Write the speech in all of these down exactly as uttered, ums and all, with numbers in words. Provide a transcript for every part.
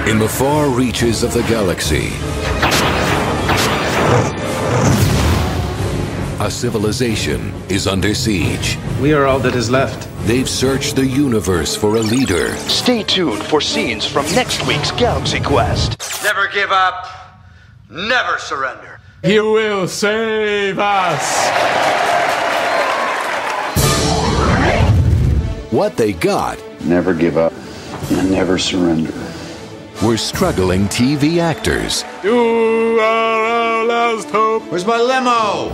In the far reaches of the galaxy, a civilization is under siege. We are all that is left. They've searched the universe for a leader. Stay tuned for scenes from next week's Galaxy Quest. Never give up. Never surrender. He will save us. What they got. Never give up and never surrender. Were struggling T V actors. You are our last hope. Where's my limo?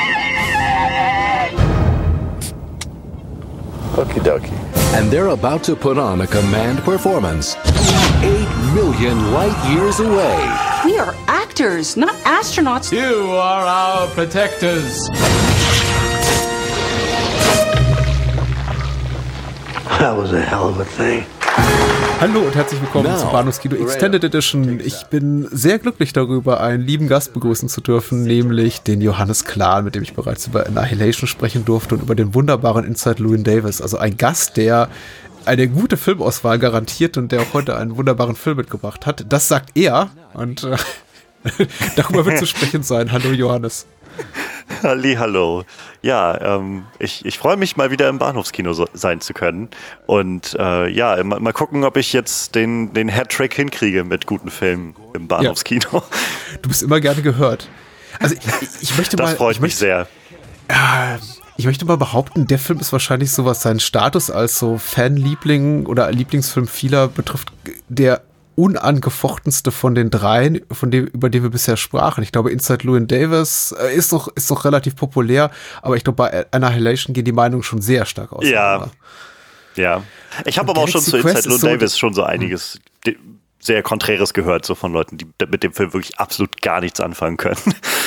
Okie dokie. And they're about to put on a command performance eight million light years away. We are actors, not astronauts. You are our protectors. That was a hell of a thing. Hallo und herzlich willkommen Now, zu Bahnhofskino Extended Edition. Ich bin sehr glücklich darüber, einen lieben Gast begrüßen zu dürfen, nämlich den Johannes Klahn, mit dem ich bereits über Annihilation sprechen durfte und über den wunderbaren Inside Llewyn Davis. Also ein Gast, der eine gute Filmauswahl garantiert und der auch heute einen wunderbaren Film mitgebracht hat. Das sagt er und äh, darüber wird zu sprechen sein. Hallo Johannes. Hallihallo. Ja, ähm, ich, ich freue mich, mal wieder im Bahnhofskino so, sein zu können. Und äh, ja, mal, mal gucken, ob ich jetzt den, den Hattrick hinkriege mit guten Filmen im Bahnhofskino. Ja. Du bist immer gerne gehört. Also ich, ich möchte das mal... Das freut ich mich möchte, sehr. Äh, ich möchte mal behaupten, der Film ist wahrscheinlich so, was seinen Status als so Fanliebling oder Lieblingsfilm vieler betrifft, der unangefochtenste von den dreien, von dem, über den wir bisher sprachen. Ich glaube, Inside Llewyn Davis äh, ist doch, ist doch relativ populär, aber ich glaube, bei Annihilation gehen die Meinungen schon sehr stark aus. Ja, ja. Ich habe aber auch schon zu Inside Llewyn Davis schon so einiges de- sehr Konträres gehört, so von Leuten, die mit dem Film wirklich absolut gar nichts anfangen können.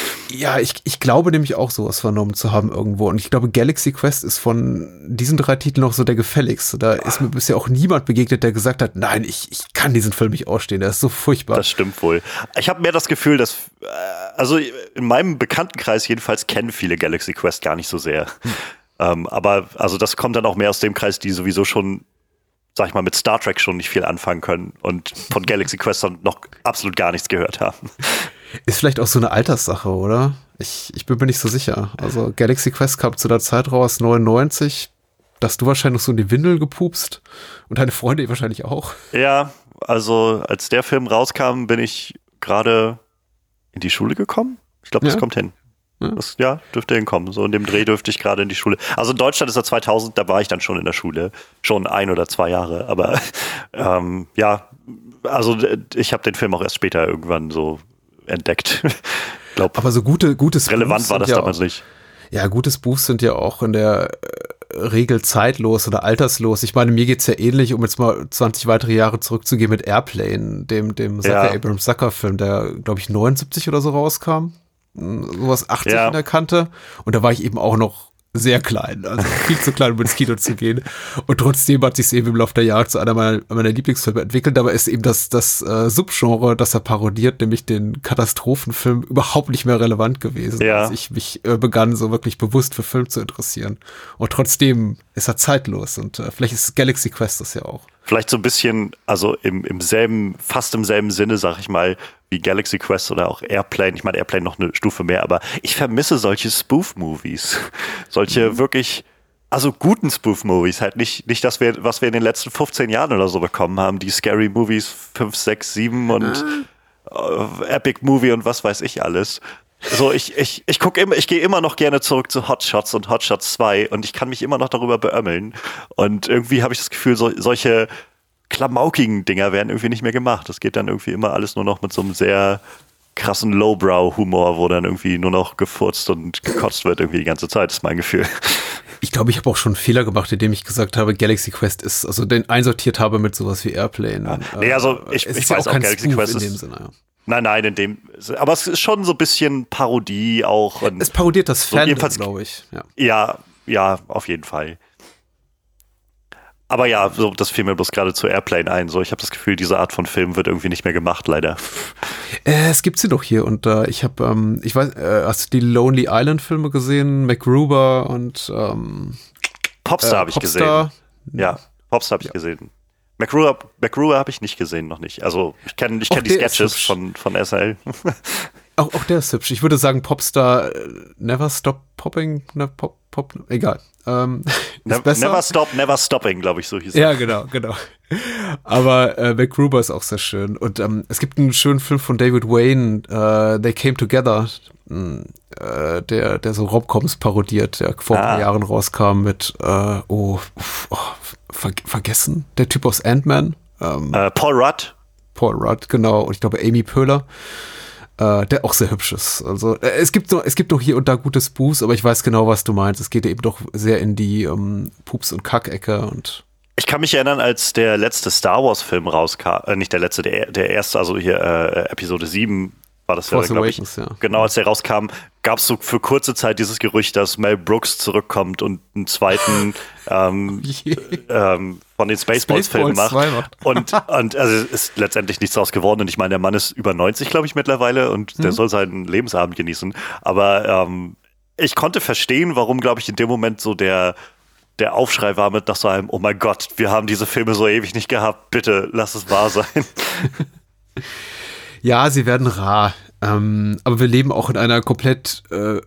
Ja, ich, ich glaube nämlich auch sowas vernommen zu haben irgendwo. Und ich glaube, Galaxy Quest ist von diesen drei Titeln noch so der gefälligste. Da ist mir bisher auch niemand begegnet, der gesagt hat, nein, ich, ich kann diesen Film nicht ausstehen, der ist so furchtbar. Das stimmt wohl. Ich habe mehr das Gefühl, dass, also in meinem Bekanntenkreis jedenfalls kennen viele Galaxy Quest gar nicht so sehr. Hm. Ähm, aber also das kommt dann auch mehr aus dem Kreis, die sowieso schon, sag ich mal, mit Star Trek schon nicht viel anfangen können und von Galaxy Quest dann noch absolut gar nichts gehört haben. Ist vielleicht auch so eine Alterssache, oder? Ich, ich bin mir nicht so sicher. Also Galaxy Quest kam zu der Zeit raus, neunundneunzig. Da hast du wahrscheinlich noch so in die Windel gepupst und deine Freunde wahrscheinlich auch. Ja, also als der Film rauskam, bin ich gerade in die Schule gekommen. Ich glaube, das ja. kommt hin. Ja. Das, ja, dürfte hinkommen. So in dem Dreh dürfte ich gerade in die Schule. Also in Deutschland ist er zweitausend, da war ich dann schon in der Schule. Schon ein oder zwei Jahre. Aber ähm, ja, also ich habe den Film auch erst später irgendwann so entdeckt. Glaub, aber so gute, gutes relevant Buchs war das ja damals auch, nicht. Ja, gutes Buch sind ja auch in der Regel zeitlos oder alterslos. Ich meine, mir geht's ja ähnlich, um jetzt mal zwanzig weitere Jahre zurückzugehen mit Airplane, dem, dem J J. Abrams Sucker-Film, der, glaube ich, neunundsiebzig oder so rauskam. Sowas achtzig ja. in der Kante. Und da war ich eben auch noch sehr klein, also viel zu klein, um ins Kino zu gehen. Und trotzdem hat sich es eben im Laufe der Jahre zu einer meiner, meiner Lieblingsfilme entwickelt. Dabei ist eben das, das äh, Subgenre, das er parodiert, nämlich den Katastrophenfilm, überhaupt nicht mehr relevant gewesen, ja. als ich mich äh, begann, so wirklich bewusst für Film zu interessieren. Und trotzdem ist er zeitlos. Und äh, vielleicht ist Galaxy Quest das ja auch. Vielleicht so ein bisschen, also im, im selben, fast im selben Sinne, sag ich mal, wie Galaxy Quest oder auch Airplane. Ich meine, Airplane noch eine Stufe mehr, aber ich vermisse solche Spoof-Movies. Solche mhm. wirklich, also guten Spoof-Movies. Halt nicht, nicht das, wir, was wir in den letzten fünfzehn Jahren oder so bekommen haben. Die Scary Movies fünf, sechs, sieben und mhm. äh, Epic Movie und was weiß ich alles. So, ich, ich, ich gucke immer, ich gehe immer noch gerne zurück zu Hot Shots und Hot Shots zwei und ich kann mich immer noch darüber beömmeln. Und irgendwie habe ich das Gefühl, so, solche klamaukigen Dinger werden irgendwie nicht mehr gemacht. Das geht dann irgendwie immer alles nur noch mit so einem sehr krassen Lowbrow-Humor, wo dann irgendwie nur noch gefurzt und gekotzt wird irgendwie die ganze Zeit, ist mein Gefühl. Ich glaube, ich habe auch schon einen Fehler gemacht, indem ich gesagt habe, Galaxy Quest ist, also den einsortiert habe mit sowas wie Airplane. Ja. Nee, also ich, ich weiß ja auch, auch Galaxy Quest ist in dem Sinne, ja. Nein, nein, in dem, aber es ist schon so ein bisschen Parodie auch. Und es parodiert das so Fandom, glaube ich. Ja. ja, ja, auf jeden Fall. Aber ja, so, das fiel mir bloß gerade zu Airplane ein. So, ich habe das Gefühl, diese Art von Film wird irgendwie nicht mehr gemacht, leider. Äh, es gibt sie doch hier und äh, ich habe, ähm, ich weiß, äh, hast du die Lonely Island Filme gesehen? MacGruber und ähm, Popstar äh, habe ich Popstar. gesehen. Ja, Popstar habe ich ja. gesehen. MacGruber, MacGruber habe ich nicht gesehen, noch nicht. Also ich kenne ich kenn die Sketches von, von S N L. Auch, auch der ist hübsch. Ich würde sagen, Popstar äh, Never Stop Popping, ne, Pop, Pop, egal. Ähm, ne, never Stop, Never Stopping, glaube ich, so hieß es. Ja, genau, genau. Aber äh, MacGruber ist auch sehr schön. Und ähm, es gibt einen schönen Film von David Wayne, äh, They Came Together, äh, der, der so Romcoms parodiert, der vor ah. ein paar Jahren rauskam mit, äh, oh, oh ver- vergessen, der Typ aus Ant-Man. Ähm, äh, Paul Rudd. Paul Rudd, genau. Und ich glaube Amy Poehler. Uh, der auch sehr hübsch ist. Also äh, es gibt noch, es gibt noch hier und da gute Spoofs, aber ich weiß genau, was du meinst. Es geht eben doch sehr in die ähm, Pups- und Kack-Ecke und ich kann mich erinnern, als der letzte Star Wars-Film rauskam, äh, nicht der letzte, der, der erste, also hier äh, Episode sieben war das ja, glaube ich. Ja. Genau, als der rauskam, gab es so für kurze Zeit dieses Gerücht, dass Mel Brooks zurückkommt und einen zweiten ähm, ähm, von den Spaceballs-Filmen macht. macht. Und, und also ist letztendlich nichts draus geworden. Und ich meine, der Mann ist über neunzig, glaube ich, mittlerweile und mhm. der soll seinen Lebensabend genießen. Aber ähm, ich konnte verstehen, warum, glaube ich, in dem Moment so der der Aufschrei war mit nach so einem, oh mein Gott, wir haben diese Filme so ewig nicht gehabt, bitte lass es wahr sein. Ja, sie werden rar. Ähm, aber wir leben auch in einer komplett äh,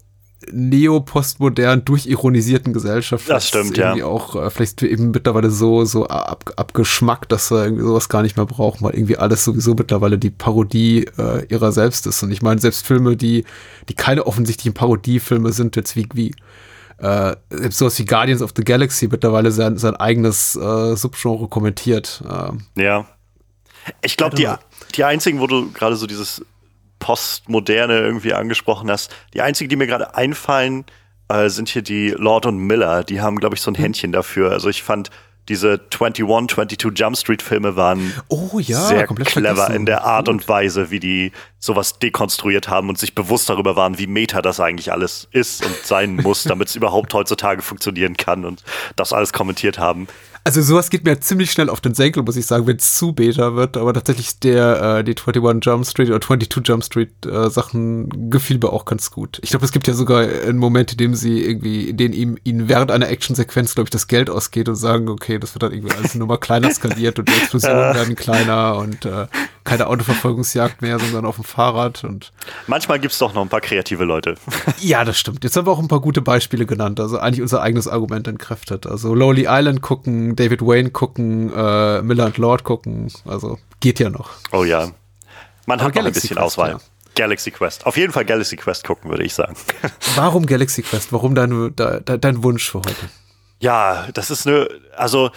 neo-postmodern, durchironisierten Gesellschaft. Das stimmt, ja. Auch, äh, vielleicht eben mittlerweile so, so ab, abgeschmackt, dass wir irgendwie sowas gar nicht mehr brauchen, weil irgendwie alles sowieso mittlerweile die Parodie äh, ihrer selbst ist. Und ich meine, selbst Filme, die, die keine offensichtlichen Parodiefilme sind, jetzt wie, wie äh, selbst sowas wie Guardians of the Galaxy mittlerweile sein, sein eigenes äh, Subgenre kommentiert. Äh, ja. Ich glaube, die, die einzigen, wo du gerade so dieses Postmoderne irgendwie angesprochen hast, die einzigen, die mir gerade einfallen, äh, sind hier die Lord und Miller. Die haben, glaube ich, so ein Händchen dafür. Also ich fand, diese einundzwanzig, zweiundzwanzig Jump Street Filme waren oh, ja, sehr clever vergessen. in der Art Gut. und Weise, wie die sowas dekonstruiert haben und sich bewusst darüber waren, wie meta das eigentlich alles ist und sein muss, damit es überhaupt heutzutage funktionieren kann und das alles kommentiert haben. Also sowas geht mir ziemlich schnell auf den Senkel, muss ich sagen, wenn es zu beta wird, aber tatsächlich der, äh, die einundzwanzig Jump Street oder zweiundzwanzig Jump Street äh, Sachen gefiel mir auch ganz gut. Ich glaube, es gibt ja sogar einen Moment, in dem sie irgendwie, in dem ihm, ihnen während einer Actionsequenz, glaube ich, das Geld ausgeht und sagen, okay, das wird dann irgendwie alles nur mal kleiner skaliert und die Explosionen werden kleiner und äh, keine Autoverfolgungsjagd mehr, sondern auf dem Fahrrad und manchmal gibt's doch noch ein paar kreative Leute. Ja, das stimmt. Jetzt haben wir auch ein paar gute Beispiele genannt, also eigentlich unser eigenes Argument entkräftet. Also Lonely Island gucken, David Wayne gucken, äh, Miller und Lord gucken, also geht ja noch. Oh ja. Man Aber hat noch ein bisschen Quest, Auswahl. Ja. Galaxy Quest. Auf jeden Fall Galaxy Quest gucken, würde ich sagen. Warum Galaxy Quest? Warum dein, dein, dein Wunsch für heute? Ja, das ist eine, also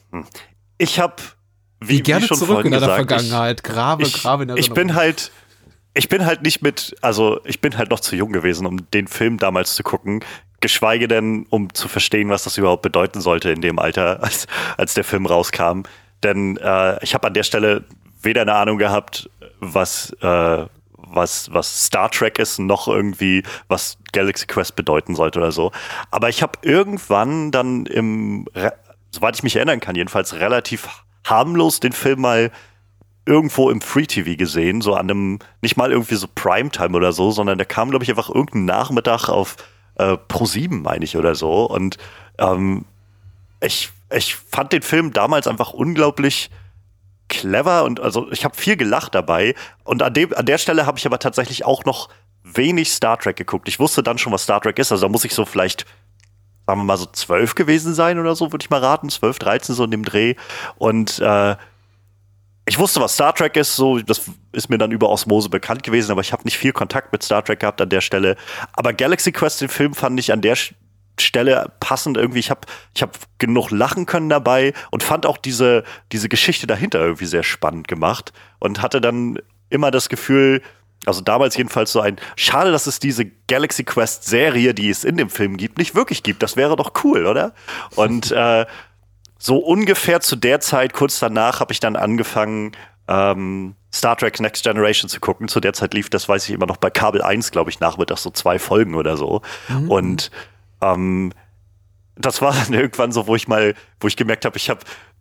ich habe wie, wie gerne wie schon zurück in deiner Vergangenheit, ich, grave, ich, grave in der Ich bin halt, ich bin halt nicht mit, also ich bin halt noch zu jung gewesen, um den Film damals zu gucken, geschweige denn, um zu verstehen, was das überhaupt bedeuten sollte in dem Alter, als, als der Film rauskam. Denn äh, ich habe an der Stelle weder eine Ahnung gehabt, was, äh, was, was Star Trek ist, noch irgendwie, was Galaxy Quest bedeuten sollte oder so. Aber ich habe irgendwann dann im, soweit ich mich erinnern kann, jedenfalls relativ harmlos den Film mal irgendwo im Free-T V gesehen, so an einem, nicht mal irgendwie so Primetime oder so, sondern der kam, glaube ich, einfach irgendeinen Nachmittag auf äh, Pro sieben, meine ich, oder so. Und ähm, ich, ich fand den Film damals einfach unglaublich clever und also ich habe viel gelacht dabei. Und an, dem, an der Stelle habe ich aber tatsächlich auch noch wenig Star Trek geguckt. Ich wusste dann schon, was Star Trek ist, also da muss ich so vielleicht, sagen wir mal so zwölf gewesen sein oder so, würde ich mal raten, zwölf, dreizehn so in dem Dreh. Und äh, ich wusste, was Star Trek ist, so, das ist mir dann über Osmose bekannt gewesen, aber ich habe nicht viel Kontakt mit Star Trek gehabt an der Stelle. Aber Galaxy Quest, den Film, fand ich an der Stelle passend irgendwie. Ich habe ich hab genug lachen können dabei und fand auch diese, diese Geschichte dahinter irgendwie sehr spannend gemacht und hatte dann immer das Gefühl, also damals jedenfalls so ein, schade, dass es diese Galaxy Quest Serie, die es in dem Film gibt, nicht wirklich gibt. Das wäre doch cool, oder? Und äh, so ungefähr zu der Zeit, kurz danach, habe ich dann angefangen, ähm, Star Trek Next Generation zu gucken. Zu der Zeit lief, das weiß ich immer noch, bei Kabel eins, glaube ich, nachmittags so zwei Folgen oder so. Mhm. Und ähm, das war dann irgendwann so, wo ich mal, wo ich gemerkt habe, ich habe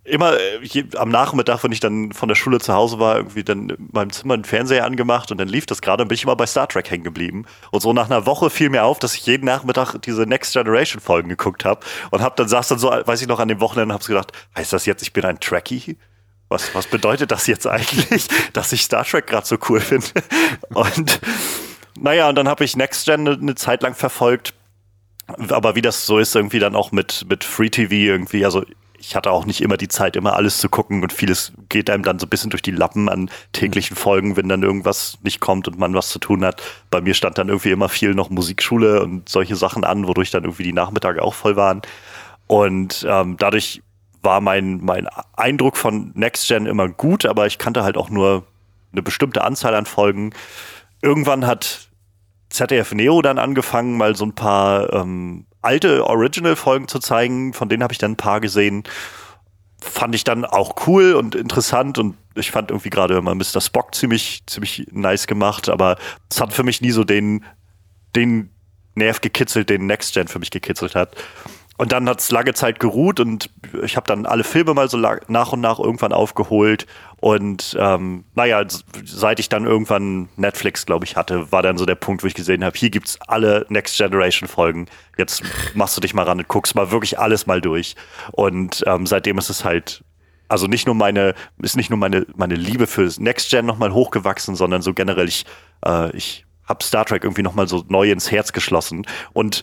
immer je, am Nachmittag, wenn ich dann von der Schule zu Hause war, irgendwie dann in meinem Zimmer einen Fernseher angemacht und dann lief das gerade und bin ich immer bei Star Trek hängen geblieben. Und so nach einer Woche fiel mir auf, dass ich jeden Nachmittag diese Next Generation Folgen geguckt habe und hab dann saß dann so, weiß ich noch, an dem Wochenende und hab's gedacht, heißt das jetzt, ich bin ein Trekkie? Was, was bedeutet das jetzt eigentlich, dass ich Star Trek gerade so cool finde? Und naja, und dann habe ich Next Gen eine, eine Zeit lang verfolgt. Aber wie das so ist, irgendwie dann auch mit, mit Free T V irgendwie, also ich hatte auch nicht immer die Zeit, immer alles zu gucken und vieles geht einem dann so ein bisschen durch die Lappen an täglichen Folgen, wenn dann irgendwas nicht kommt und man was zu tun hat. Bei mir stand dann irgendwie immer viel noch Musikschule und solche Sachen an, wodurch dann irgendwie die Nachmittage auch voll waren. Und ähm, dadurch war mein, mein Eindruck von Next Gen immer gut, aber ich kannte halt auch nur eine bestimmte Anzahl an Folgen. Irgendwann hat Z D F Neo dann angefangen, mal so ein paar ähm, alte Original-Folgen zu zeigen. Von denen habe ich dann ein paar gesehen. Fand ich dann auch cool und interessant und ich fand irgendwie gerade mal Mister Spock ziemlich, ziemlich nice gemacht, aber es hat für mich nie so den, den Nerv gekitzelt, den Next Gen für mich gekitzelt hat. Und dann hat es lange Zeit geruht und ich habe dann alle Filme mal so nach und nach irgendwann aufgeholt. Und ähm, naja, seit ich dann irgendwann Netflix, glaube ich, hatte, war dann so der Punkt, wo ich gesehen habe, hier gibt's alle Next Generation Folgen. Jetzt machst du dich mal ran und guckst mal wirklich alles mal durch. Und ähm, seitdem ist es halt, also nicht nur meine, ist nicht nur meine, meine Liebe für Next Gen nochmal hochgewachsen, sondern so generell, ich, äh, ich habe Star Trek irgendwie nochmal so neu ins Herz geschlossen. Und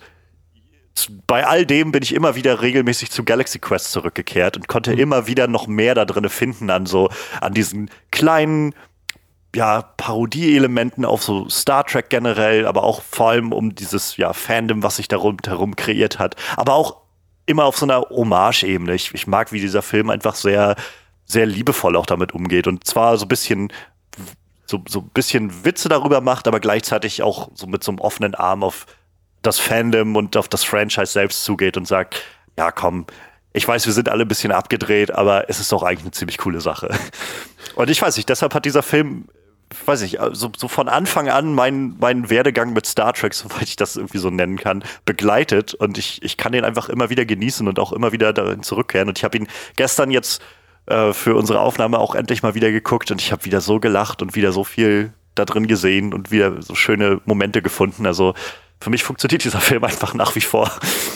bei all dem bin ich immer wieder regelmäßig zu Galaxy Quest zurückgekehrt und konnte mhm. immer wieder noch mehr da drin finden an so, an diesen kleinen, ja, Parodie-Elementen auf so Star Trek generell, aber auch vor allem um dieses, ja, Fandom, was sich da rundherum kreiert hat. Aber auch immer auf so einer Hommage-Ebene. Ich, ich mag, wie dieser Film einfach sehr, sehr liebevoll auch damit umgeht und zwar so ein bisschen, so, so ein bisschen Witze darüber macht, aber gleichzeitig auch so mit so einem offenen Arm auf das Fandom und auf das Franchise selbst zugeht und sagt, ja komm, ich weiß, wir sind alle ein bisschen abgedreht, aber es ist doch eigentlich eine ziemlich coole Sache. Und ich weiß nicht, deshalb hat dieser Film, weiß ich, so, so von Anfang an meinen mein Werdegang mit Star Trek, soweit ich das irgendwie so nennen kann, begleitet und ich, ich kann den einfach immer wieder genießen und auch immer wieder darin zurückkehren. Und ich habe ihn gestern jetzt äh, für unsere Aufnahme auch endlich mal wieder geguckt und ich habe wieder so gelacht und wieder so viel da drin gesehen und wieder so schöne Momente gefunden. Also für mich funktioniert dieser Film einfach nach wie vor.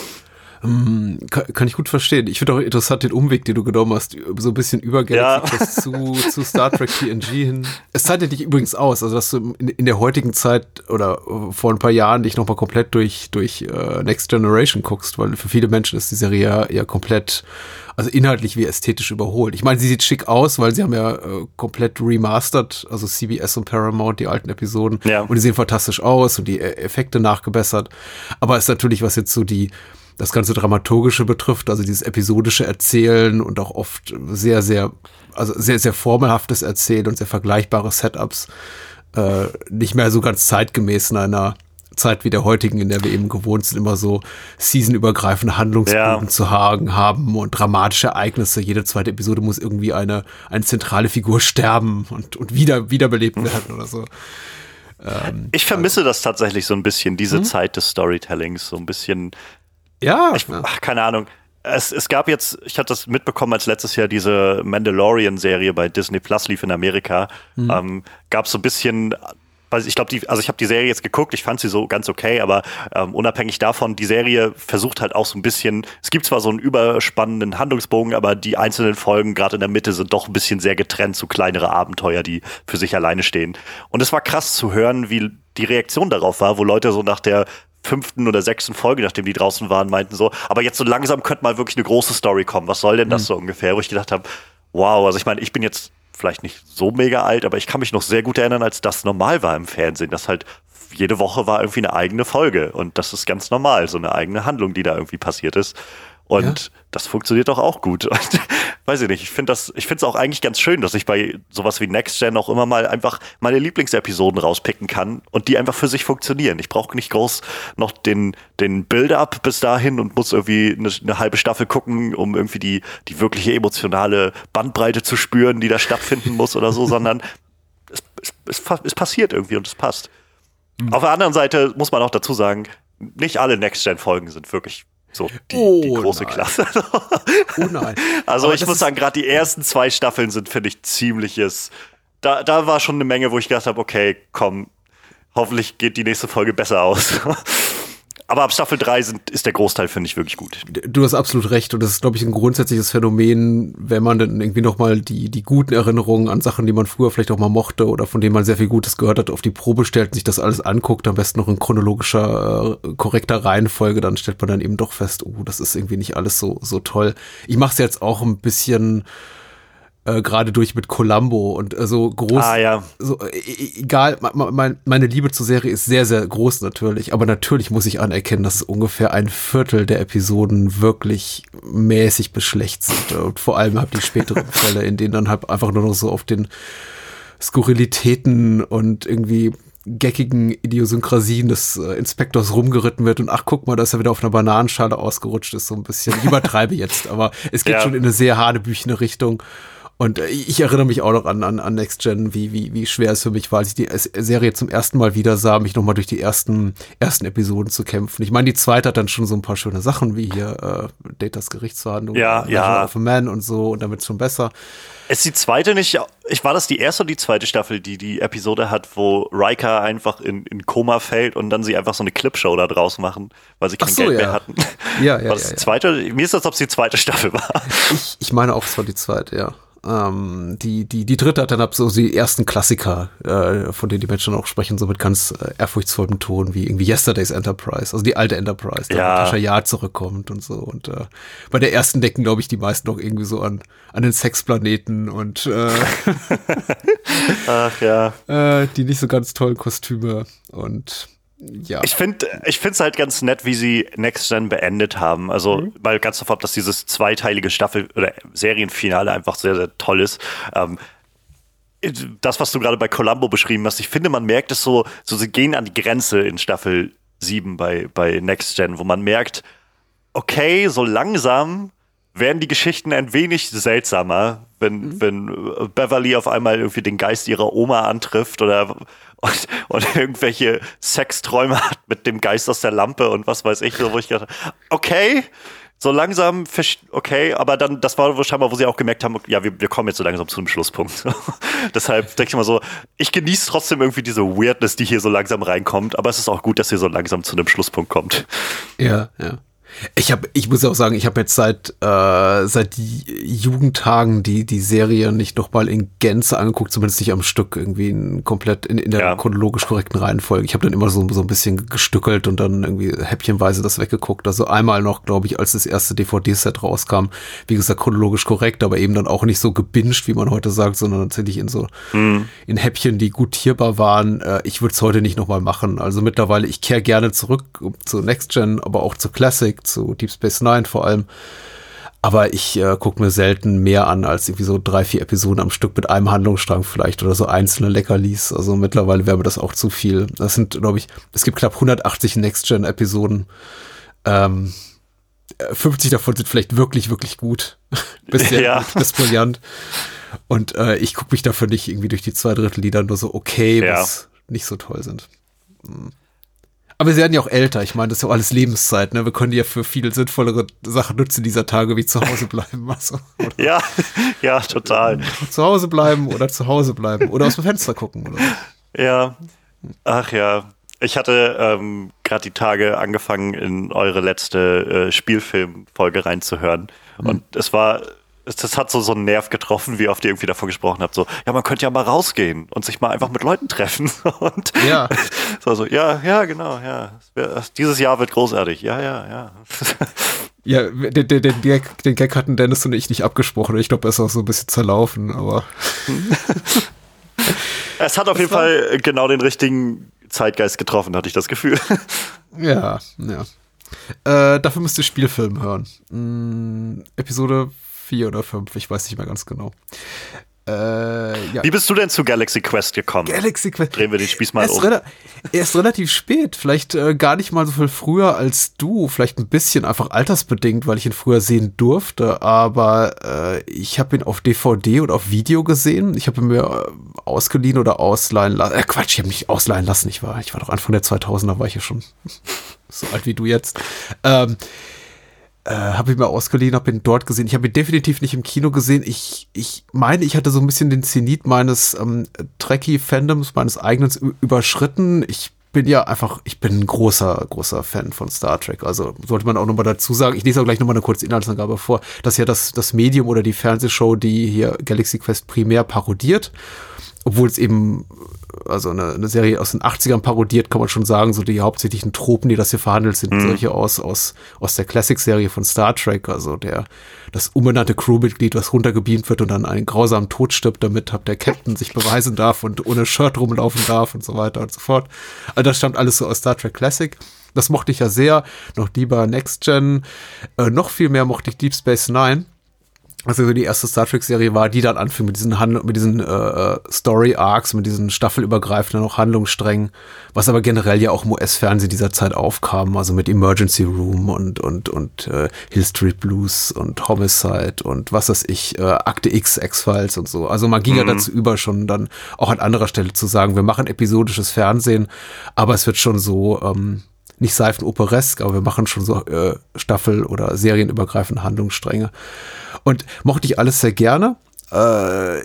Um, kann, kann ich gut verstehen. Ich finde auch interessant den Umweg, den du genommen hast, so ein bisschen über Galaxy Quest ja. zu, zu Star Trek T N G hin. Es zeichnet dich übrigens aus, also dass du in, in der heutigen Zeit oder vor ein paar Jahren dich nochmal komplett durch, durch uh, Next Generation guckst, weil für viele Menschen ist die Serie ja, ja komplett, also inhaltlich wie ästhetisch überholt. Ich meine, sie sieht schick aus, weil sie haben ja äh, komplett remastered, also C B S und Paramount, die alten Episoden. Ja. Und die sehen fantastisch aus und die Effekte nachgebessert. Aber es ist natürlich, was jetzt so die das ganze Dramaturgische betrifft, also dieses episodische Erzählen und auch oft sehr, sehr, also sehr, sehr formelhaftes Erzählen und sehr vergleichbare Setups, äh, nicht mehr so ganz zeitgemäß in einer Zeit wie der heutigen, in der wir eben gewohnt sind, immer so seasonübergreifende Handlungsbogen ja. zu haben, haben und dramatische Ereignisse. Jede zweite Episode muss irgendwie eine, eine zentrale Figur sterben und, und wieder, wiederbelebt werden oder so. Ähm, ich vermisse also, das tatsächlich so ein bisschen, diese hm? Zeit des Storytellings, so ein bisschen. Ja. Ich, ach, keine Ahnung. Es, es gab jetzt, ich hatte das mitbekommen, als letztes Jahr diese Mandalorian-Serie bei Disney Plus lief in Amerika, mhm. ähm, gab es so ein bisschen, also ich glaube, die, also ich habe die Serie jetzt geguckt, ich fand sie so ganz okay, aber ähm, unabhängig davon, die Serie versucht halt auch so ein bisschen, es gibt zwar so einen überspannenden Handlungsbogen, aber die einzelnen Folgen, gerade in der Mitte, sind doch ein bisschen sehr getrennt zu kleinere Abenteuer, die für sich alleine stehen. Und es war krass zu hören, wie die Reaktion darauf war, wo Leute so nach der fünften oder sechsten Folge, nachdem die draußen waren, meinten so, aber jetzt so langsam könnte mal wirklich eine große Story kommen. Was soll denn das mhm. so ungefähr? Wo ich gedacht habe, wow, also ich meine, ich bin jetzt vielleicht nicht so mega alt, aber ich kann mich noch sehr gut erinnern, als das normal war im Fernsehen, dass halt jede Woche war irgendwie eine eigene Folge und das ist ganz normal, so eine eigene Handlung, die da irgendwie passiert ist. Und ja. das funktioniert doch auch gut. Und, weiß ich nicht, ich finde das, ich finde es auch eigentlich ganz schön, dass ich bei sowas wie Next Gen auch immer mal einfach meine Lieblingsepisoden rauspicken kann und die einfach für sich funktionieren. Ich brauche nicht groß noch den, den Build-up bis dahin und muss irgendwie eine, eine halbe Staffel gucken, um irgendwie die, die wirkliche emotionale Bandbreite zu spüren, die da stattfinden muss oder so, sondern es, es, es, es passiert irgendwie und es passt. Mhm. Auf der anderen Seite muss man auch dazu sagen, nicht alle Next Gen Folgen sind wirklich So die, Oh, die große nein. Klasse. Oh nein. Also Aber ich das muss ist- sagen, gerade die ersten zwei Staffeln sind, finde ich, ziemliches. Da, da war schon eine Menge, wo ich gedacht habe, okay, komm, hoffentlich geht die nächste Folge besser aus. Aber ab Staffel drei sind, ist der Großteil, finde ich, wirklich gut. Du hast absolut recht und das ist, glaube ich, ein grundsätzliches Phänomen, wenn man dann irgendwie nochmal die, die guten Erinnerungen an Sachen, die man früher vielleicht auch mal mochte oder von denen man sehr viel Gutes gehört hat, auf die Probe stellt und sich das alles anguckt, am besten noch in chronologischer, äh, korrekter Reihenfolge, dann stellt man dann eben doch fest, oh, das ist irgendwie nicht alles so, so toll. Ich mache es jetzt auch ein bisschen äh, gerade durch mit Columbo und äh, so groß, Ah, ja. so, äh, egal, ma, ma, meine Liebe zur Serie ist sehr, sehr groß natürlich, aber natürlich muss ich anerkennen, dass ungefähr ein Viertel der Episoden wirklich mäßig bis schlecht sind und vor allem halt die späteren Fälle, in denen dann halt einfach nur noch so auf den Skurrilitäten und irgendwie geckigen Idiosynkrasien des äh, Inspektors rumgeritten wird und ach, guck mal, dass er wieder auf einer Bananenschale ausgerutscht ist, so ein bisschen. Ich übertreibe jetzt, aber es geht Ja. schon in eine sehr hanebüchene Richtung. Und äh, ich erinnere mich auch noch an, an, an Next Gen, wie, wie, wie schwer es für mich war, als ich die S- Serie zum ersten Mal wieder sah, mich nochmal durch die ersten, ersten Episoden zu kämpfen. Ich meine, die zweite hat dann schon so ein paar schöne Sachen, wie hier äh, Datas Gerichtsverhandlung, Ja, Measure ja. of a Man und so, und damit schon besser. Ist die zweite nicht, ich war das die erste oder die zweite Staffel, die die Episode hat, wo Riker einfach in, in Koma fällt und dann sie einfach so eine Clipshow da draus machen, weil sie kein Ach so, Geld ja. mehr hatten. Ja, ja, War das ja, die ja. zweite? Mir ist das, als ob es die zweite Staffel war. Ich, ich meine auch, es war die zweite, ja. Ähm, die, die, die dritte hat dann ab so die ersten Klassiker, äh, von denen die Menschen auch sprechen, so mit ganz äh, ehrfurchtsvollem Ton, wie irgendwie Yesterday's Enterprise, also die alte Enterprise, da Ja. Natascha Yard zurückkommt und so. Und äh, bei der ersten denken, glaube ich, die meisten noch irgendwie so an, an den Sexplaneten und äh, Ach ja. äh, die nicht so ganz tollen Kostüme und ja. Ich finde ich finde es halt ganz nett, wie sie Next Gen beendet haben. Also, Mhm. weil ganz sofort, dass dieses zweiteilige Staffel- oder Serienfinale einfach sehr, sehr toll ist. Ähm, das, was du gerade bei Columbo beschrieben hast, ich finde, man merkt es so, so sie gehen an die Grenze in Staffel sieben bei, bei Next Gen, wo man merkt, okay, so langsam werden die Geschichten ein wenig seltsamer, wenn, Mhm. wenn Beverly auf einmal irgendwie den Geist ihrer Oma antrifft oder und, und irgendwelche Sexträume hat mit dem Geist aus der Lampe und was weiß ich, so, wo ich gedacht habe, okay, so langsam, versch- okay, aber dann, das war wahrscheinlich, wo sie auch gemerkt haben, ja, wir, wir kommen jetzt so langsam zu einem Schlusspunkt. Deshalb denke ich mal so, ich genieße trotzdem irgendwie diese Weirdness, die hier so langsam reinkommt, aber es ist auch gut, dass ihr so langsam zu einem Schlusspunkt kommt. Ja, ja. Ich habe, ich muss auch sagen, ich habe jetzt seit äh, seit die Jugendtagen die die Serie nicht noch mal in Gänze angeguckt, zumindest nicht am Stück irgendwie in, komplett in, in der Ja. chronologisch korrekten Reihenfolge. Ich habe dann immer so so ein bisschen gestückelt und dann irgendwie häppchenweise das weggeguckt. Also einmal noch, glaube ich, als das erste D V D-Set rauskam, wie gesagt chronologisch korrekt, aber eben dann auch nicht so gebinged, wie man heute sagt, sondern tatsächlich in so Mhm. in Häppchen, die gutierbar waren. Äh, ich würde es heute nicht noch mal machen. Also mittlerweile, ich kehre gerne zurück zu Next Gen, aber auch zu Classic, zu Deep Space Nine vor allem. Aber ich äh, gucke mir selten mehr an als irgendwie so drei, vier Episoden am Stück mit einem Handlungsstrang vielleicht oder so einzelne Leckerlis. Also mittlerweile wäre mir das auch zu viel. Das sind, glaube ich, es gibt knapp hundertachtzig Next-Gen-Episoden. Ähm, fünfzig davon sind vielleicht wirklich, wirklich gut. bis sehr Ja. gut, bis brillant. Und äh, ich gucke mich dafür nicht irgendwie durch die zwei Drittel, die dann nur so okay, Ja. was nicht so toll sind. Hm. Aber sie werden ja auch älter. Ich meine, das ist ja auch alles Lebenszeit. Ne? Wir können die ja für viel sinnvollere Sachen nutzen dieser Tage, wie zu Hause bleiben. Also, oder Ja, ja, total. zu Hause bleiben oder zu Hause bleiben oder aus dem Fenster gucken. Oder so. Ja, ach ja. Ich hatte ähm, gerade die Tage angefangen, in eure letzte äh, Spielfilmfolge reinzuhören. Mhm. Und es war, es, das hat so so einen Nerv getroffen, wie oft ihr irgendwie davon gesprochen habt. So, ja, man könnte ja mal rausgehen und sich mal einfach mit Leuten treffen. Und Ja. so, so, ja, ja, genau, ja. Es wär, dieses Jahr wird großartig. Ja, ja, ja. Ja, den, den, den, Gag, den Gag hatten Dennis und ich nicht abgesprochen. Ich glaube, er ist auch so ein bisschen zerlaufen, aber Es hat auf jeden Fall genau den richtigen Zeitgeist getroffen, hatte ich das Gefühl. ja, ja. Äh, dafür müsst ihr Spielfilm hören. Hm, Episode vier oder fünf, ich weiß nicht mehr ganz genau. Äh, ja. Wie bist du denn zu Galaxy Quest gekommen? Galaxy Quest. Drehen wir den Spieß mal er ist um. rela- Er ist relativ spät, vielleicht äh, gar nicht mal so viel früher als du, vielleicht ein bisschen einfach altersbedingt, weil ich ihn früher sehen durfte, aber äh, ich habe ihn auf D V D und auf Video gesehen. Ich habe ihn mir äh, ausgeliehen oder ausleihen lassen. Äh, Quatsch, ich habe mich ausleihen lassen, ich war, ich war doch Anfang der zweitausender, war ich ja schon so alt wie du jetzt. Ähm, Äh, habe ich mir ausgeliehen, habe ihn dort gesehen. Ich habe ihn definitiv nicht im Kino gesehen. Ich, ich meine, ich hatte so ein bisschen den Zenit meines ähm, Trekkie-Fandoms, meines eigenen überschritten. Ich bin ja einfach, ich bin ein großer, großer Fan von Star Trek. Also sollte man auch nochmal dazu sagen, ich lese auch gleich nochmal eine kurze Inhaltsangabe vor, dass ja das, das Medium oder die Fernsehshow, die hier Galaxy Quest primär parodiert, obwohl es eben also eine, eine Serie aus den achtzigern parodiert, kann man schon sagen, so die hauptsächlichen Tropen, die das hier verhandelt, sind mhm. solche aus, aus, aus der Classic-Serie von Star Trek, also der, das umbenannte Crewmitglied, was runtergebeamt wird und dann einen grausamen Tod stirbt, damit der Captain sich beweisen darf und ohne Shirt rumlaufen darf und so weiter und so fort. Also das stammt alles so aus Star Trek Classic. Das mochte ich ja sehr, noch lieber Next Gen, äh, noch viel mehr mochte ich Deep Space Nine. Also die erste Star Trek-Serie war, die dann anfing mit diesen Handl- mit diesen äh, Story-Arcs, mit diesen staffelübergreifenden auch Handlungssträngen, was aber generell ja auch im U S-Fernsehen dieser Zeit aufkam, also mit Emergency Room und und und äh, Hill Street Blues und Homicide und was weiß ich, äh, Akte X, X-Files und so. Also man ging mhm. ja dazu über, schon dann auch an anderer Stelle zu sagen, wir machen episodisches Fernsehen, aber es wird schon so ähm, nicht seifenoperesk, aber wir machen schon so äh, Staffel- oder serienübergreifende Handlungsstränge. Und mochte ich alles sehr gerne. Äh,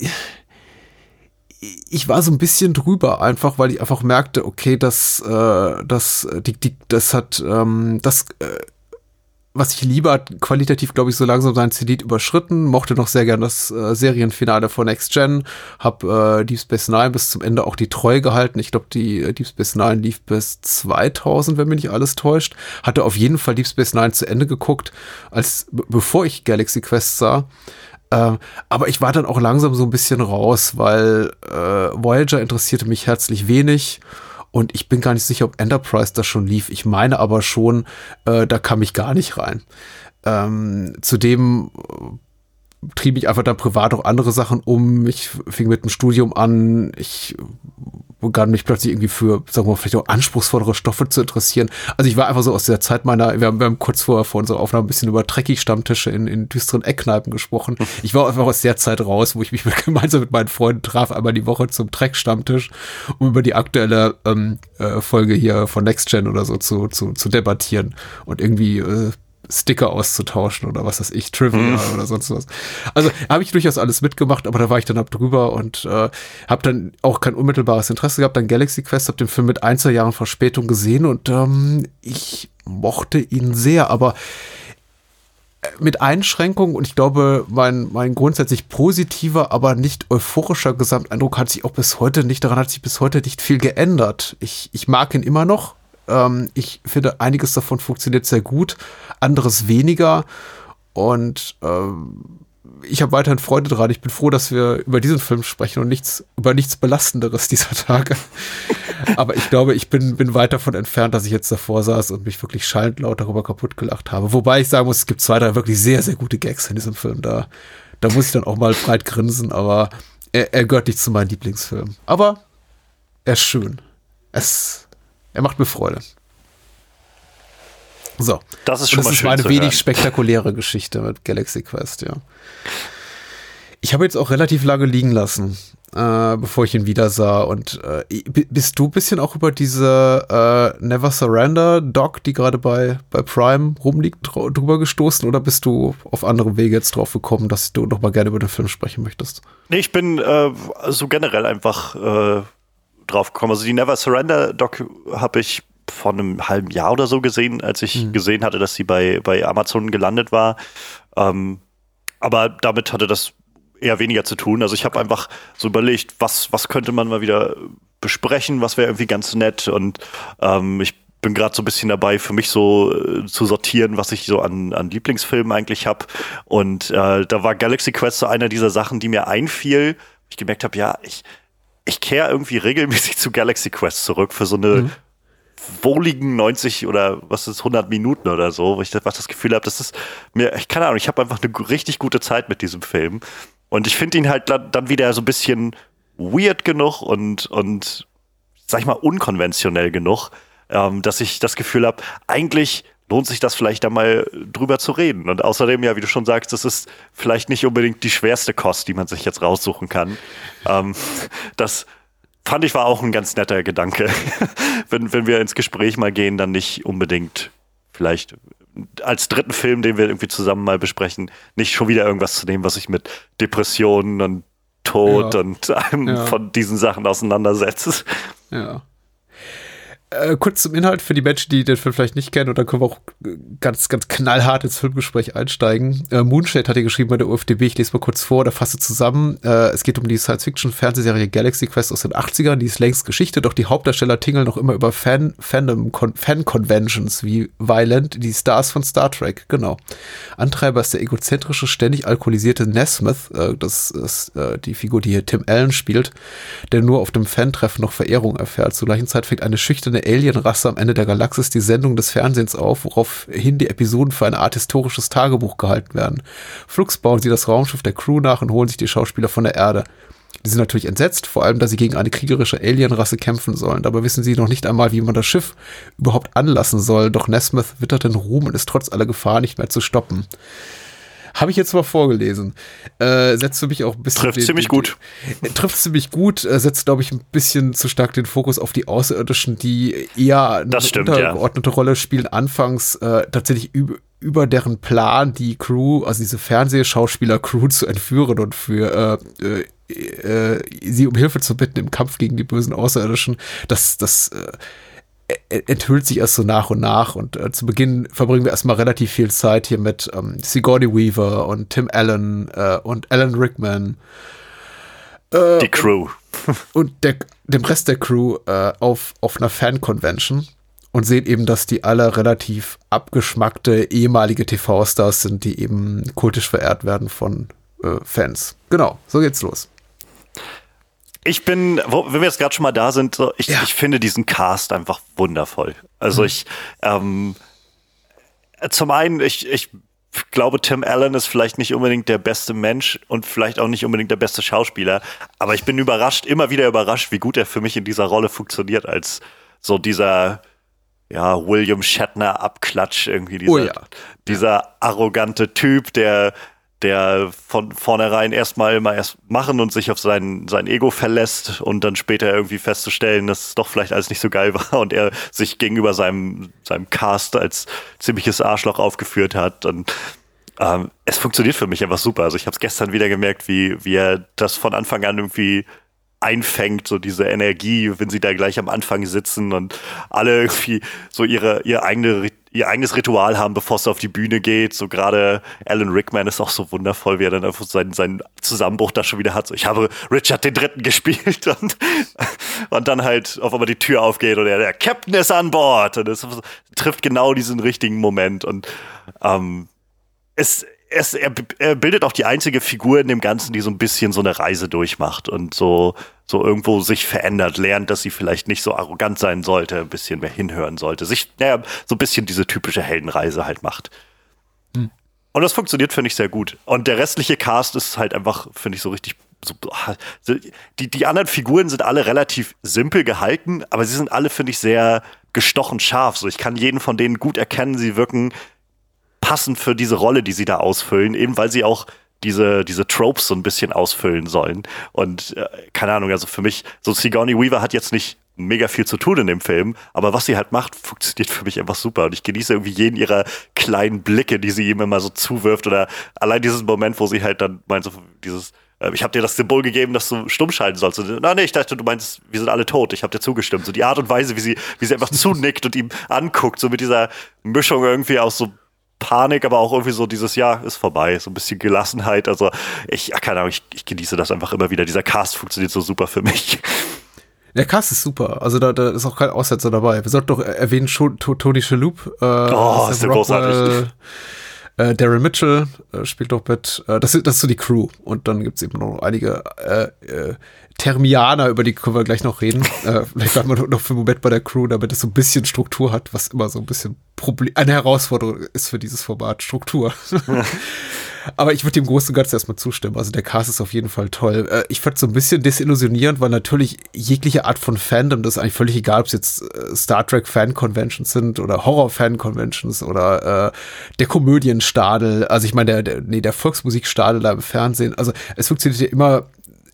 ich war so ein bisschen drüber, einfach, weil ich einfach merkte, okay, das, äh, das, die, die, das hat, ähm, das, äh, was ich liebe, hat qualitativ, glaube ich, so langsam seinen Zenit überschritten. Mochte noch sehr gern das äh, Serienfinale von Next Gen. Hab äh, Deep Space Nine bis zum Ende auch die Treue gehalten. Ich glaube, die äh, Deep Space Nine lief bis zweitausend, wenn mich nicht alles täuscht. Hatte auf jeden Fall Deep Space Nine zu Ende geguckt, als b- bevor ich Galaxy Quest sah. Ähm, aber ich war dann auch langsam so ein bisschen raus, weil äh, Voyager interessierte mich herzlich wenig. Und ich bin gar nicht sicher, ob Enterprise das schon lief. Ich meine aber schon, äh, da kam ich gar nicht rein. Ähm, zudem äh, trieb ich einfach dann privat auch andere Sachen um. Ich fing mit dem Studium an. Ich begann mich plötzlich irgendwie für, sagen wir mal, vielleicht auch anspruchsvollere Stoffe zu interessieren. Also ich war einfach so aus der Zeit meiner, wir haben, wir haben kurz vorher vor unserer Aufnahme ein bisschen über Trekkie-Stammtische in, in düsteren Eckkneipen gesprochen. Ich war einfach aus der Zeit raus, wo ich mich gemeinsam mit meinen Freunden traf, einmal die Woche zum Trek-Stammtisch, um über die aktuelle ähm, äh, Folge hier von Next Gen oder so zu, zu, zu debattieren und irgendwie äh, Sticker auszutauschen oder was weiß ich, Trivia mhm. oder sonst was. Also habe ich durchaus alles mitgemacht, aber da war ich dann ab drüber und äh, habe dann auch kein unmittelbares Interesse gehabt an Galaxy Quest, habe den Film mit ein, zwei Jahren Verspätung gesehen und ähm, ich mochte ihn sehr, aber mit Einschränkungen und ich glaube, mein, mein grundsätzlich positiver, aber nicht euphorischer Gesamteindruck hat sich auch bis heute nicht, daran hat sich bis heute nicht viel geändert. Ich, ich mag ihn immer noch. Ich finde, einiges davon funktioniert sehr gut, anderes weniger. Und ähm, ich habe weiterhin Freude dran. Ich bin froh, dass wir über diesen Film sprechen und nichts über nichts Belastenderes dieser Tage. Aber ich glaube, ich bin, bin weit davon entfernt, dass ich jetzt davor saß und mich wirklich schallend laut darüber kaputt gelacht habe. Wobei ich sagen muss, es gibt zwei, drei wirklich sehr, sehr gute Gags in diesem Film. Da, da muss ich dann auch mal breit grinsen, aber er, er gehört nicht zu meinen Lieblingsfilmen. Aber er ist schön. Es Er macht mir Freude. So. Das ist schon und das mal ist schön meine zu wenig hören. spektakuläre Geschichte mit Galaxy Quest, ja. Ich habe jetzt auch relativ lange liegen lassen, äh, bevor ich ihn wieder sah. Und äh, bist du ein bisschen auch über diese äh, Never Surrender Doc, die gerade bei, bei Prime rumliegt, dr- drüber gestoßen? Oder bist du auf anderem Wege jetzt drauf gekommen, dass du noch mal gerne über den Film sprechen möchtest? Nee, ich bin äh, so generell einfach äh, drauf gekommen. Also die Never Surrender Doc habe ich vor einem halben Jahr oder so gesehen, als ich mhm. gesehen hatte, dass sie bei, bei Amazon gelandet war. Ähm, aber damit hatte das eher weniger zu tun. Also ich habe einfach so überlegt, was, was könnte man mal wieder besprechen, was wäre irgendwie ganz nett. Und ähm, ich bin gerade so ein bisschen dabei, für mich so äh, zu sortieren, was ich so an, an Lieblingsfilmen eigentlich habe. Und äh, da war Galaxy Quest so einer dieser Sachen, die mir einfiel. Ich gemerkt habe, ja, ich ich kehre irgendwie regelmäßig zu Galaxy Quest zurück für so eine mhm. wohligen neunzig oder was ist hundert Minuten oder so, wo ich das, das Gefühl habe, das ist mir, ich keine Ahnung, ich habe einfach eine richtig gute Zeit mit diesem Film und ich finde ihn halt dann wieder so ein bisschen weird genug und und sag ich mal unkonventionell genug, ähm, dass ich das Gefühl habe, eigentlich lohnt sich das vielleicht da mal drüber zu reden. Und außerdem, ja, wie du schon sagst, das ist vielleicht nicht unbedingt die schwerste Kost, die man sich jetzt raussuchen kann. Ähm, das fand ich war auch ein ganz netter Gedanke. wenn, wenn wir ins Gespräch mal gehen, dann nicht unbedingt vielleicht als dritten Film, den wir irgendwie zusammen mal besprechen, nicht schon wieder irgendwas zu nehmen, was sich mit Depressionen und Tod ja. und einem ja. von diesen Sachen auseinandersetzt. Ja. Äh, kurz zum Inhalt für die Menschen, die den Film vielleicht nicht kennen, und dann können wir auch ganz, ganz knallhart ins Filmgespräch einsteigen. Äh, Moonshade hat hier geschrieben bei der U F D B, ich lese mal kurz vor oder fasse zusammen. Äh, es geht um die Science-Fiction-Fernsehserie Galaxy Quest aus den achtzigern, die ist längst Geschichte, doch die Hauptdarsteller tingeln noch immer über Fan, Fandom, Con- Fan-Conventions wie Violent, die Stars von Star Trek, genau. Antreiber ist der egozentrische, ständig alkoholisierte Nesmith, äh, das ist äh, die Figur, die hier Tim Allen spielt, der nur auf dem Fan-Treffen noch Verehrung erfährt. Zur gleichen Zeit fängt eine schüchterne Alienrasse am Ende der Galaxis die Sendung des Fernsehens auf, woraufhin die Episoden für eine Art historisches Tagebuch gehalten werden. Flugs bauen sie das Raumschiff der Crew nach und holen sich die Schauspieler von der Erde. Die sind natürlich entsetzt, vor allem, da sie gegen eine kriegerische Alienrasse kämpfen sollen. Dabei wissen sie noch nicht einmal, wie man das Schiff überhaupt anlassen soll, doch Nesmith wittert den Ruhm und ist trotz aller Gefahr nicht mehr zu stoppen. Habe ich jetzt mal vorgelesen. Äh, setzt für mich auch ein bisschen... Trifft den, ziemlich den, gut. Den, trifft ziemlich gut. Äh, setzt, glaube ich, ein bisschen zu stark den Fokus auf die Außerirdischen, die eher eine das stimmt, untergeordnete ja. Rolle spielen. Anfangs äh, tatsächlich über, über deren Plan, die Crew, also diese Fernsehschauspieler-Crew zu entführen und für äh, äh, äh, sie um Hilfe zu bitten im Kampf gegen die bösen Außerirdischen. Das... das äh, enthüllt sich erst so nach und nach, und äh, zu Beginn verbringen wir erstmal relativ viel Zeit hier mit ähm, Sigourney Weaver und Tim Allen äh, und Alan Rickman. Äh, die Crew. Und, und der, dem Rest der Crew äh, auf, auf einer Fan-Convention und sehen eben, dass die alle relativ abgeschmackte ehemalige T V-Stars sind, die eben kultisch verehrt werden von äh, Fans. Genau, so geht's los. Ich bin, wo, wenn wir jetzt gerade schon mal da sind, so, ich, ja. ich finde diesen Cast einfach wundervoll. Also mhm. ich, ähm, zum einen, ich, ich glaube, Tim Allen ist vielleicht nicht unbedingt der beste Mensch und vielleicht auch nicht unbedingt der beste Schauspieler, aber ich bin überrascht, immer wieder überrascht, wie gut er für mich in dieser Rolle funktioniert, als so dieser, ja, William Shatner Abklatsch irgendwie, dieser, oh ja. dieser ja. arrogante Typ, der der von vornherein erstmal immer erst machen und sich auf sein, sein Ego verlässt und dann später irgendwie festzustellen, dass es doch vielleicht alles nicht so geil war und er sich gegenüber seinem, seinem Cast als ziemliches Arschloch aufgeführt hat. Und ähm, es funktioniert für mich einfach super. Also ich habe es gestern wieder gemerkt, wie, wie er das von Anfang an irgendwie einfängt, so diese Energie, wenn sie da gleich am Anfang sitzen und alle irgendwie so ihre, ihre eigene ihr eigenes Ritual haben, bevor es auf die Bühne geht. So gerade Alan Rickman ist auch so wundervoll, wie er dann einfach seinen, seinen Zusammenbruch da schon wieder hat. So, ich habe Richard den Dritten gespielt und, und dann halt auf einmal die Tür aufgeht und er, der Captain ist an Bord. Und es trifft genau diesen richtigen Moment. Und ähm, es, es, er, er bildet auch die einzige Figur in dem Ganzen, die so ein bisschen so eine Reise durchmacht und so, so irgendwo sich verändert, lernt, dass sie vielleicht nicht so arrogant sein sollte, ein bisschen mehr hinhören sollte, sich, naja, so ein bisschen diese typische Heldenreise halt macht. Hm. Und das funktioniert, finde ich, sehr gut. Und der restliche Cast ist halt einfach, finde ich, so richtig, so, die, die anderen Figuren sind alle relativ simpel gehalten, aber sie sind alle, finde ich, sehr gestochen scharf. So, ich kann jeden von denen gut erkennen, sie wirken passend für diese Rolle, die sie da ausfüllen, eben weil sie auch diese, diese Tropes so ein bisschen ausfüllen sollen. Und äh, keine Ahnung, also für mich, so Sigourney Weaver hat jetzt nicht mega viel zu tun in dem Film, aber was sie halt macht, funktioniert für mich einfach super. Und ich genieße irgendwie jeden ihrer kleinen Blicke, die sie ihm immer so zuwirft, oder allein dieses Moment, wo sie halt dann meint, so dieses, äh, ich habe dir das Symbol gegeben, dass du stumm schalten sollst. Und, na, nee, ich dachte, du meinst, wir sind alle tot, ich habe dir zugestimmt. So die Art und Weise, wie sie, wie sie einfach zunickt und ihm anguckt, so mit dieser Mischung irgendwie aus so Panik, aber auch irgendwie so dieses, ja, ist vorbei, so ein bisschen Gelassenheit. Also ich, keine Ahnung, ich, ich genieße das einfach immer wieder. Dieser Cast funktioniert so super für mich. Der Cast ist super, also da, da ist auch kein Aussetzer dabei. Wir sollten doch erwähnen, Tony Shalhoub. Äh, oh, ist der großartig. Äh, Darren Mitchell äh, spielt doch mit. Äh, das, das ist so die Crew. Und dann gibt's eben noch einige äh, äh, Termianer, über die können wir gleich noch reden. äh, vielleicht bleiben wir noch für einen Moment bei der Crew, damit es so ein bisschen Struktur hat, was immer so ein bisschen Problem, eine Herausforderung ist für dieses Format, Struktur. Aber ich würde dem Großen und Ganzen erstmal zustimmen. Also der Cast ist auf jeden Fall toll. Äh, ich fand es so ein bisschen desillusionierend, weil natürlich jegliche Art von Fandom, das ist eigentlich völlig egal, ob es jetzt äh, Star Trek Fan-Conventions sind oder Horror-Fan-Conventions oder äh, der Komödienstadel, also ich meine, der, der, nee, der Volksmusikstadel da im Fernsehen. Also es funktioniert ja immer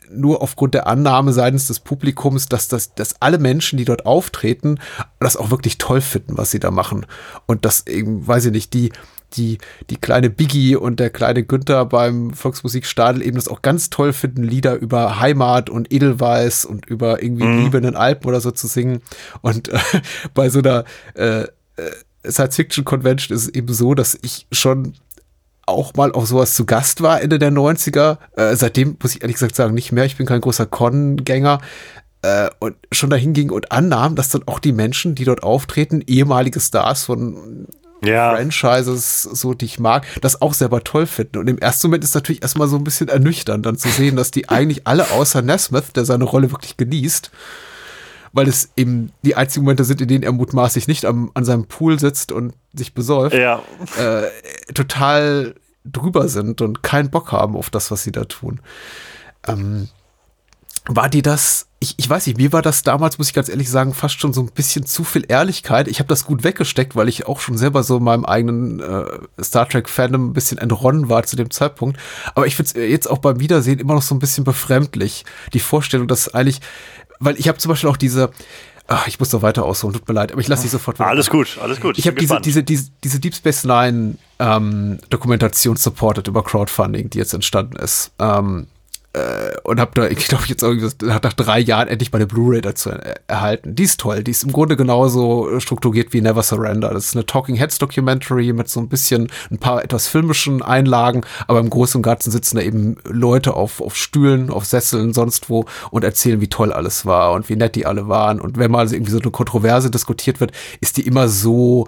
nur aufgrund der Annahme seitens des Publikums, dass, das, dass alle Menschen, die dort auftreten, das auch wirklich toll finden, was sie da machen. Und dass eben, weiß ich nicht, die Die, die kleine Biggie und der kleine Günther beim Volksmusikstadel eben das auch ganz toll finden, Lieder über Heimat und Edelweiß und über irgendwie mhm. Liebe in den Alpen oder so zu singen. Und äh, bei so einer äh, Science-Fiction-Convention ist es eben so, dass ich schon auch mal auf sowas zu Gast war Ende der neunziger. Äh, seitdem muss ich ehrlich gesagt sagen, nicht mehr. Ich bin kein großer Con-Gänger. Äh, und schon dahin ging und annahm, dass dann auch die Menschen, die dort auftreten, ehemalige Stars von ja. Franchises, so die ich mag, das auch selber toll finden. Und im ersten Moment ist natürlich erstmal so ein bisschen ernüchternd, dann zu sehen, dass die eigentlich alle außer Nesmith, der seine Rolle wirklich genießt, weil es eben die einzigen Momente sind, in denen er mutmaßlich nicht am, an seinem Pool sitzt und sich besäuft, ja. äh, total drüber sind und keinen Bock haben auf das, was sie da tun. Ähm, war die das, ich, ich weiß nicht, mir war das damals, muss ich ganz ehrlich sagen, fast schon so ein bisschen zu viel Ehrlichkeit. Ich habe das gut weggesteckt, weil ich auch schon selber so in meinem eigenen äh, Star Trek-Fandom ein bisschen entronnen war zu dem Zeitpunkt. Aber ich finde es jetzt auch beim Wiedersehen immer noch so ein bisschen befremdlich, die Vorstellung, dass eigentlich, weil ich habe zum Beispiel auch diese, ach, ich muss doch weiter ausholen, tut mir leid, aber ich lasse dich sofort weiter. Alles gut, alles gut. Ich habe diese, diese, diese, diese Deep Space Nine ähm, Dokumentation supported über Crowdfunding, die jetzt entstanden ist. Ähm, und habe da, ich glaube, jetzt irgendwie nach drei Jahren endlich meine Blu-ray dazu er- erhalten. Die ist toll. Die ist im Grunde genauso strukturiert wie Never Surrender. Das ist eine Talking Heads Documentary mit so ein bisschen ein paar etwas filmischen Einlagen, aber im Großen und Ganzen sitzen da eben Leute auf, auf Stühlen, auf Sesseln, sonst wo und erzählen, wie toll alles war und wie nett die alle waren. Und wenn mal irgendwie so eine Kontroverse diskutiert wird, ist die immer so,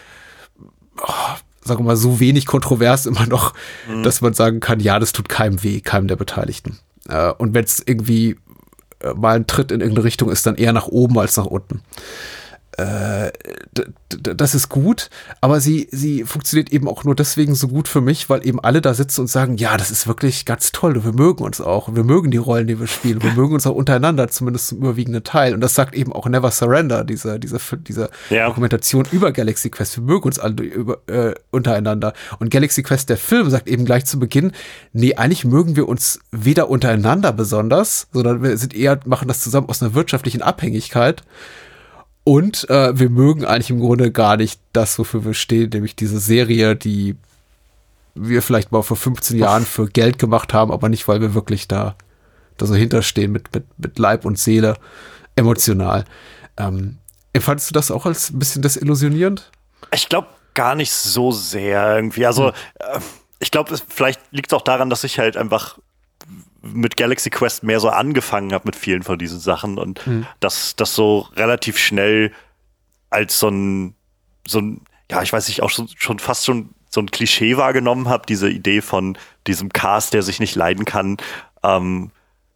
oh, sagen wir mal, so wenig kontrovers immer noch, mhm. dass man sagen kann, ja, das tut keinem weh, keinem der Beteiligten. Äh, und wenn es irgendwie äh, mal ein Tritt in irgendeine Richtung ist, dann eher nach oben als nach unten. Äh, d- d- das ist gut, aber sie, sie funktioniert eben auch nur deswegen so gut für mich, weil eben alle da sitzen und sagen, ja, das ist wirklich ganz toll und wir mögen uns auch. Wir mögen die Rollen, die wir spielen. Wir mögen uns auch untereinander, zumindest zum überwiegenden Teil. Und das sagt eben auch Never Surrender, diese, diese, diese ja. Dokumentation über Galaxy Quest. Wir mögen uns alle über, äh, untereinander. Und Galaxy Quest, der Film, sagt eben gleich zu Beginn, nee, eigentlich mögen wir uns weder untereinander besonders, sondern wir sind eher, machen das zusammen aus einer wirtschaftlichen Abhängigkeit. Und äh, wir mögen eigentlich im Grunde gar nicht das, wofür wir stehen, nämlich diese Serie, die wir vielleicht mal vor fünfzehn Jahren für Geld gemacht haben, aber nicht, weil wir wirklich da, da so hinterstehen mit, mit, mit Leib und Seele, emotional. Ähm, empfandest du das auch als ein bisschen desillusionierend? Ich glaube gar nicht so sehr irgendwie. Also hm. äh, ich glaube, vielleicht liegt es auch daran, dass ich halt einfach mit Galaxy Quest mehr so angefangen habe mit vielen von diesen Sachen und mhm. dass das so relativ schnell als so ein, so ein, ja, ich weiß nicht, auch schon, schon fast schon so ein Klischee wahrgenommen habe, diese Idee von diesem Cast, der sich nicht leiden kann. Ähm,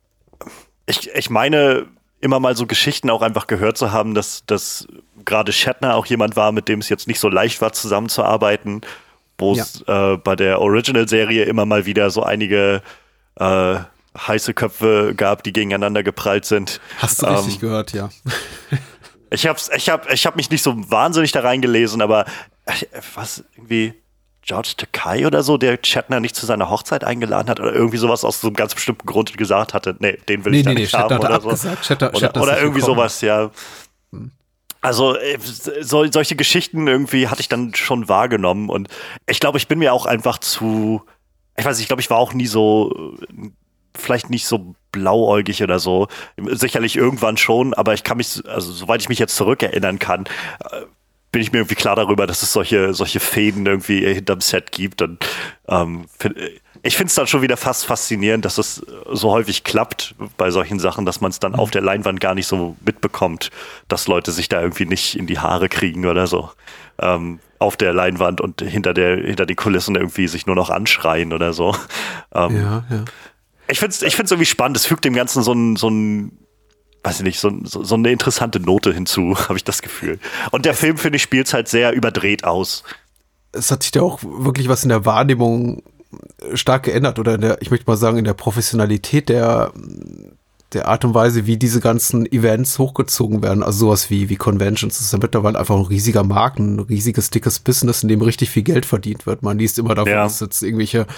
ich, ich meine, immer mal so Geschichten auch einfach gehört zu haben, dass, dass gerade Shatner auch jemand war, mit dem es jetzt nicht so leicht war, zusammenzuarbeiten, wo es ja. äh, bei der Original-Serie immer mal wieder so einige äh, heiße Köpfe gab, die gegeneinander geprallt sind. Hast du ähm, richtig gehört, ja. ich hab's, ich hab, ich hab mich nicht so wahnsinnig da reingelesen, aber was, irgendwie George Takei oder so, der Shatner nicht zu seiner Hochzeit eingeladen hat oder irgendwie sowas aus so einem ganz bestimmten Grund gesagt hatte, nee, den will nee, ich da nee, nicht nee, haben oder so. Shatner, oder Shatner oder irgendwie gekommen. Sowas, ja. Also so, solche Geschichten irgendwie hatte ich dann schon wahrgenommen und ich glaube, ich bin mir auch einfach zu, ich weiß nicht, ich glaube, ich war auch nie so, vielleicht nicht so blauäugig oder so. Sicherlich irgendwann schon, aber ich kann mich, also soweit ich mich jetzt zurückerinnern kann, bin ich mir irgendwie klar darüber, dass es solche, solche Fäden irgendwie hinterm Set gibt. Und ähm, find, ich finde es dann schon wieder fast faszinierend, dass es so häufig klappt bei solchen Sachen, dass man es dann mhm. auf der Leinwand gar nicht so mitbekommt, dass Leute sich da irgendwie nicht in die Haare kriegen oder so. Ähm, auf der Leinwand und hinter der hinter den Kulissen irgendwie sich nur noch anschreien oder so. Ähm, ja, ja. Ich finde es ich find's irgendwie spannend. Es fügt dem Ganzen so ein, so ein weiß ich nicht, so, so, so eine interessante Note hinzu, habe ich das Gefühl. Und der es Film, finde ich, spielt es halt sehr überdreht aus. Es hat sich da auch wirklich was in der Wahrnehmung stark geändert oder in der, ich möchte mal sagen, in der Professionalität der der Art und Weise, wie diese ganzen Events hochgezogen werden, also sowas wie, wie Conventions, das ist ja mittlerweile einfach ein riesiger Markt, ein riesiges, dickes Business, in dem richtig viel Geld verdient wird. Man liest immer davon, ja. dass jetzt irgendwelche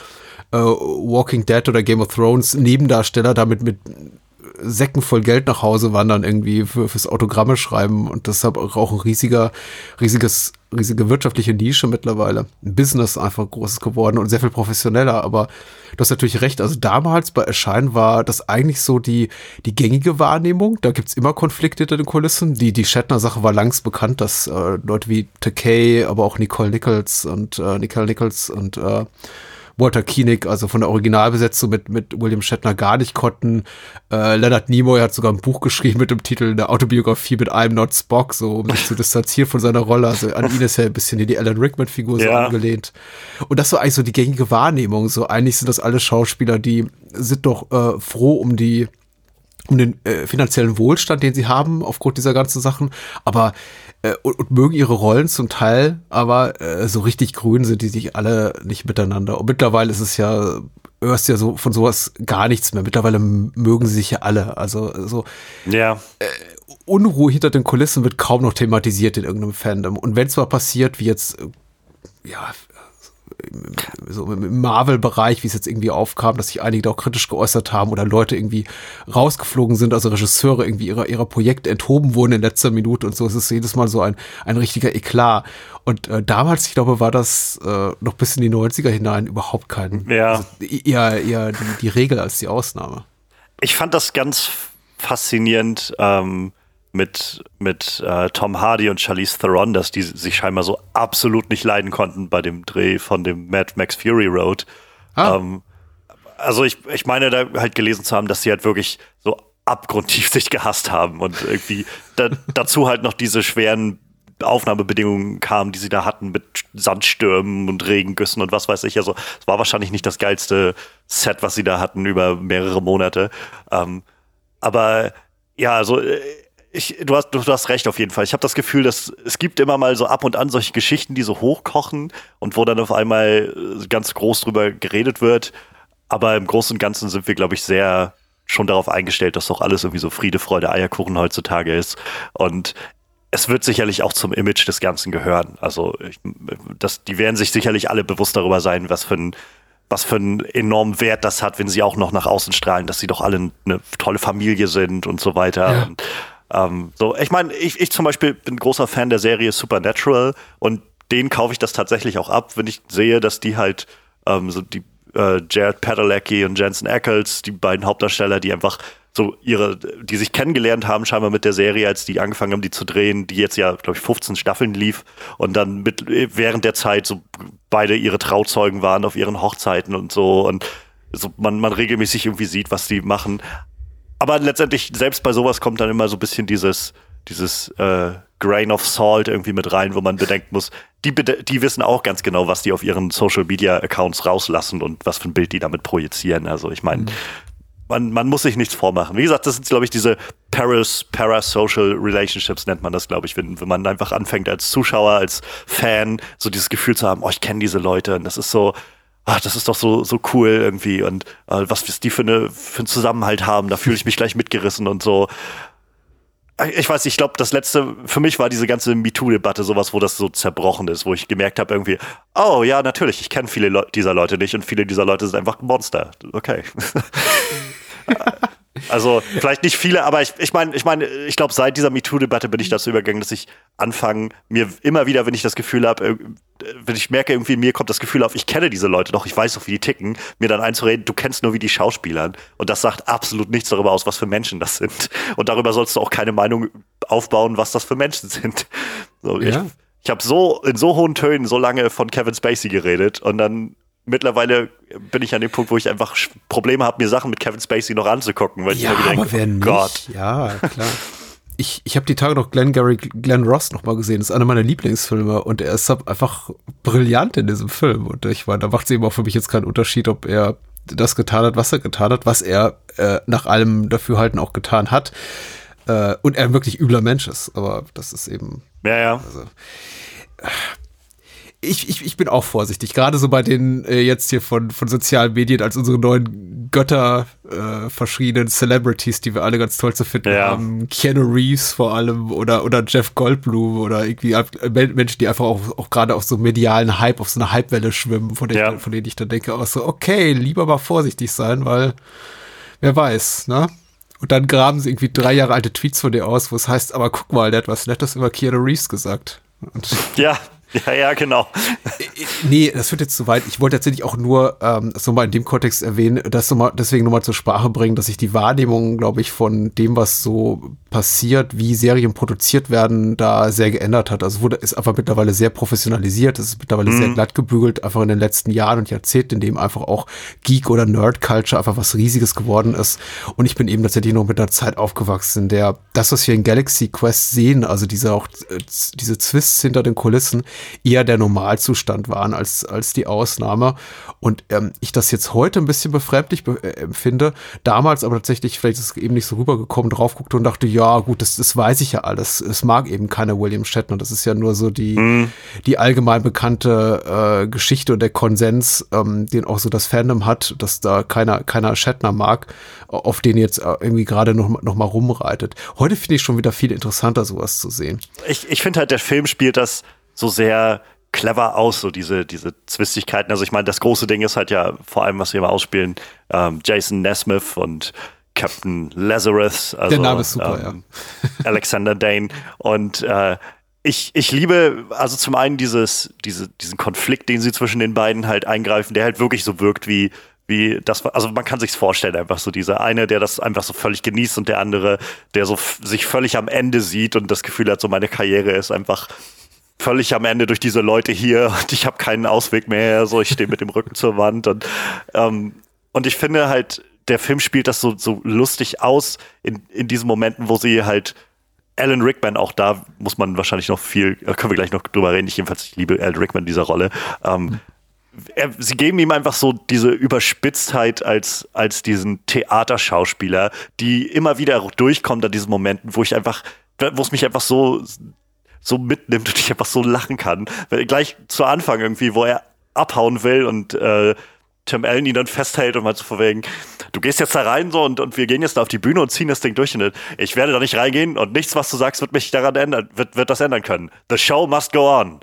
äh, Walking Dead oder Game of Thrones Nebendarsteller damit mit Säcken voll Geld nach Hause wandern irgendwie für, fürs Autogramme schreiben und deshalb auch ein riesiger, riesiges, riesige wirtschaftliche Nische mittlerweile. Ein Business einfach großes geworden und sehr viel professioneller, aber du hast natürlich recht, also damals bei Erscheinen war das eigentlich so die, die gängige Wahrnehmung, da gibt's immer Konflikte hinter den Kulissen, die, die Shatner-Sache war längst bekannt, dass äh, Leute wie Takei, aber auch Nicole Nichols und äh, Nicole Nichols und äh, Walter Koenig, also von der Originalbesetzung mit, mit William Shatner gar nicht konnten. Äh, Leonard Nimoy hat sogar ein Buch geschrieben mit dem Titel eine Autobiografie mit I'm Not Spock, so um sich zu distanzieren von seiner Rolle. Also an ihn ist ja ein bisschen die Alan Rickman-Figur so ja. angelehnt. Und das war eigentlich so die gängige Wahrnehmung. So eigentlich sind das alle Schauspieler, die sind doch äh, froh um die um den äh, finanziellen Wohlstand, den sie haben aufgrund dieser ganzen Sachen, aber äh, und, und mögen ihre Rollen zum Teil, aber äh, so richtig grün sind die sich alle nicht miteinander. Und mittlerweile ist es ja, hörst ja so von sowas gar nichts mehr. Mittlerweile mögen sie sich ja alle. Also so ja. äh, Unruhe hinter den Kulissen wird kaum noch thematisiert in irgendeinem Fandom. Und wenn es mal passiert, wie jetzt, äh, ja, so im Marvel-Bereich, wie es jetzt irgendwie aufkam, dass sich einige da auch kritisch geäußert haben oder Leute irgendwie rausgeflogen sind, also Regisseure irgendwie ihrer, ihrer Projekte enthoben wurden in letzter Minute und so, es ist jedes Mal so ein, ein richtiger Eklat. Und äh, damals, ich glaube, war das äh, noch bis in die neunziger hinein überhaupt kein, ja. also eher, eher die, die Regel als die Ausnahme. Ich fand das ganz faszinierend, ähm, mit, mit äh, Tom Hardy und Charlize Theron, dass die sich scheinbar so absolut nicht leiden konnten bei dem Dreh von dem Mad Max Fury Road. Ah. Ähm, also ich, ich meine da halt gelesen zu haben, dass sie halt wirklich so abgrundtief sich gehasst haben und irgendwie da, dazu halt noch diese schweren Aufnahmebedingungen kamen, die sie da hatten mit Sandstürmen und Regengüssen und was weiß ich. Also es war wahrscheinlich nicht das geilste Set, was sie da hatten über mehrere Monate. Ähm, aber ja, also Ich, du, hast, du, du hast recht auf jeden Fall. Ich habe das Gefühl, dass es gibt immer mal so ab und an solche Geschichten, die so hochkochen und wo dann auf einmal ganz groß drüber geredet wird. Aber im Großen und Ganzen sind wir, glaube ich, sehr schon darauf eingestellt, dass doch alles irgendwie so Friede, Freude, Eierkuchen heutzutage ist. Und es wird sicherlich auch zum Image des Ganzen gehören. Also ich, das, die werden sich sicherlich alle bewusst darüber sein, was für ein was für einen enormen Wert das hat, wenn sie auch noch nach außen strahlen, dass sie doch alle eine tolle Familie sind und so weiter. Ja. Und Um, so, ich meine, ich, ich zum Beispiel bin großer Fan der Serie Supernatural und denen kaufe ich das tatsächlich auch ab, wenn ich sehe, dass die halt ähm, so die äh, Jared Padalecki und Jensen Ackles, die beiden Hauptdarsteller, die einfach so ihre, die sich kennengelernt haben scheinbar mit der Serie, als die angefangen haben, die zu drehen, die jetzt ja, glaube ich, fünfzehn Staffeln lief und dann mit, während der Zeit so beide ihre Trauzeugen waren auf ihren Hochzeiten und so und so man, man regelmäßig irgendwie sieht, was die machen. Aber letztendlich, selbst bei sowas kommt dann immer so ein bisschen dieses, dieses äh, Grain of Salt irgendwie mit rein, wo man bedenken muss, die, die wissen auch ganz genau, was die auf ihren Social-Media-Accounts rauslassen und was für ein Bild die damit projizieren. Also ich meine, mhm. man, man muss sich nichts vormachen. Wie gesagt, das sind, glaube ich, diese Paras, Parasocial Relationships nennt man das, glaube ich, wenn, wenn man einfach anfängt als Zuschauer, als Fan, so dieses Gefühl zu haben, oh, ich kenne diese Leute und das ist so, ach, das ist doch so so cool irgendwie und äh, was die für, eine, für einen Zusammenhalt haben, da fühle ich mich gleich mitgerissen und so. Ich weiß nicht, ich glaube, das letzte, für mich war diese ganze MeToo-Debatte sowas, wo das so zerbrochen ist, wo ich gemerkt habe irgendwie, oh ja, natürlich, ich kenne viele Le- dieser Leute nicht und viele dieser Leute sind einfach Monster. Okay. Also vielleicht nicht viele, aber ich ich meine, ich meine, ich glaube, seit dieser MeToo-Debatte bin ich dazu übergegangen, dass ich anfange, mir immer wieder, wenn ich das Gefühl habe, wenn ich merke, irgendwie mir kommt das Gefühl auf, ich kenne diese Leute doch, ich weiß doch, wie die ticken, mir dann einzureden, du kennst nur wie die Schauspielern. Und das sagt absolut nichts darüber aus, was für Menschen das sind. Und darüber sollst du auch keine Meinung aufbauen, was das für Menschen sind. So, ja. Ich, ich habe so in so hohen Tönen so lange von Kevin Spacey geredet und dann mittlerweile bin ich an dem Punkt, wo ich einfach Probleme habe, mir Sachen mit Kevin Spacey noch anzugucken, weil ja, ich immer wieder aber denke, wer oh nicht? Gott. Ja, klar. Ich, ich habe die Tage noch Glengarry Glenn Ross noch mal gesehen. Das ist einer meiner Lieblingsfilme und er ist einfach brillant in diesem Film. Und ich meine, da macht es eben auch für mich jetzt keinen Unterschied, ob er das getan hat, was er getan hat, was er äh, nach allem Dafürhalten auch getan hat. Äh, und er ein wirklich übler Mensch ist. Aber das ist eben... Ja, ja. Also, Ich, ich, ich bin auch vorsichtig, gerade so bei den äh, jetzt hier von, von sozialen Medien als unsere neuen Götter äh, verschiedenen Celebrities, die wir alle ganz toll zu finden ja. haben. Keanu Reeves vor allem oder oder Jeff Goldblum oder irgendwie Menschen, die einfach auch, auch gerade auf so medialen Hype, auf so einer Hypewelle schwimmen, von denen, ja. ich, von denen ich dann denke, auch so, okay, lieber mal vorsichtig sein, weil wer weiß, ne? Und dann graben sie irgendwie drei Jahre alte Tweets von dir aus, wo es heißt, aber guck mal, der hat was Nettes über Keanu Reeves gesagt. Und ja. Ja, ja, genau. Nee, das führt jetzt zu weit. Ich wollte tatsächlich auch nur ähm, so mal in dem Kontext erwähnen, das so mal, deswegen nochmal zur Sprache bringen, dass sich die Wahrnehmung, glaube ich, von dem, was so passiert, wie Serien produziert werden, da sehr geändert hat. Also wurde ist einfach mittlerweile sehr professionalisiert, es ist mittlerweile mhm. sehr glatt gebügelt, einfach in den letzten Jahren und Jahrzehnten, in dem einfach auch Geek- oder Nerd-Culture einfach was Riesiges geworden ist. Und ich bin eben tatsächlich noch mit einer Zeit aufgewachsen, in der das, was wir in Galaxy Quest sehen, also diese auch äh, diese Twists hinter den Kulissen, eher der Normalzustand waren als, als die Ausnahme. Und ähm, ich das jetzt heute ein bisschen befremdlich be- äh, empfinde, damals aber tatsächlich, vielleicht ist es eben nicht so rübergekommen, drauf guckte und dachte, ja gut, das, das weiß ich ja alles. Es mag eben keiner William Shatner. Das ist ja nur so die, mhm. die allgemein bekannte äh, Geschichte und der Konsens, ähm, den auch so das Fandom hat, dass da keiner, keiner Shatner mag, auf den jetzt irgendwie gerade noch, noch mal rumreitet. Heute finde ich schon wieder viel interessanter, sowas zu sehen. Ich, ich finde halt, der Film spielt das so sehr clever aus, so diese, diese Zwistigkeiten. Also ich meine, das große Ding ist halt ja vor allem, was wir immer ausspielen, ähm, Jason Nesmith und Captain Lazarus. Also, der Name ist super, ähm, ja. Alexander Dane. Und äh, ich, ich liebe also zum einen dieses, diese, diesen Konflikt, den sie zwischen den beiden halt eingreifen, der halt wirklich so wirkt wie wie das, also man kann sich's vorstellen, einfach so dieser eine, der das einfach so völlig genießt und der andere, der so f- sich völlig am Ende sieht und das Gefühl hat, so meine Karriere ist einfach völlig am Ende durch diese Leute hier und ich habe keinen Ausweg mehr, so ich stehe mit dem Rücken zur Wand und ähm, und ich finde halt, der Film spielt das so so lustig aus in in diesen Momenten, wo sie halt Alan Rickman, auch da muss man wahrscheinlich noch viel, können wir gleich noch drüber reden, ich jedenfalls, ich liebe Alan Rickman in dieser Rolle, ähm, Er, sie geben ihm einfach so diese Überspitztheit als, als diesen Theaterschauspieler, die immer wieder durchkommt an diesen Momenten, wo ich einfach, wo es mich einfach so, so mitnimmt und ich einfach so lachen kann. Gleich zu Anfang irgendwie, wo er abhauen will und äh, Tim Allen ihn dann festhält und mal so von wegen, du gehst jetzt da rein so und, und wir gehen jetzt da auf die Bühne und ziehen das Ding durch und ich werde da nicht reingehen und nichts, was du sagst, wird mich daran ändern, wird, wird das ändern können. The show must go on.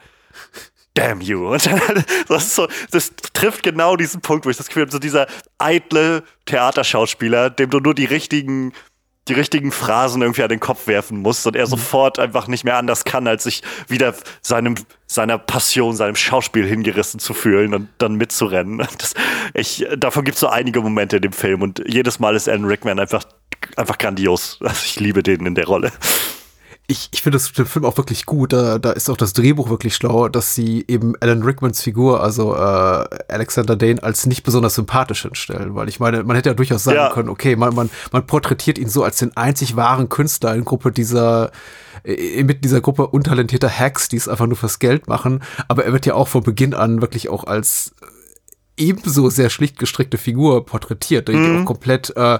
Damn you. Und dann, das, ist so, das trifft genau diesen Punkt, wo ich das Gefühl habe, so dieser eitle Theaterschauspieler, dem du nur die richtigen, die richtigen Phrasen irgendwie an den Kopf werfen musst und er sofort einfach nicht mehr anders kann, als sich wieder seinem, seiner Passion, seinem Schauspiel hingerissen zu fühlen und dann mitzurennen. Das, ich, davon gibt es so einige Momente in dem Film und jedes Mal ist Alan Rickman einfach, einfach grandios. Also ich liebe den in der Rolle. Ich, ich finde das den Film auch wirklich gut. Da, da ist auch das Drehbuch wirklich schlau, dass sie eben Alan Rickmans Figur, also äh, Alexander Dane, als nicht besonders sympathisch hinstellen. Weil ich meine, man hätte ja durchaus sagen ja. können, okay, man, man, man porträtiert ihn so als den einzig wahren Künstler in Gruppe dieser, inmitten dieser Gruppe untalentierter Hacks, die es einfach nur fürs Geld machen. Aber er wird ja auch von Beginn an wirklich auch als ebenso sehr schlicht gestrickte Figur porträtiert, die mhm. auch komplett äh,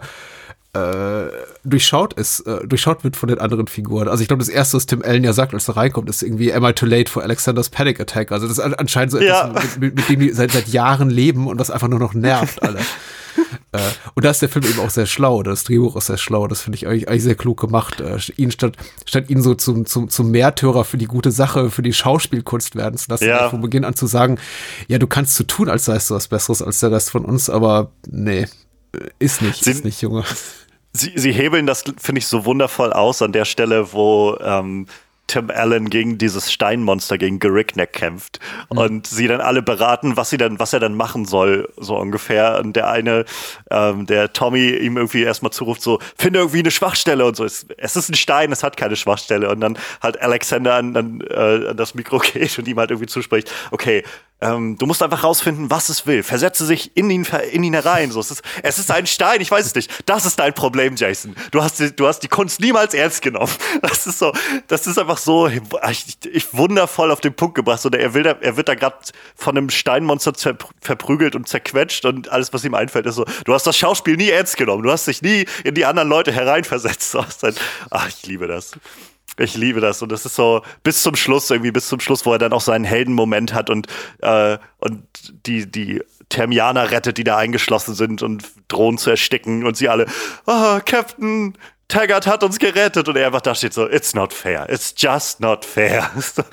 Äh, durchschaut ist, äh, durchschaut wird von den anderen Figuren. Also ich glaube, das Erste, was Tim Allen ja sagt, als er reinkommt, ist irgendwie Am I too late for Alexander's Panic Attack? Also das ist anscheinend so ja. etwas, mit, mit dem die seit, seit Jahren leben und das einfach nur noch nervt alle. äh, und da ist der Film eben auch sehr schlau, das Drehbuch ist sehr schlau, das finde ich eigentlich, eigentlich sehr klug gemacht. Äh, ihn statt, statt ihn so zum, zum, zum Märtyrer für die gute Sache, für die Schauspielkunst werden zu lassen, ja. von Beginn an zu sagen, ja, du kannst so tun, als seist du was Besseres als der Rest von uns, aber nee, ist nicht, Sie, ist nicht, Junge. Sie, sie hebeln das, finde ich, so wundervoll aus an der Stelle, wo ähm, Tim Allen gegen dieses Steinmonster, gegen Garrickneck kämpft mhm. und sie dann alle beraten, was sie dann, was er dann machen soll, so ungefähr. Und der eine, ähm, der Tommy ihm irgendwie erstmal zuruft, so, finde irgendwie eine Schwachstelle und so. Es, es ist ein Stein, es hat keine Schwachstelle. Und dann halt Alexander an, an, äh, an das Mikro geht und ihm halt irgendwie zuspricht, okay, Ähm, du musst einfach rausfinden, was es will. Versetze sich in ihn, in ihn herein. So, es ist, es ist ein Stein, ich weiß es nicht. Das ist dein Problem, Jason. Du hast die, du hast die Kunst niemals ernst genommen. Das ist so, das ist einfach so, ich, ich wundervoll auf den Punkt gebracht. Oder er will da, er wird da gerade von einem Steinmonster zer, verprügelt und zerquetscht und alles, was ihm einfällt, ist so, du hast das Schauspiel nie ernst genommen. Du hast dich nie in die anderen Leute hereinversetzt. So, ach, ich liebe das. Ich liebe das. Und das ist so bis zum Schluss, irgendwie bis zum Schluss, wo er dann auch seinen Heldenmoment hat und, äh, und die, die Termianer rettet, die da eingeschlossen sind und drohen zu ersticken. Und sie alle, oh, Captain Taggart hat uns gerettet. Und er einfach da steht so, it's not fair. It's just not fair.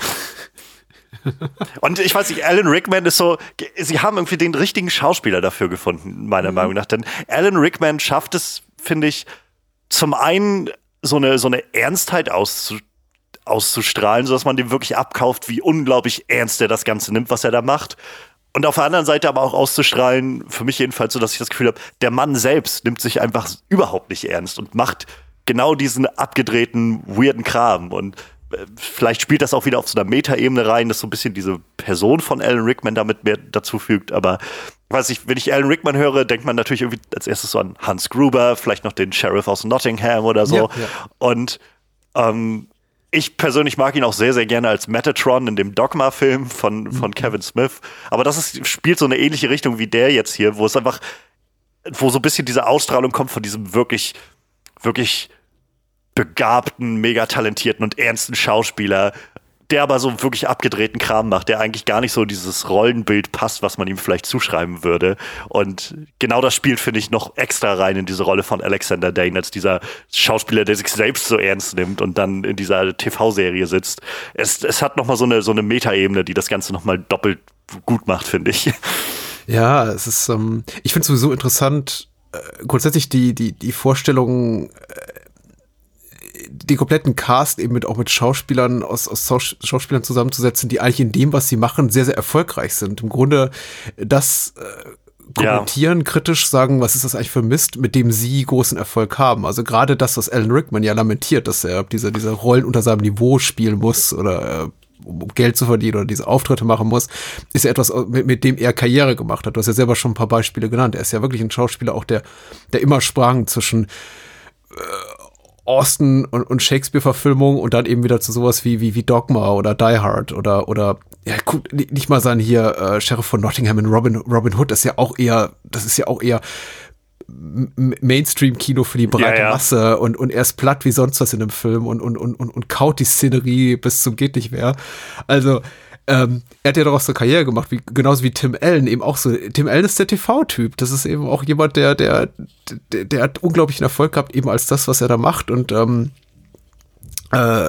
Und ich weiß nicht, Alan Rickman ist so, sie haben irgendwie den richtigen Schauspieler dafür gefunden, meiner mhm. Meinung nach. Denn Alan Rickman schafft es, finde ich, zum einen so eine, so eine Ernstheit auszu, auszustrahlen, sodass man dem wirklich abkauft, wie unglaublich ernst er das Ganze nimmt, was er da macht. Und auf der anderen Seite aber auch auszustrahlen, für mich jedenfalls so, dass ich das Gefühl habe, der Mann selbst nimmt sich einfach überhaupt nicht ernst und macht genau diesen abgedrehten, weirden Kram. Und äh, vielleicht spielt das auch wieder auf so einer Metaebene rein, dass so ein bisschen diese Person von Alan Rickman damit mehr dazu fügt. Aber weiß ich, wenn ich Alan Rickman höre, denkt man natürlich irgendwie als erstes so an Hans Gruber, vielleicht noch den Sheriff aus Nottingham oder so. Ja, ja. Und ähm, ich persönlich mag ihn auch sehr, sehr gerne als Metatron in dem Dogma-Film von, von mhm. Kevin Smith. Aber das ist, spielt so eine ähnliche Richtung wie der jetzt hier, wo es einfach, wo so ein bisschen diese Ausstrahlung kommt von diesem wirklich, wirklich begabten, mega talentierten und ernsten Schauspieler, der aber so wirklich abgedrehten Kram macht, der eigentlich gar nicht so dieses Rollenbild passt, was man ihm vielleicht zuschreiben würde. Und genau das spielt, finde ich, noch extra rein in diese Rolle von Alexander Dane, als dieser Schauspieler, der sich selbst so ernst nimmt und dann in dieser T V-Serie sitzt. Es, es hat nochmal so eine, so eine Metaebene, die das Ganze nochmal doppelt gut macht, finde ich. Ja, es ist, ähm, ich finde es sowieso interessant, äh, grundsätzlich die, die, die Vorstellung, äh, den kompletten Cast eben mit auch mit Schauspielern aus, aus Schauspielern zusammenzusetzen, die eigentlich in dem, was sie machen, sehr, sehr erfolgreich sind. Im Grunde das äh, kommentieren, ja. kritisch sagen, was ist das eigentlich für Mist, mit dem sie großen Erfolg haben. Also gerade das, was Alan Rickman ja lamentiert, dass er diese, diese Rollen unter seinem Niveau spielen muss oder äh, um Geld zu verdienen oder diese Auftritte machen muss, ist ja etwas, mit, mit dem er Karriere gemacht hat. Du hast ja selber schon ein paar Beispiele genannt. Er ist ja wirklich ein Schauspieler auch, der, der immer sprang zwischen äh, Austen und, und Shakespeare-Verfilmung und dann eben wieder zu sowas wie, wie, wie Dogma oder Die Hard oder, oder, ja, gut, nicht mal sein hier, äh, Sheriff von Nottingham in Robin, Robin Hood, das ist ja auch eher, das ist ja auch eher Mainstream-Kino für die breite ja, ja. Masse und, und er ist platt wie sonst was in dem Film und, und, und, und, und kaut die Szenerie bis zum geht nicht mehr. Also, Ähm, er hat ja daraus eine Karriere gemacht, wie, genauso wie Tim Allen eben auch so. Tim Allen ist der T V-Typ. Das ist eben auch jemand, der, der, der, der hat unglaublichen Erfolg gehabt, eben als das, was er da macht. Und ähm, äh,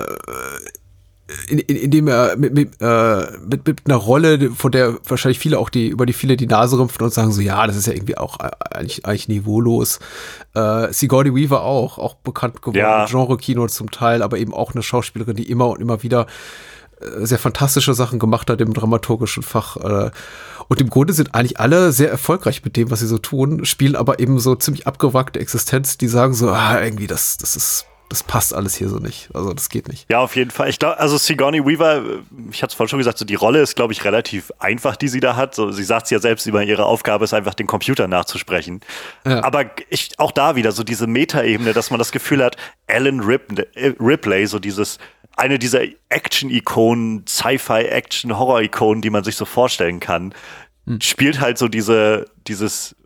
in, in, indem er mit, mit, äh, mit, mit einer Rolle, von der wahrscheinlich viele auch die, über die viele die Nase rümpfen und sagen so, ja, das ist ja irgendwie auch eigentlich, eigentlich niveaulos. Äh, Sigourney Weaver auch, auch bekannt geworden, ja. Genre-Kino zum Teil, aber eben auch eine Schauspielerin, die immer und immer wieder sehr fantastische Sachen gemacht hat im dramaturgischen Fach. Und im Grunde sind eigentlich alle sehr erfolgreich mit dem, was sie so tun, spielen aber eben so ziemlich abgewrackte Existenz, die sagen so, ah, irgendwie, das, das ist, das passt alles hier so nicht. Also das geht nicht. Ja, auf jeden Fall. Ich glaube, also Sigourney Weaver, ich hatte es vorhin schon gesagt, so die Rolle ist, glaube ich, relativ einfach, die sie da hat. So, sie sagt es ja selbst, über ihre Aufgabe ist einfach, den Computer nachzusprechen. Ja. Aber ich, auch da wieder so diese Metaebene, dass man das Gefühl hat, Alan Rip- Ripley, so dieses eine dieser Action-Ikonen, Sci-Fi-Action-Horror-Ikonen, die man sich so vorstellen kann, hm. spielt halt so diese, dieses,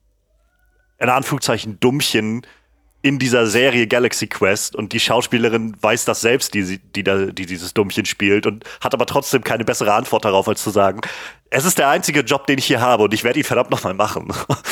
in Anführungszeichen, Dummchen in dieser Serie Galaxy Quest und die Schauspielerin weiß das selbst, die, die, da, die dieses Dummchen spielt und hat aber trotzdem keine bessere Antwort darauf, als zu sagen, es ist der einzige Job, den ich hier habe und ich werde ihn verdammt nochmal machen.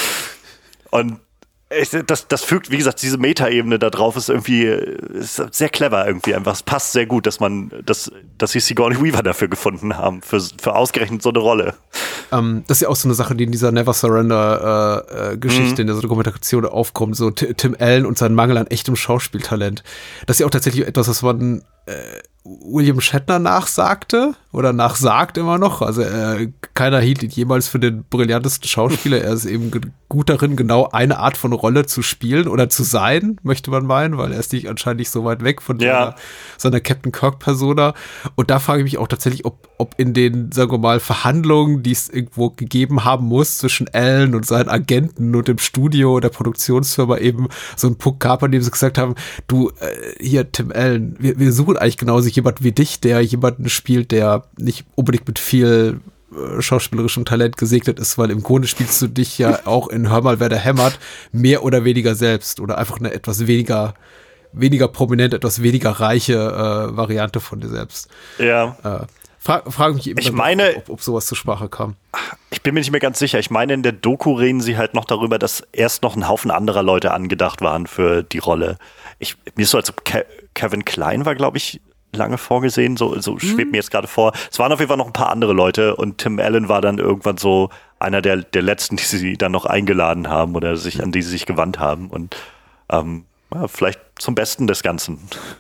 Und Das, das fügt, wie gesagt, diese Metaebene da drauf ist irgendwie ist sehr clever irgendwie einfach. Es passt sehr gut, dass man, dass, dass sie Sigourney Weaver dafür gefunden haben, für, für ausgerechnet so eine Rolle. Ähm, das ist ja auch so eine Sache, die in dieser Never Surrender äh, äh, Geschichte, mhm. in der Dokumentation aufkommt, so T- Tim Allen und sein Mangel an echtem Schauspieltalent. Das ist ja auch tatsächlich etwas, was man äh, William Shatner nachsagte oder nachsagt immer noch. Also äh, keiner hielt ihn jemals für den brillantesten Schauspieler. Er ist eben ge- gut darin, genau eine Art von Rolle zu spielen oder zu sein, möchte man meinen, weil er ist nicht anscheinend nicht so weit weg von ja. seiner, seiner Captain Kirk-Persona. Und da frage ich mich auch tatsächlich, ob, ob in den, sagen wir mal, Verhandlungen, die es irgendwo gegeben haben muss zwischen Alan und seinen Agenten und dem Studio der Produktionsfirma eben so ein Punkt gab, an dem sie gesagt haben, du, äh, hier Tim Allen, wir, wir suchen eigentlich genauso jemand wie dich, der jemanden spielt, der nicht unbedingt mit viel äh, schauspielerischem Talent gesegnet ist, weil im Grunde spielst du dich ja auch in Hör mal, wer da hämmert, mehr oder weniger selbst oder einfach eine etwas weniger weniger prominent, etwas weniger reiche äh, Variante von dir selbst. Ja. Äh, fra- frage mich eben, ich meine, ob, ob sowas zur Sprache kam. Ich bin mir nicht mehr ganz sicher. Ich meine, in der Doku reden sie halt noch darüber, dass erst noch ein Haufen anderer Leute angedacht waren für die Rolle. Ich, mir ist so, als ob Ke- Kevin Kline war, glaube ich, lange vorgesehen. So, so schwebt mhm. mir jetzt gerade vor. Es waren auf jeden Fall noch ein paar andere Leute und Tim Allen war dann irgendwann so einer der, der letzten, die sie dann noch eingeladen haben oder sich, an die sie sich gewandt haben. Und ähm, ja, vielleicht zum Besten des Ganzen.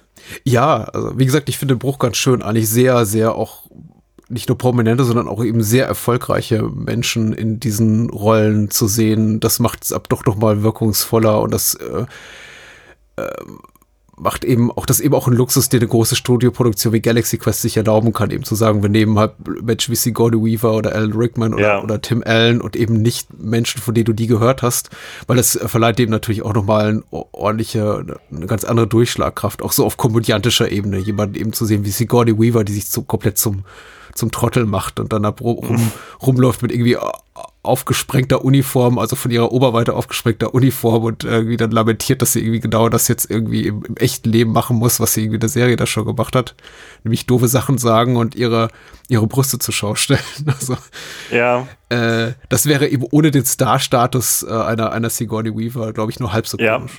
Ja, also wie gesagt, ich finde den Bruch ganz schön. Eigentlich sehr, sehr auch nicht nur prominente, sondern auch eben sehr erfolgreiche Menschen in diesen Rollen zu sehen. Das macht es ab doch noch mal wirkungsvoller und das äh, äh, macht eben auch das eben auch ein Luxus, den eine große Studioproduktion wie Galaxy Quest sich erlauben kann, eben zu sagen, wir nehmen halt Menschen wie Sigourney Weaver oder Alan Rickman oder, ja. oder Tim Allen und eben nicht Menschen, von denen du die gehört hast, weil das verleiht dem natürlich auch nochmal eine ordentliche, eine ganz andere Durchschlagkraft, auch so auf komödiantischer Ebene, jemanden eben zu sehen wie Sigourney Weaver, die sich zu, komplett zum zum Trottel macht und dann da rum, rumläuft mit irgendwie aufgesprengter Uniform, also von ihrer Oberweite aufgesprengter Uniform und irgendwie dann lamentiert, dass sie irgendwie genau das jetzt irgendwie im, im echten Leben machen muss, was sie irgendwie in der Serie da schon gemacht hat. Nämlich doofe Sachen sagen und ihre, ihre Brüste zur Schau stellen. Also, ja. Äh, das wäre eben ohne den Star-Status äh, einer, einer Sigourney Weaver, glaube ich, nur halb so komisch.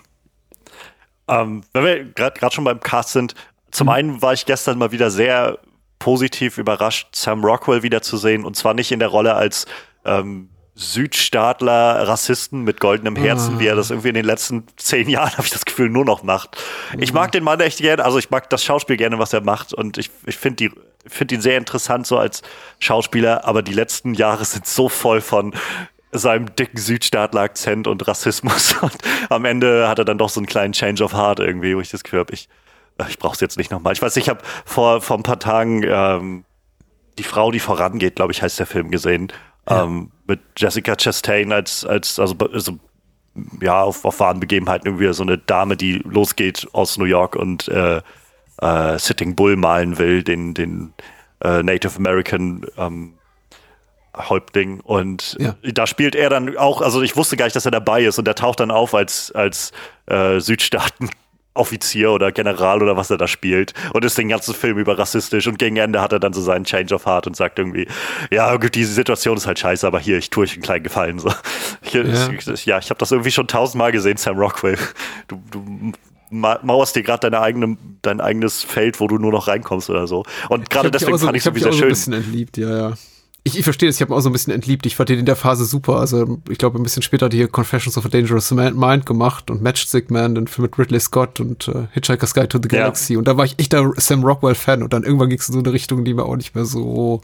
Ja. Ähm, wenn wir gerade schon beim Cast sind, zum mhm. einen war ich gestern mal wieder sehr positiv überrascht, Sam Rockwell wiederzusehen und zwar nicht in der Rolle als ähm, Südstaatler, Rassisten mit goldenem Herzen, ah. wie er das irgendwie in den letzten zehn Jahren, habe ich das Gefühl, nur noch macht. Mhm. Ich mag den Mann echt gerne, also ich mag das Schauspiel gerne, was er macht und ich, ich finde find ihn sehr interessant so als Schauspieler, aber die letzten Jahre sind so voll von seinem dicken Südstaatler-Akzent und Rassismus und am Ende hat er dann doch so einen kleinen Change of Heart irgendwie, wo ich das Gefühl habe, ich Ich brauche es jetzt nicht nochmal. Ich weiß nicht, ich habe vor, vor ein paar Tagen ähm, Die Frau, die vorangeht, glaube ich, heißt der Film, gesehen. Ja. Ähm, mit Jessica Chastain als, als also, also ja, auf, auf wahren Begebenheiten irgendwie so eine Dame, die losgeht aus New York und äh, äh, Sitting Bull malen will, den, den äh, Native American ähm, Häuptling. Und ja. da spielt er dann auch, also ich wusste gar nicht, dass er dabei ist und der taucht dann auf als, als äh, Südstaaten Offizier oder General oder was er da spielt und ist den ganzen Film über rassistisch und gegen Ende hat er dann so seinen Change of Heart und sagt irgendwie, ja gut, diese Situation ist halt scheiße, aber hier, ich tue euch einen kleinen Gefallen. So. Ich, ja. ich, ja, ich habe das irgendwie schon tausendmal gesehen, Sam Rockwell. Du, du mauerst dir gerade deine eigene, dein eigenes Feld, wo du nur noch reinkommst oder so. Und gerade deswegen so, fand ich es irgendwie sehr schön. Ich habe so ein bisschen entliebt, ja, ja. Ich, ich verstehe das, ich habe auch so ein bisschen entliebt. Ich fand den in der Phase super. Also ich glaube, ein bisschen später hat die hier Confessions of a Dangerous Mind gemacht und Matchstick Man, den Film mit Ridley Scott und uh, Hitchhiker's Guide to the Galaxy. Ja. Und da war ich echt der Sam Rockwell-Fan. Und dann irgendwann ging es in so eine Richtung, die mir auch nicht mehr so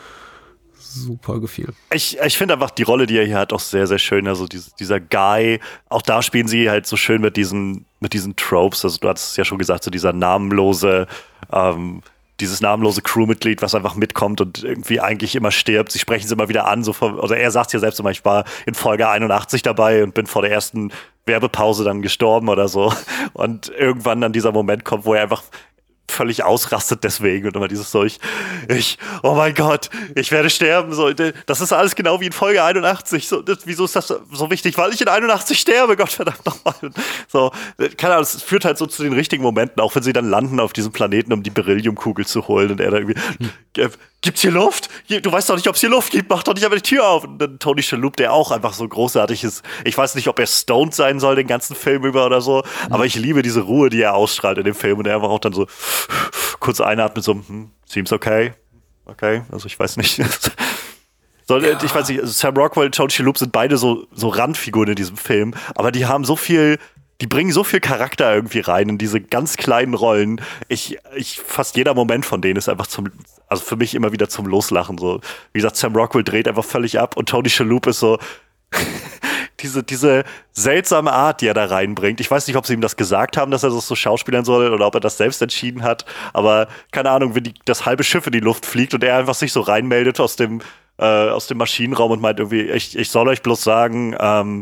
super gefiel. Ich, ich finde einfach die Rolle, die er hier hat, auch sehr, sehr schön. Also diese, dieser Guy, auch da spielen sie halt so schön mit diesen, mit diesen Tropes. Also du hattest es ja schon gesagt, so dieser namenlose ähm, dieses namenlose Crewmitglied, was einfach mitkommt und irgendwie eigentlich immer stirbt. Sie sprechen es immer wieder an. So von, also er sagt ja selbst immer, ich war in Folge einundachtzig dabei und bin vor der ersten Werbepause dann gestorben oder so. Und irgendwann dann dieser Moment kommt, wo er einfach völlig ausrastet deswegen und immer dieses so, ich, ich, oh mein Gott, ich werde sterben. So, das ist alles genau wie in Folge einundachtzig. So, das, wieso ist das so wichtig? Weil ich in einundachtzig sterbe, Gott verdammt nochmal. So, keine Ahnung, es führt halt so zu den richtigen Momenten, auch wenn sie dann landen auf diesem Planeten, um die Berylliumkugel zu holen und er da irgendwie, hm. gibt's hier Luft? Du weißt doch nicht, ob es hier Luft gibt, mach doch nicht einfach die Tür auf. Und dann Tony Shalhoub, der auch einfach so großartig ist. Ich weiß nicht, ob er stoned sein soll den ganzen Film über oder so, mhm. aber ich liebe diese Ruhe, die er ausstrahlt in dem Film und er einfach auch dann so kurz einatmet, so, hm, seems okay. Okay, also ich weiß nicht. so, ja. Ich weiß nicht, Sam Rockwell und Tony Shalhoub sind beide so, so Randfiguren in diesem Film, aber die haben so viel, die bringen so viel Charakter irgendwie rein in diese ganz kleinen Rollen. Ich, ich, fast jeder Moment von denen ist einfach zum, also für mich immer wieder zum Loslachen. So, wie gesagt, Sam Rockwell dreht einfach völlig ab und Tony Shalhoub ist so diese, diese seltsame Art, die er da reinbringt. Ich weiß nicht, ob sie ihm das gesagt haben, dass er das so schauspielern soll oder ob er das selbst entschieden hat. Aber keine Ahnung, wenn die, das halbe Schiff in die Luft fliegt und er einfach sich so reinmeldet aus dem, äh, aus dem Maschinenraum und meint irgendwie, ich, ich soll euch bloß sagen, ähm,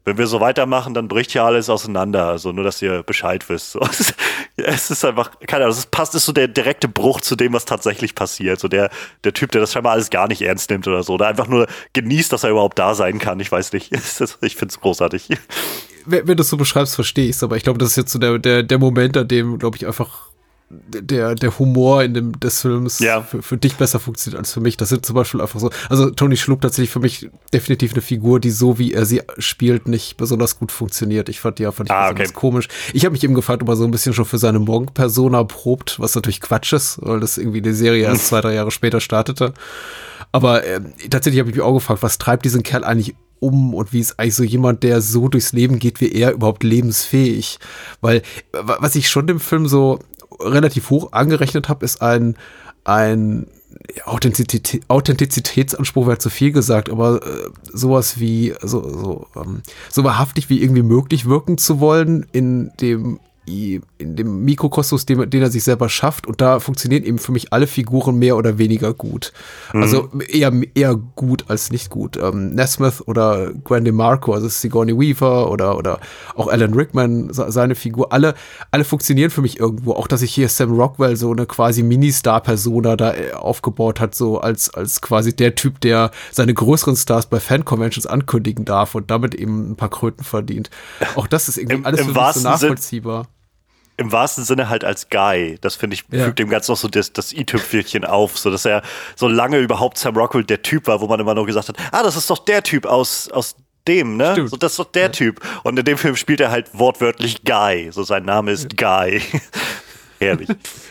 wenn wir so weitermachen, dann bricht hier alles auseinander. Also nur, dass ihr Bescheid wisst. So, es ist einfach, keine Ahnung, das passt, ist so der direkte Bruch zu dem, was tatsächlich passiert. So der, der Typ, der das scheinbar alles gar nicht ernst nimmt oder so. Oder einfach nur genießt, dass er überhaupt da sein kann. Ich weiß nicht. Ich find's großartig. Wenn, wenn du es so beschreibst, verstehe ich es. Aber ich glaube, das ist jetzt so der, der, der Moment, an dem, glaube ich, einfach der, der Humor in dem, des Films ja. für, für dich besser funktioniert als für mich. Das sind zum Beispiel einfach so, also Tony Shalhoub tatsächlich für mich definitiv eine Figur, die so, wie er sie spielt, nicht besonders gut funktioniert. Ich fand die einfach nicht ah, besonders okay. komisch. Ich habe mich eben gefragt, ob er so ein bisschen schon für seine Monk-Persona probt, was natürlich Quatsch ist, weil das irgendwie die Serie erst zwei, drei Jahre später startete. Aber äh, tatsächlich habe ich mich auch gefragt, was treibt diesen Kerl eigentlich um und wie ist eigentlich so jemand, der so durchs Leben geht wie er, überhaupt lebensfähig? Weil, was ich schon dem Film so relativ hoch angerechnet habe, ist ein, ein Authentizität, Authentizitätsanspruch, wäre zu viel gesagt, aber äh, sowas wie, so, so, ähm, so wahrhaftig wie irgendwie möglich wirken zu wollen in dem in dem Mikrokosmos, den, den er sich selber schafft, und da funktionieren eben für mich alle Figuren mehr oder weniger gut. Mhm. Also eher, eher gut als nicht gut. Ähm, Nesmith oder Gwen DeMarco, also Sigourney Weaver oder, oder auch Alan Rickman, seine Figur, alle, alle funktionieren für mich irgendwo. Auch, dass sich hier Sam Rockwell so eine quasi Mini-Star-Persona da aufgebaut hat, so als, als quasi der Typ, der seine größeren Stars bei Fan-Conventions ankündigen darf und damit eben ein paar Kröten verdient. Auch das ist irgendwie Im, alles im für mich so nachvollziehbar. Sinn Im wahrsten Sinne halt als Guy. Das finde ich, ja. fügt dem Ganzen noch so das, das i-Tüpfelchen auf, so dass er so lange überhaupt Sam Rockwell der Typ war, wo man immer nur gesagt hat, ah, das ist doch der Typ aus, aus dem, ne? Stimmt. So, das ist doch der ja. Typ. Und in dem Film spielt er halt wortwörtlich Guy. So, sein Name ist ja. Guy. Herrlich.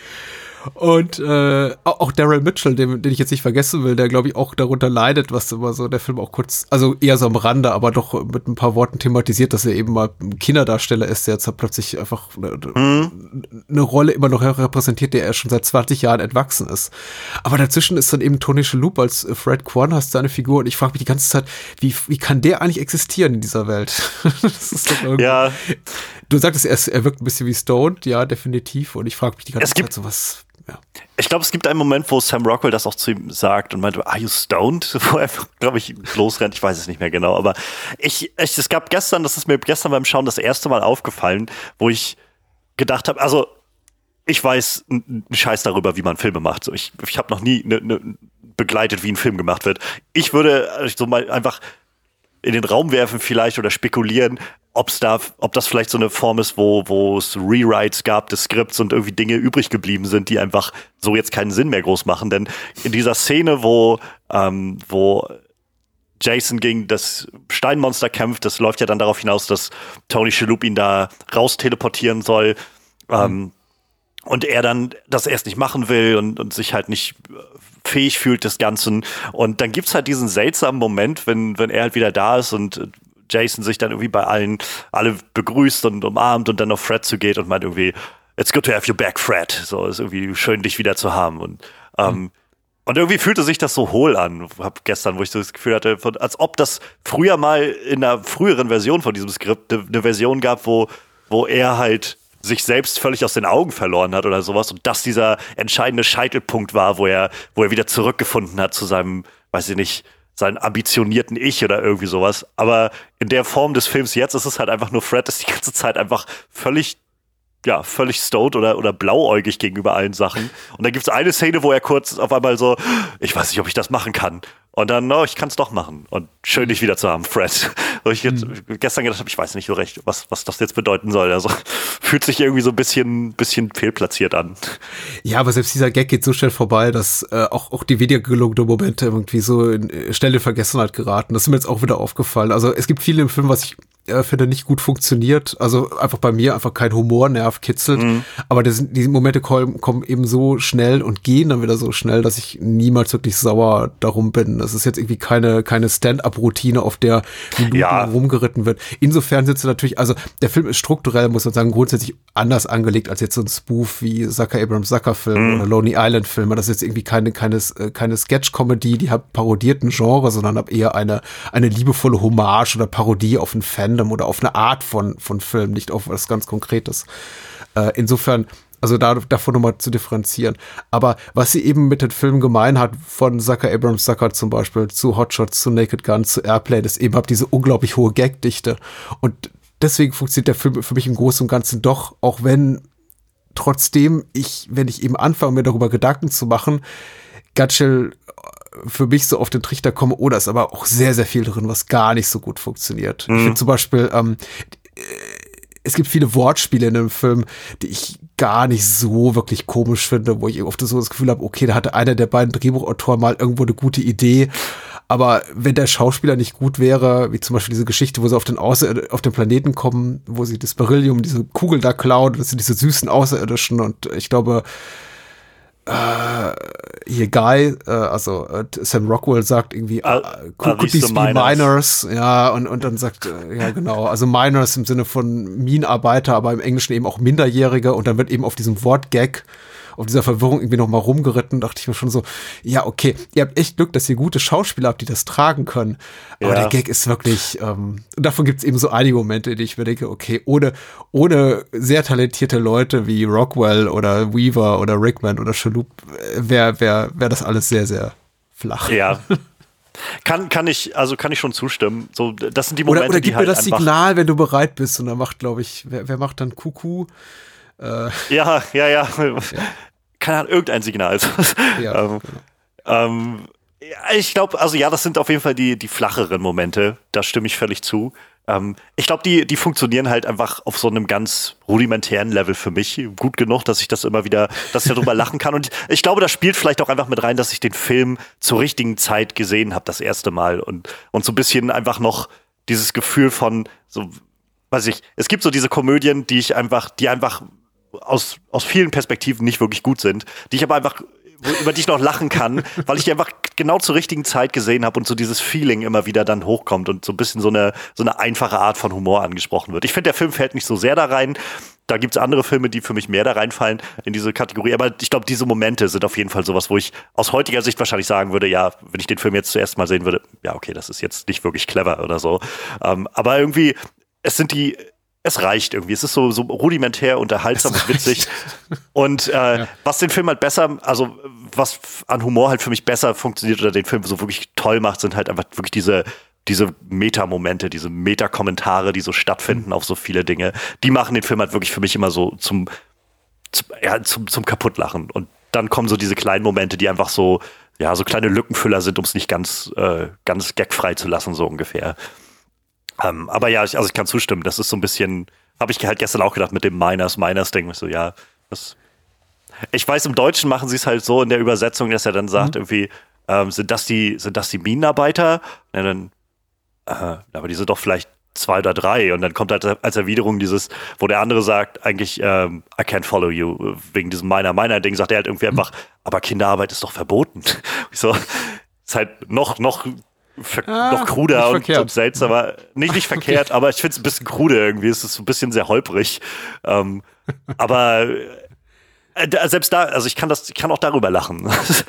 Und äh, auch Daryl Mitchell, den, den ich jetzt nicht vergessen will, der, glaube ich, auch darunter leidet, was immer so der Film auch kurz, also eher so am Rande, aber doch mit ein paar Worten thematisiert, dass er eben mal ein Kinderdarsteller ist, der jetzt halt plötzlich einfach eine, mhm. eine Rolle immer noch repräsentiert, der er schon seit zwanzig Jahren entwachsen ist. Aber dazwischen ist dann eben Tony Shalhoub als Fred Kwon, hast seine Figur, und ich frage mich die ganze Zeit, wie, wie kann der eigentlich existieren in dieser Welt? Das ist doch irgendwie, ja. Du sagtest, er, ist, er wirkt ein bisschen wie Stoned, ja, definitiv, und ich frage mich die ganze es gibt Zeit so was. Ja. Ich glaube, es gibt einen Moment, wo Sam Rockwell das auch zu ihm sagt und meinte, are you stoned? Wo er, glaube ich, losrennt. Ich weiß es nicht mehr genau. Aber ich, ich, es gab gestern, das ist mir gestern beim Schauen das erste Mal aufgefallen, wo ich gedacht habe, also ich weiß einen Scheiß darüber, wie man Filme macht. So, ich ich habe noch nie ne, ne, begleitet, wie ein Film gemacht wird. Ich würde so mal einfach in den Raum werfen vielleicht oder spekulieren, ob's da, ob das vielleicht so eine Form ist, wo wo es Rewrites gab des Skripts und irgendwie Dinge übrig geblieben sind, die einfach so jetzt keinen Sinn mehr groß machen. Denn in dieser Szene, wo ähm, wo Jason gegen das Steinmonster kämpft, das läuft ja dann darauf hinaus, dass Tony Shalhoub ihn da raus teleportieren soll. Mhm. Ähm, und er dann das erst nicht machen will und, und sich halt nicht fähig fühlt des Ganzen. Und dann gibt's halt diesen seltsamen Moment, wenn wenn er halt wieder da ist und Jason sich dann irgendwie bei allen alle begrüßt und umarmt und dann auf Fred zugeht und meint irgendwie, it's good to have you back, Fred. So, ist irgendwie schön, dich wieder zu haben. Und, ähm, mhm. und irgendwie fühlte sich das so hohl an. Hab gestern, wo ich so das Gefühl hatte, als ob das früher mal in einer früheren Version von diesem Skript eine, eine Version gab, wo, wo er halt sich selbst völlig aus den Augen verloren hat oder sowas und das dieser entscheidende Scheitelpunkt war, wo er, wo er wieder zurückgefunden hat zu seinem, weiß ich nicht, seinen ambitionierten Ich oder irgendwie sowas. Aber in der Form des Films jetzt ist es halt einfach nur Fred, ist die ganze Zeit einfach völlig, ja, völlig stoned oder, oder blauäugig gegenüber allen Sachen. Und dann gibt's eine Szene, wo er kurz auf einmal so, ich weiß nicht, ob ich das machen kann. Und dann, oh, ich kann es doch machen. Und schön, dich wieder zu haben, Fred. Wo ich jetzt mhm. gestern gedacht habe, ich weiß nicht so recht, was, was das jetzt bedeuten soll. Also fühlt sich irgendwie so ein bisschen, bisschen fehlplatziert an. Ja, aber selbst dieser Gag geht so schnell vorbei, dass äh, auch, auch die weniger gelungenen Momente irgendwie so in äh, schnelle Vergessenheit geraten. Das ist mir jetzt auch wieder aufgefallen. Also es gibt viele im Film, was ich äh, finde, nicht gut funktioniert. Also einfach bei mir einfach kein Humornerv kitzelt. Mhm. Aber das, die Momente kommen, kommen eben so schnell und gehen dann wieder so schnell, dass ich niemals wirklich sauer darum bin. Das ist jetzt irgendwie keine, keine Stand-up-Routine, auf der Minuten ja. rumgeritten wird. Insofern sind sie natürlich, also der Film ist strukturell, muss man sagen, grundsätzlich anders angelegt als jetzt so ein Spoof wie Zucker Abrams Zucker-Film mhm. oder Lonely Island-Filme. Das ist jetzt irgendwie keine, keine, keine Sketch-Comedy, die hat parodierten Genre, sondern hat eher eine, eine liebevolle Hommage oder Parodie auf ein Fandom oder auf eine Art von, von Film, nicht auf was ganz Konkretes. Äh, insofern Also da, davon nochmal zu differenzieren. Aber was sie eben mit den Filmen gemein hat, von Zucker, Abrams Zucker zum Beispiel, zu Hot Shots, zu Naked Gun, zu Airplane, ist eben ab diese unglaublich hohe Gagdichte. Und deswegen funktioniert der Film für mich im Großen und Ganzen doch, auch wenn trotzdem ich, wenn ich eben anfange, mir darüber Gedanken zu machen, ganz schnell für mich so auf den Trichter komme, oh, da ist aber auch sehr, sehr viel drin, was gar nicht so gut funktioniert. Mhm. Ich finde zum Beispiel, ähm, es gibt viele Wortspiele in dem Film, die ich gar nicht so wirklich komisch finde, wo ich oft so das Gefühl habe, okay, da hatte einer der beiden Drehbuchautoren mal irgendwo eine gute Idee, aber wenn der Schauspieler nicht gut wäre, wie zum Beispiel diese Geschichte, wo sie auf den, Außer- auf den Planeten kommen, wo sie das Beryllium, diese Kugel da klauen, das sind diese süßen Außerirdischen und ich glaube, Uh, hier Guy, uh, also uh, Sam Rockwell sagt irgendwie, uh, could, could these be miners? Ja, und, und dann sagt, uh, ja genau, also Miners im Sinne von Minenarbeiter, aber im Englischen eben auch Minderjährige und dann wird eben auf diesem Wortgag, auf dieser Verwirrung irgendwie nochmal rumgeritten, dachte ich mir schon so, ja okay, ihr habt echt Glück, dass ihr gute Schauspieler habt, die das tragen können, aber ja. Der Gag ist wirklich, ähm, davon gibt es eben so einige Momente, in denen ich mir denke, okay, ohne, ohne sehr talentierte Leute wie Rockwell oder Weaver oder Rickman oder Shalhoub wäre wär, wär das alles sehr, sehr flach. Ja. Kann, kann ich, also kann ich schon zustimmen. So, das sind die Momente, oder, oder gib die halt mir das Signal, wenn du bereit bist und dann macht, glaube ich, wer, wer macht dann Kuckuck? Äh, ja, ja, ja. ja. Keine Ahnung, irgendein Signal. Ja, ähm, genau. ähm, ich glaube, also ja, das sind auf jeden Fall die, die flacheren Momente. Da stimme ich völlig zu. Ähm, ich glaube, die, die funktionieren halt einfach auf so einem ganz rudimentären Level für mich gut genug, dass ich das immer wieder, dass ich darüber lachen kann. Und ich glaube, das spielt vielleicht auch einfach mit rein, dass ich den Film zur richtigen Zeit gesehen habe, das erste Mal. Und, und so ein bisschen einfach noch dieses Gefühl von, so, weiß ich, es gibt so diese Komödien, die ich einfach, die einfach aus, aus vielen Perspektiven nicht wirklich gut sind, die ich aber einfach, über die ich noch lachen kann, weil ich die einfach genau zur richtigen Zeit gesehen habe und so dieses Feeling immer wieder dann hochkommt und so ein bisschen so eine, so eine einfache Art von Humor angesprochen wird. Ich finde, der Film fällt nicht so sehr da rein. Da gibt's andere Filme, die für mich mehr da reinfallen in diese Kategorie. Aber ich glaube, diese Momente sind auf jeden Fall sowas, wo ich aus heutiger Sicht wahrscheinlich sagen würde, ja, wenn ich den Film jetzt zuerst mal sehen würde, ja, okay, das ist jetzt nicht wirklich clever oder so. Ähm, aber irgendwie, es sind die, es reicht irgendwie. Es ist so, so rudimentär, unterhaltsam und witzig. Und äh, ja. was den Film halt besser, also was an Humor halt für mich besser funktioniert oder den Film so wirklich toll macht, sind halt einfach wirklich diese, diese Meta-Momente, diese Meta-Kommentare, die so stattfinden mhm. auf so viele Dinge. Die machen den Film halt wirklich für mich immer so zum, zum, ja, zum, zum Kaputtlachen. Und dann kommen so diese kleinen Momente, die einfach so, ja, so kleine Lückenfüller sind, um es nicht ganz, äh, ganz gagfrei zu lassen, so ungefähr. Um, aber ja, ich, also ich kann zustimmen. Das ist so ein bisschen, habe ich halt gestern auch gedacht mit dem Miners, Miners-Ding. Ich so, ja, das. Ich weiß, im Deutschen machen sie es halt so in der Übersetzung, dass er dann sagt, mhm. irgendwie, ähm, sind das die, sind das die Minenarbeiter? Ja, dann, äh, aber die sind doch vielleicht zwei oder drei. Und dann kommt halt als Erwiderung dieses, wo der andere sagt, eigentlich, ähm, I can't follow you, wegen diesem Miner-Miner-Ding, sagt er halt irgendwie mhm. einfach, aber Kinderarbeit ist doch verboten. Ich so, ist halt noch, noch. Ver- ah, noch kruder und, und seltsamer. Nicht, nicht verkehrt, okay. aber ich finde es ein bisschen krude irgendwie. Es ist ein bisschen sehr holprig. Ähm, aber äh, selbst da, also ich kann das, ich kann auch darüber lachen. Das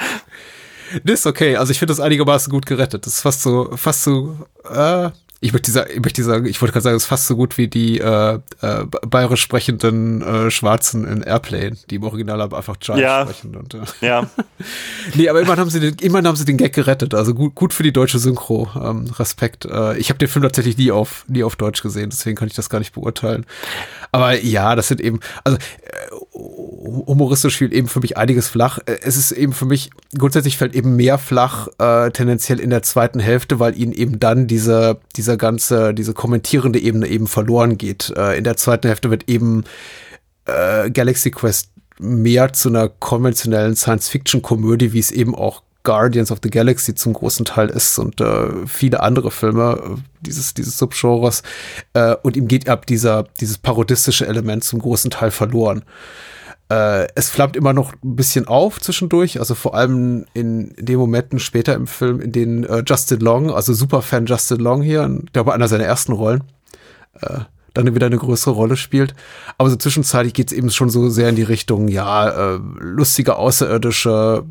ist okay. Also ich finde das einigermaßen gut gerettet. Das ist fast so, fast so, äh, ich möchte sagen, ich möchte sagen, ich wollte gerade sagen, es ist fast so gut wie die äh, äh, bayerisch sprechenden äh, Schwarzen in Airplane, die im Original aber einfach Jive ja. sprechen. Und, äh. Ja. Nee, aber immerhin haben sie den, immerhin haben sie den Gag gerettet. Also gut, gut für die deutsche Synchro. Ähm, Respekt. Äh, ich habe den Film tatsächlich nie auf, nie auf Deutsch gesehen, deswegen kann ich das gar nicht beurteilen. Aber ja, das sind eben, also äh, humoristisch fiel eben für mich einiges flach. Es ist eben für mich, grundsätzlich fällt eben mehr flach, äh, tendenziell in der zweiten Hälfte, weil ihnen eben dann diese, dieser ganze, diese kommentierende Ebene eben verloren geht. Äh, in der zweiten Hälfte wird eben äh, Galaxy Quest mehr zu einer konventionellen Science-Fiction-Komödie, wie es eben auch Guardians of the Galaxy zum großen Teil ist und äh, viele andere Filme äh, dieses dieses Subgenres äh, und ihm geht ab dieser dieses parodistische Element zum großen Teil verloren. Äh, es flammt immer noch ein bisschen auf zwischendurch, also vor allem in den Momenten später im Film, in denen äh, Justin Long, also Superfan Justin Long hier, ich glaube einer seiner ersten Rollen, äh, dann wieder eine größere Rolle spielt. Aber so zwischenzeitlich geht es eben schon so sehr in die Richtung, ja, äh, lustige Außerirdische,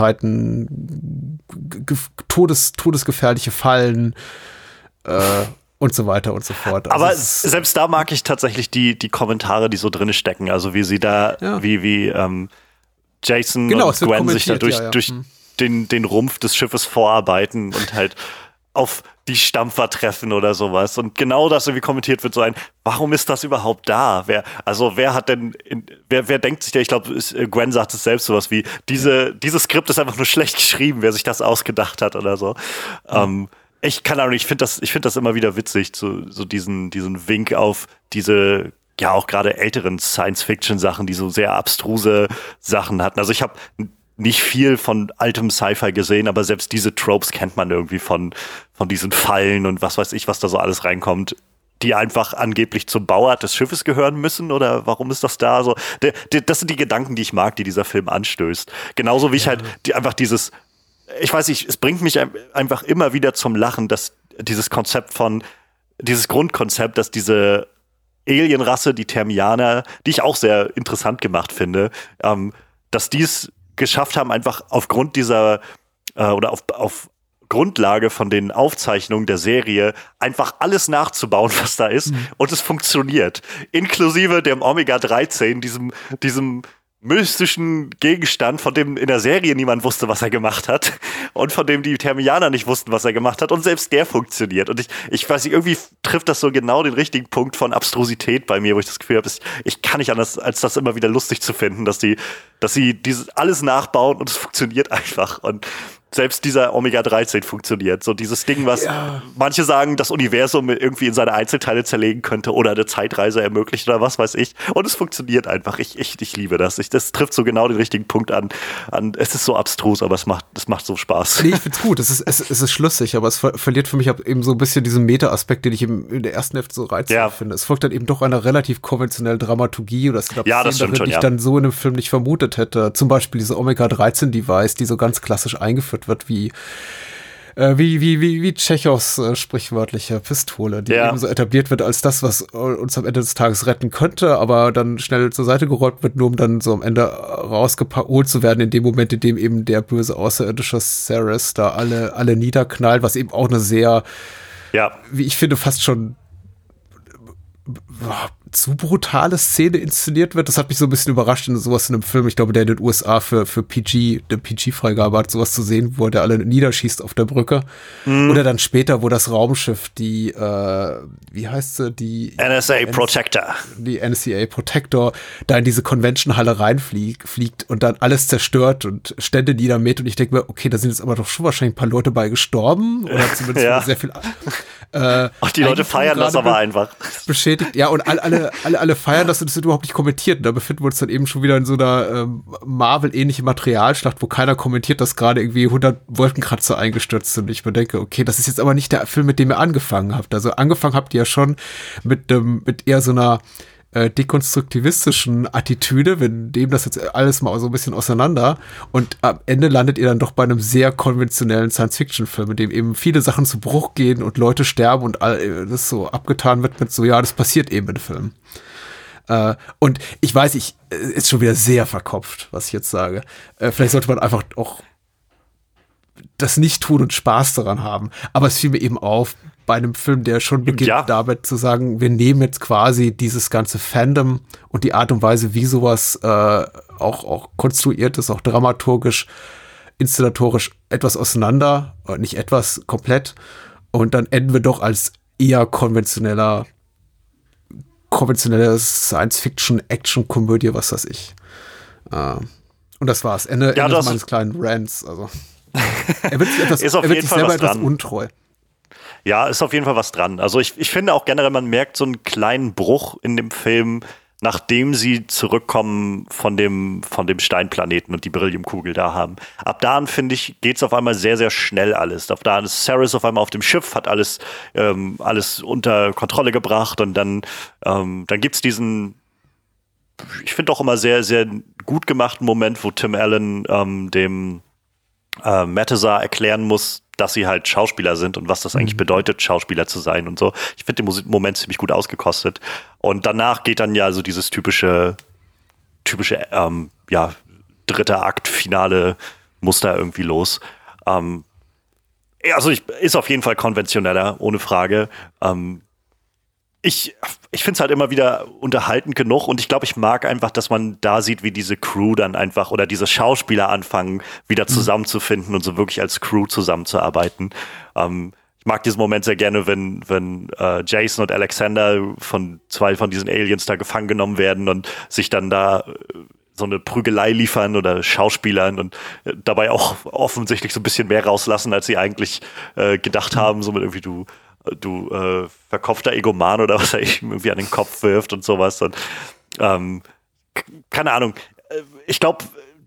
Sprachschwierigkeiten, g- todes, todesgefährliche Fallen, äh, und so weiter und so fort. Also aber selbst da mag ich tatsächlich die, die Kommentare, die so drin stecken. Also wie sie da, ja. wie, wie ähm, Jason genau, und Gwen sich da durch, ja, ja. durch hm. den, den Rumpf des Schiffes vorarbeiten und halt auf die Stampfer treffen oder sowas. Und genau das irgendwie kommentiert wird so ein, warum ist das überhaupt da? Wer, also wer hat denn, in, wer, wer denkt sich da, ich glaube, Gwen sagt es selbst sowas wie, diese, dieses Skript ist einfach nur schlecht geschrieben, wer sich das ausgedacht hat oder so. Mhm. Ähm, ich kann auch nicht, ich finde das, ich finde das immer wieder witzig, so, so diesen, diesen Wink auf diese, ja auch gerade älteren Science-Fiction-Sachen, die so sehr abstruse Sachen hatten. Also ich habe nicht viel von altem Sci-Fi gesehen, aber selbst diese Tropes kennt man irgendwie von, von diesen Fallen und was weiß ich, was da so alles reinkommt, die einfach angeblich zum Bauart des Schiffes gehören müssen oder warum ist das da so? De, de, das sind die Gedanken, die ich mag, die dieser Film anstößt. Genauso wie ich ja. halt die, einfach dieses, ich weiß nicht, es bringt mich einfach immer wieder zum Lachen, dass dieses Konzept von, dieses Grundkonzept, dass diese Alienrasse, die Termianer, die ich auch sehr interessant gemacht finde, ähm, dass dies geschafft haben, einfach aufgrund dieser äh, oder auf, auf Grundlage von den Aufzeichnungen der Serie einfach alles nachzubauen, was da ist. Mhm. Und es funktioniert. Inklusive dem Omega dreizehn, diesem, diesem mystischen Gegenstand, von dem in der Serie niemand wusste, was er gemacht hat. Und von dem die Termianer nicht wussten, was er gemacht hat. Und selbst der funktioniert. Und ich, ich weiß nicht, irgendwie trifft das so genau den richtigen Punkt von Abstrusität bei mir, wo ich das Gefühl habe, ich, ich kann nicht anders, als das immer wieder lustig zu finden, dass die, dass sie dieses alles nachbauen und es funktioniert einfach. Und selbst dieser Omega dreizehn funktioniert. So dieses Ding, was ja. manche sagen, das Universum irgendwie in seine Einzelteile zerlegen könnte oder eine Zeitreise ermöglicht oder was weiß ich. Und es funktioniert einfach. Ich, ich, ich liebe das. Ich, das trifft so genau den richtigen Punkt an. an es ist so abstrus, aber es macht, es macht so Spaß. Nee, ich find's gut. Es ist, es, es ist schlüssig, aber es ver- verliert für mich eben so ein bisschen diesen Meta-Aspekt, den ich im, in der ersten Hälfte so reizvoll ja. finde. Es folgt dann eben doch einer relativ konventionellen Dramaturgie oder es gibt ja, das Szenen darin, schon, die ich ja. dann so in einem Film nicht vermutet hätte. Zum Beispiel diese Omega dreizehn Device, die so ganz klassisch eingeführt wird, wie äh, wie wie wie wie Tschechows äh, sprichwörtliche Pistole, die ja. eben so etabliert wird als das, was uns am Ende des Tages retten könnte, aber dann schnell zur Seite gerollt wird, nur um dann so am Ende rausgeholt zu werden in dem Moment, in dem eben der böse außerirdische Ceres da alle alle niederknallt, was eben auch eine sehr, ja. wie ich finde, fast schon zu brutale Szene inszeniert wird. Das hat mich so ein bisschen überrascht in sowas in einem Film, ich glaube, der in den U S A für, für P G, eine P G-Freigabe hat, sowas zu sehen, wo der alle niederschießt auf der Brücke. Mhm. Oder dann später, wo das Raumschiff, die, äh, wie heißt sie, die N S A Protector. Die N S A Protector, da in diese Convention-Halle reinfliegt fliegt und dann alles zerstört und Stände niedermäht. Und ich denke mir, okay, da sind jetzt aber doch schon wahrscheinlich ein paar Leute bei gestorben. Oder zumindest ja. sehr viel. Äh, Ach, die Leute feiern das aber einfach. Beschädigt, ja, und alle, alle, alle, alle feiern das und das wird überhaupt nicht kommentiert. Und da befinden wir uns dann eben schon wieder in so einer ähm, Marvel-ähnliche Materialschlacht, wo keiner kommentiert, dass gerade irgendwie hundert Wolkenkratzer eingestürzt sind. Und ich mir denke, okay, das ist jetzt aber nicht der Film, mit dem ihr angefangen habt. Also angefangen habt ihr ja schon mit ähm, mit eher so einer äh, dekonstruktivistischen Attitüde, wir nehmen das jetzt alles mal so ein bisschen auseinander und am Ende landet ihr dann doch bei einem sehr konventionellen Science-Fiction-Film, in dem eben viele Sachen zu Bruch gehen und Leute sterben und all, das so abgetan wird mit so, ja, das passiert eben in Filmen. Äh, und ich weiß, ich ist schon wieder sehr verkopft, was ich jetzt sage. Äh, vielleicht sollte man einfach auch das nicht tun und Spaß daran haben. Aber es fiel mir eben auf, bei einem Film, der schon beginnt ja. damit zu sagen, wir nehmen jetzt quasi dieses ganze Fandom und die Art und Weise, wie sowas äh, auch, auch konstruiert ist, auch dramaturgisch, inszenatorisch etwas auseinander, nicht etwas komplett. Und dann enden wir doch als eher konventioneller, konventionelle Science-Fiction-Action-Komödie, was weiß ich. Äh, und das war's. Ende, ja, Ende meines kleinen Rants. Also. Er wird sich, etwas, ist auf er wird jeden sich Fall selber was etwas dran. untreu. Ja, ist auf jeden Fall was dran. Also ich, ich finde auch generell, man merkt so einen kleinen Bruch in dem Film, nachdem sie zurückkommen von dem, von dem Steinplaneten und die Berylliumkugel da haben. Ab da an, finde ich, geht's auf einmal sehr, sehr schnell alles. Ab da an ist Ceres auf einmal auf dem Schiff, hat alles, ähm, alles unter Kontrolle gebracht und dann, ähm, dann gibt's diesen, ich finde auch immer sehr, sehr gut gemachten Moment, wo Tim Allen ähm, dem äh, Matazar erklären muss, dass sie halt Schauspieler sind und was das eigentlich bedeutet, Schauspieler zu sein und so. Ich finde den Moment ziemlich gut ausgekostet. Und danach geht dann ja so dieses typische, typische, ähm, ja, dritter Akt, finale Muster irgendwie los. Ähm, also ich, ist auf jeden Fall konventioneller, ohne Frage. Ähm, ich ich finde es halt immer wieder unterhaltend genug und ich glaube, ich mag einfach, dass man da sieht, wie diese Crew dann einfach oder diese Schauspieler anfangen, wieder zusammenzufinden und so wirklich als Crew zusammenzuarbeiten. Ähm, ich mag diesen Moment sehr gerne, wenn, wenn äh, Jason und Alexander von zwei von diesen Aliens da gefangen genommen werden und sich dann da äh, so eine Prügelei liefern oder Schauspielern und äh, dabei auch offensichtlich so ein bisschen mehr rauslassen, als sie eigentlich äh, gedacht haben, so mit irgendwie du du äh, verkopfter Egoman oder was er ihm irgendwie an den Kopf wirft und sowas. Und ähm, keine Ahnung. Ich glaube,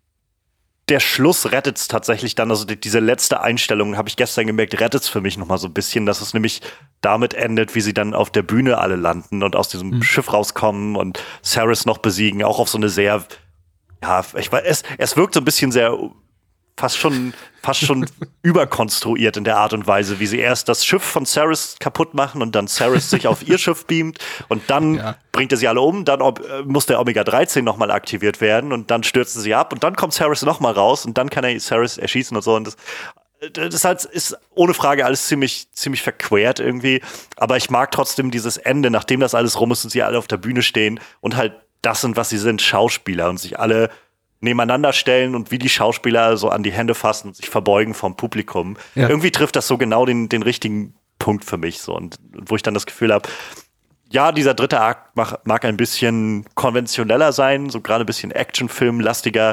der Schluss rettet es tatsächlich dann. Also die, diese letzte Einstellung, habe ich gestern gemerkt, rettet es für mich nochmal so ein bisschen, dass es nämlich damit endet, wie sie dann auf der Bühne alle landen und aus diesem mhm. Schiff rauskommen und Cerys noch besiegen. Auch auf so eine sehr, ja, ich weiß, es, es wirkt so ein bisschen sehr fast schon fast schon überkonstruiert in der Art und Weise, wie sie erst das Schiff von Cerys kaputt machen und dann Cerys sich auf ihr Schiff beamt und dann ja. bringt er sie alle um, dann ob, muss der Omega dreizehn nochmal aktiviert werden und dann stürzen sie ab und dann kommt Cerys nochmal raus und dann kann er Cerys erschießen und so und das, das halt ist ohne Frage alles ziemlich ziemlich verquert irgendwie, aber ich mag trotzdem dieses Ende, nachdem das alles rum ist und sie alle auf der Bühne stehen und halt das sind, was sie sind, Schauspieler und sich alle nebeneinander stellen und wie die Schauspieler so an die Hände fassen und sich verbeugen vom Publikum. Ja. Irgendwie trifft das so genau den, den richtigen Punkt für mich so und, und wo ich dann das Gefühl habe, ja, dieser dritte Akt mag, mag ein bisschen konventioneller sein, so gerade ein bisschen Actionfilm-lastiger.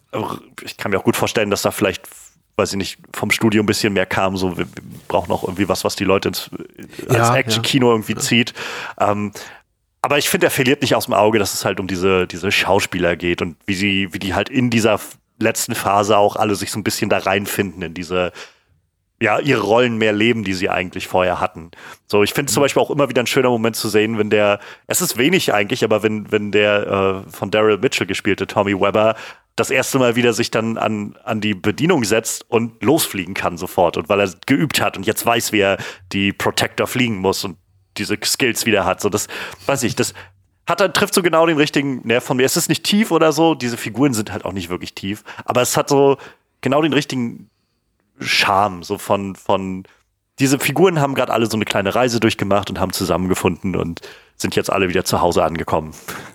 Ich kann mir auch gut vorstellen, dass da vielleicht, weiß ich nicht, vom Studio ein bisschen mehr kam, so wir, wir brauchen auch irgendwie was, was die Leute ins, als ja, Action-Kino ja. irgendwie zieht. Ähm, Aber ich finde, er verliert nicht aus dem Auge, dass es halt um diese, diese Schauspieler geht und wie sie, wie die halt in dieser letzten Phase auch alle sich so ein bisschen da reinfinden in diese, ja, ihre Rollen mehr leben, die sie eigentlich vorher hatten. So, ich finde es zum Beispiel auch immer wieder ein schöner Moment zu sehen, wenn der, es ist wenig eigentlich, aber wenn, wenn der äh, von Daryl Mitchell gespielte Tommy Webber das erste Mal wieder sich dann an, an die Bedienung setzt und losfliegen kann sofort und weil er geübt hat und jetzt weiß, wie er die Protector fliegen muss und diese Skills wieder hat. So, das, weiß ich, das hat dann, trifft so genau den richtigen Nerv von mir. Es ist nicht tief oder so, diese Figuren sind halt auch nicht wirklich tief, aber es hat so genau den richtigen Charme, so von, von, diese Figuren haben gerade alle so eine kleine Reise durchgemacht und haben zusammengefunden und sind jetzt alle wieder zu Hause angekommen.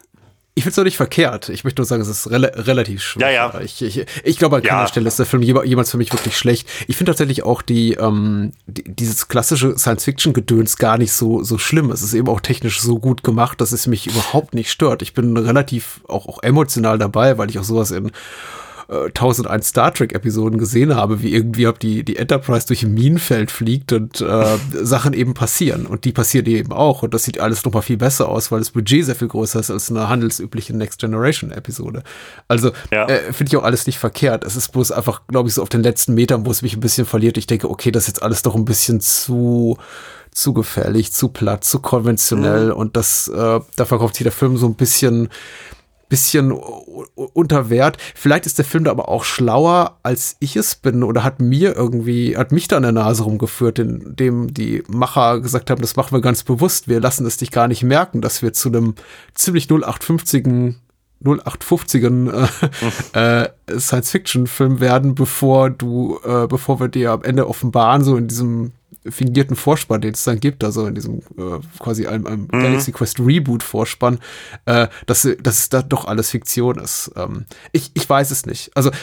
Ich finde es doch nicht verkehrt. Ich möchte nur sagen, es ist rel- relativ schwach. Ja, ja. Ich, ich, ich glaube, an keiner ja. Stelle ist der Film jemals für mich wirklich schlecht. Ich finde tatsächlich auch die, ähm, die dieses klassische Science-Fiction-Gedöns gar nicht so so schlimm. Es ist eben auch technisch so gut gemacht, dass es mich überhaupt nicht stört. Ich bin relativ auch, auch emotional dabei, weil ich auch sowas in tausendeins Star Trek Episoden gesehen habe, wie irgendwie ob die die Enterprise durch ein Minenfeld fliegt und äh, Sachen eben passieren und die passieren eben auch und das sieht alles noch mal viel besser aus, weil das Budget sehr viel größer ist als eine handelsübliche Next Generation Episode. Also ja. äh, finde ich auch alles nicht verkehrt. Es ist bloß einfach, glaube ich, so auf den letzten Metern, wo es mich ein bisschen verliert. Ich denke, okay, das ist jetzt alles doch ein bisschen zu zu gefährlich, zu platt, zu konventionell mhm. und das äh, da verkauft sich der Film so ein bisschen bisschen unter Wert. Vielleicht ist der Film da aber auch schlauer, als ich es bin oder hat mir irgendwie, hat mich da an der Nase rumgeführt, indem die Macher gesagt haben, das machen wir ganz bewusst, wir lassen es dich gar nicht merken, dass wir zu einem ziemlich null acht fünfzigen null acht fünfzigen äh, äh, Science-Fiction-Film werden, bevor du, äh, bevor wir dir am Ende offenbaren, so in diesem fingierten Vorspann, den es dann gibt, also in diesem äh, quasi einem, einem mhm. Galaxy Quest Reboot Vorspann, äh, dass, dass es da doch alles Fiktion ist. Ähm, ich, ich weiß es nicht. Also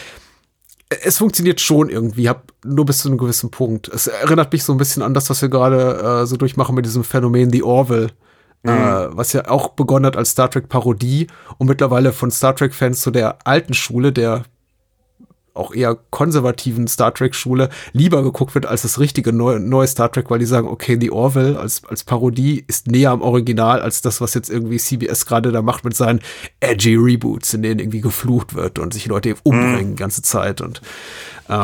es funktioniert schon irgendwie, hab nur bis zu einem gewissen Punkt. Es erinnert mich so ein bisschen an das, was wir gerade äh, so durchmachen mit diesem Phänomen The Orville, mhm. äh, was ja auch begonnen hat als Star Trek Parodie und mittlerweile von Star Trek Fans zu der alten Schule, der auch eher konservativen Star Trek-Schule lieber geguckt wird als das richtige neue, neue Star Trek, weil die sagen, okay, The Orville als, als Parodie ist näher am Original als das, was jetzt irgendwie C B S gerade da macht mit seinen edgy Reboots, in denen irgendwie geflucht wird und sich Leute umbringen die ganze Zeit und ähm,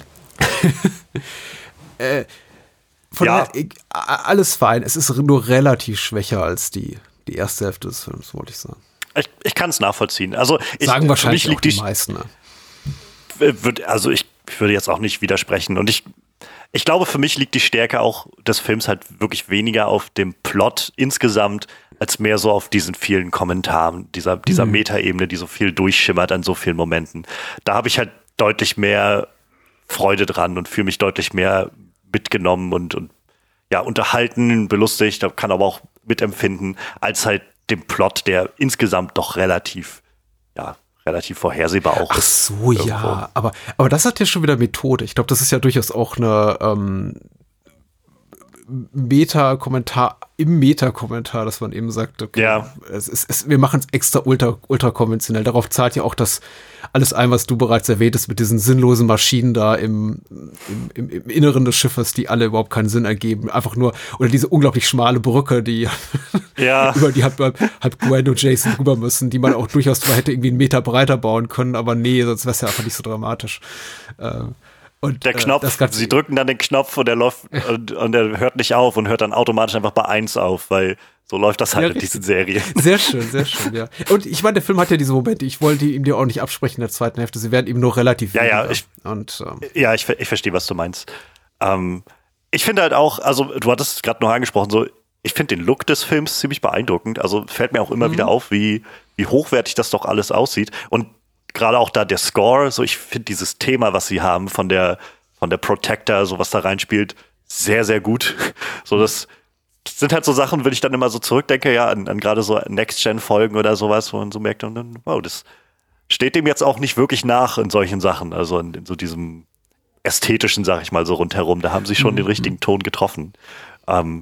äh, von ja. daher, alles fein. Es ist nur relativ schwächer als die, die erste Hälfte des Films, wollte ich sagen. Ich, ich kann es nachvollziehen. Also ich, sagen wahrscheinlich für mich auch die, die meisten, ne? Also ich würde jetzt auch nicht widersprechen. Und ich, ich glaube, für mich liegt die Stärke auch des Films halt wirklich weniger auf dem Plot insgesamt, als mehr so auf diesen vielen Kommentaren, dieser, dieser mhm. Metaebene, die so viel durchschimmert an so vielen Momenten. Da habe ich halt deutlich mehr Freude dran und fühle mich deutlich mehr mitgenommen und, und ja, unterhalten, belustigt, kann aber auch mitempfinden, als halt dem Plot, der insgesamt doch relativ, ja, relativ vorhersehbar auch Ach ist. so, irgendwo. ja, aber, aber das hat ja schon wieder Methode. Ich glaube, das ist ja durchaus auch eine ähm, Meta-Kommentar, im Meta-Kommentar, dass man eben sagt, okay, ja. es ist, es, wir machen es extra ultra, ultra konventionell. Darauf zahlt ja auch das alles ein, was du bereits erwähnt hast, mit diesen sinnlosen Maschinen da im, im, im, im Inneren des Schiffes, die alle überhaupt keinen Sinn ergeben. Einfach nur, oder diese unglaublich schmale Brücke, die ja. über die hat, hat Gwen und Jason drüber müssen, die man auch durchaus zwar hätte irgendwie einen Meter breiter bauen können, aber nee, sonst wäre es ja einfach nicht so dramatisch. Ähm, Und, der Knopf, äh, das sie drücken dann den Knopf und der läuft und, und der hört nicht auf und hört dann automatisch einfach bei eins auf, weil so läuft das halt ja, in diesen Serien. Sehr schön, sehr schön, ja. Und ich meine, der Film hat ja diese Momente, ich wollte ihm dir auch nicht absprechen in der zweiten Hälfte, sie werden ihm nur relativ ja, weniger. Ja, ich, und, ähm, ja ich, ich verstehe, was du meinst. Ähm, ich finde halt auch, also du hattest es gerade noch angesprochen, so ich finde den Look des Films ziemlich beeindruckend, also fällt mir auch immer mhm. wieder auf, wie, wie hochwertig das doch alles aussieht und gerade auch da der Score, so ich finde dieses Thema, was sie haben von der von der Protector, so was da reinspielt, sehr, sehr gut. So, das, das sind halt so Sachen, wenn ich dann immer so zurückdenke, ja, an, an gerade so Next-Gen-Folgen oder sowas, wo man so merkt, und dann, wow, das steht dem jetzt auch nicht wirklich nach in solchen Sachen, also in, in so diesem ästhetischen, sag ich mal, so rundherum. Da haben sie schon mhm. den richtigen Ton getroffen. Ähm,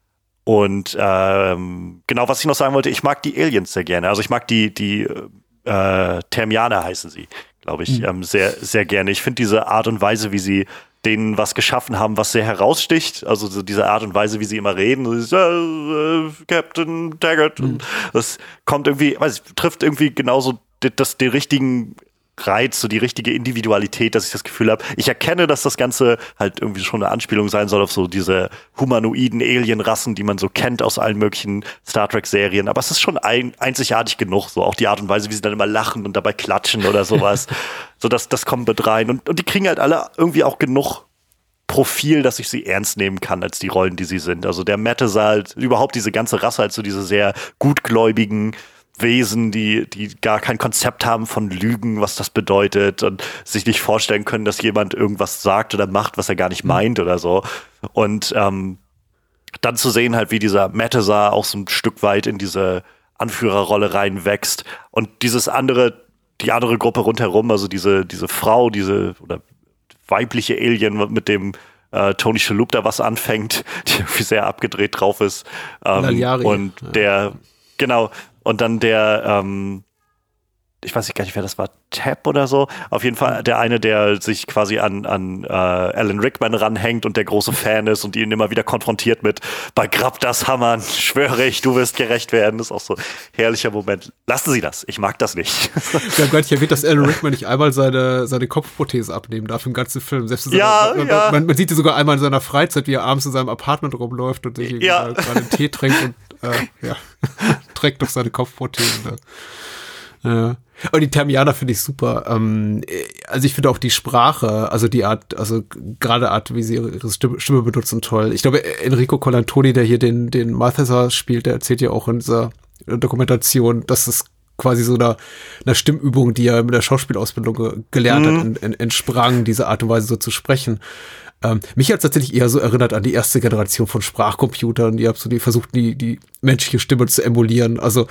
und ähm, genau, was ich noch sagen wollte, ich mag die Aliens sehr gerne. Also ich mag die, die äh, Termianer heißen sie, glaube ich, ähm, sehr, sehr gerne. Ich finde diese Art und Weise, wie sie denen was geschaffen haben, was sehr heraussticht. Also so diese Art und Weise, wie sie immer reden. So, äh, Captain Taggart. Mhm. Das kommt irgendwie, weiß ich, trifft irgendwie genauso das, den richtigen Reiz, so die richtige Individualität, dass ich das Gefühl habe, ich erkenne, dass das Ganze halt irgendwie schon eine Anspielung sein soll auf so diese humanoiden Alienrassen, die man so kennt aus allen möglichen Star Trek-Serien, aber es ist schon ein, einzigartig genug, so auch die Art und Weise, wie sie dann immer lachen und dabei klatschen oder sowas, so dass das kommt mit rein und, und die kriegen halt alle irgendwie auch genug Profil, dass ich sie ernst nehmen kann als die Rollen, die sie sind. Also der Mattesal, überhaupt diese ganze Rasse, halt so diese sehr gutgläubigen Wesen, die, die gar kein Konzept haben von Lügen, was das bedeutet und sich nicht vorstellen können, dass jemand irgendwas sagt oder macht, was er gar nicht meint oder so. Und ähm, dann zu sehen halt, wie dieser Mattesar auch so ein Stück weit in diese Anführerrolle reinwächst und dieses andere, die andere Gruppe rundherum, also diese, diese Frau, diese oder weibliche Alien, mit dem äh, Tony Shalhoub da was anfängt, die irgendwie sehr abgedreht drauf ist. Ähm, und der, genau, und dann der, ähm, ich weiß gar nicht, wer das war, Tab oder so. Auf jeden Fall der eine, der sich quasi an, an äh, Alan Rickman ranhängt und der große Fan ist und ihn immer wieder konfrontiert mit, bei Grab das Hammern, schwöre ich, du wirst gerecht werden. Das ist auch so ein herrlicher Moment. Lassen Sie das, ich mag das nicht. Wir haben gar nicht erwähnt, dass Alan Rickman nicht einmal seine, seine Kopfprothese abnehmen darf im ganzen Film. Selbst in ja, seiner, ja. Man, man sieht ihn sogar einmal in seiner Freizeit, wie er abends in seinem Apartment rumläuft und sich ja. gerade einen Tee trinkt und äh, ja, trägt noch seine Kopfprothese. Ja. Aber die Termianer finde ich super. Ähm, also ich finde auch die Sprache, also die Art, also gerade Art, wie sie ihre Stimme, Stimme benutzen, toll. Ich glaube, Enrico Colantoni, der hier den, den Malthusar spielt, der erzählt ja auch in dieser Dokumentation, dass es quasi so einer, einer Stimmübung, die er mit der Schauspielausbildung ge- gelernt mhm. hat, en, en, entsprang, diese Art und Weise so zu sprechen. Ähm, mich hat es tatsächlich eher so erinnert an die erste Generation von Sprachcomputern, die haben so die versucht, die, die menschliche Stimme zu emulieren. Also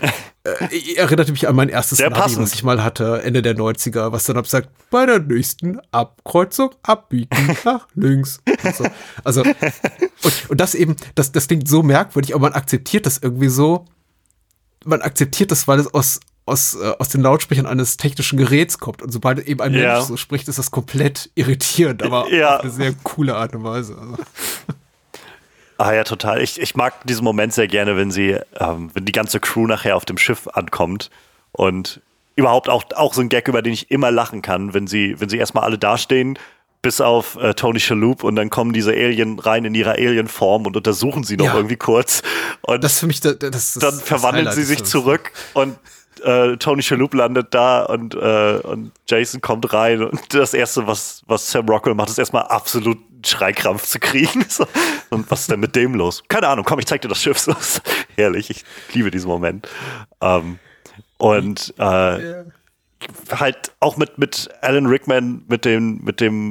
äh, erinnerte mich an mein erstes Navi, was ich mal hatte, Ende der neunziger, was dann sagt, bei der nächsten Abkreuzung abbiegen nach links. Und so. Also und, und das eben, das, das klingt so merkwürdig, aber man akzeptiert das irgendwie so, man akzeptiert das, weil es aus aus, äh, aus den Lautsprechern eines technischen Geräts kommt. Und sobald eben ein ja. Mensch so spricht, ist das komplett irritierend, aber ja. auf eine sehr coole Art und Weise. Also. Ah ja, total. Ich, ich mag diesen Moment sehr gerne, wenn sie, ähm, wenn die ganze Crew nachher auf dem Schiff ankommt und überhaupt auch, auch so ein Gag, über den ich immer lachen kann, wenn sie, wenn sie erstmal alle dastehen, bis auf äh, Tony Shalhoub und dann kommen diese Alien rein in ihrer Alien-Form und untersuchen sie noch ja. irgendwie kurz. Und das für mich, das, das, dann das verwandeln das sie sich zurück und äh, Tony Shalhoub landet da und, äh, und Jason kommt rein und das Erste, was, was Sam Rockwell macht, ist erstmal absolut einen Schreikrampf zu kriegen. So. Und was ist denn mit dem los? Keine Ahnung, komm, ich zeig dir das Schiff. So. Herrlich, ich liebe diesen Moment. Ähm, und äh, yeah. halt auch mit, mit Alan Rickman, mit dem, mit dem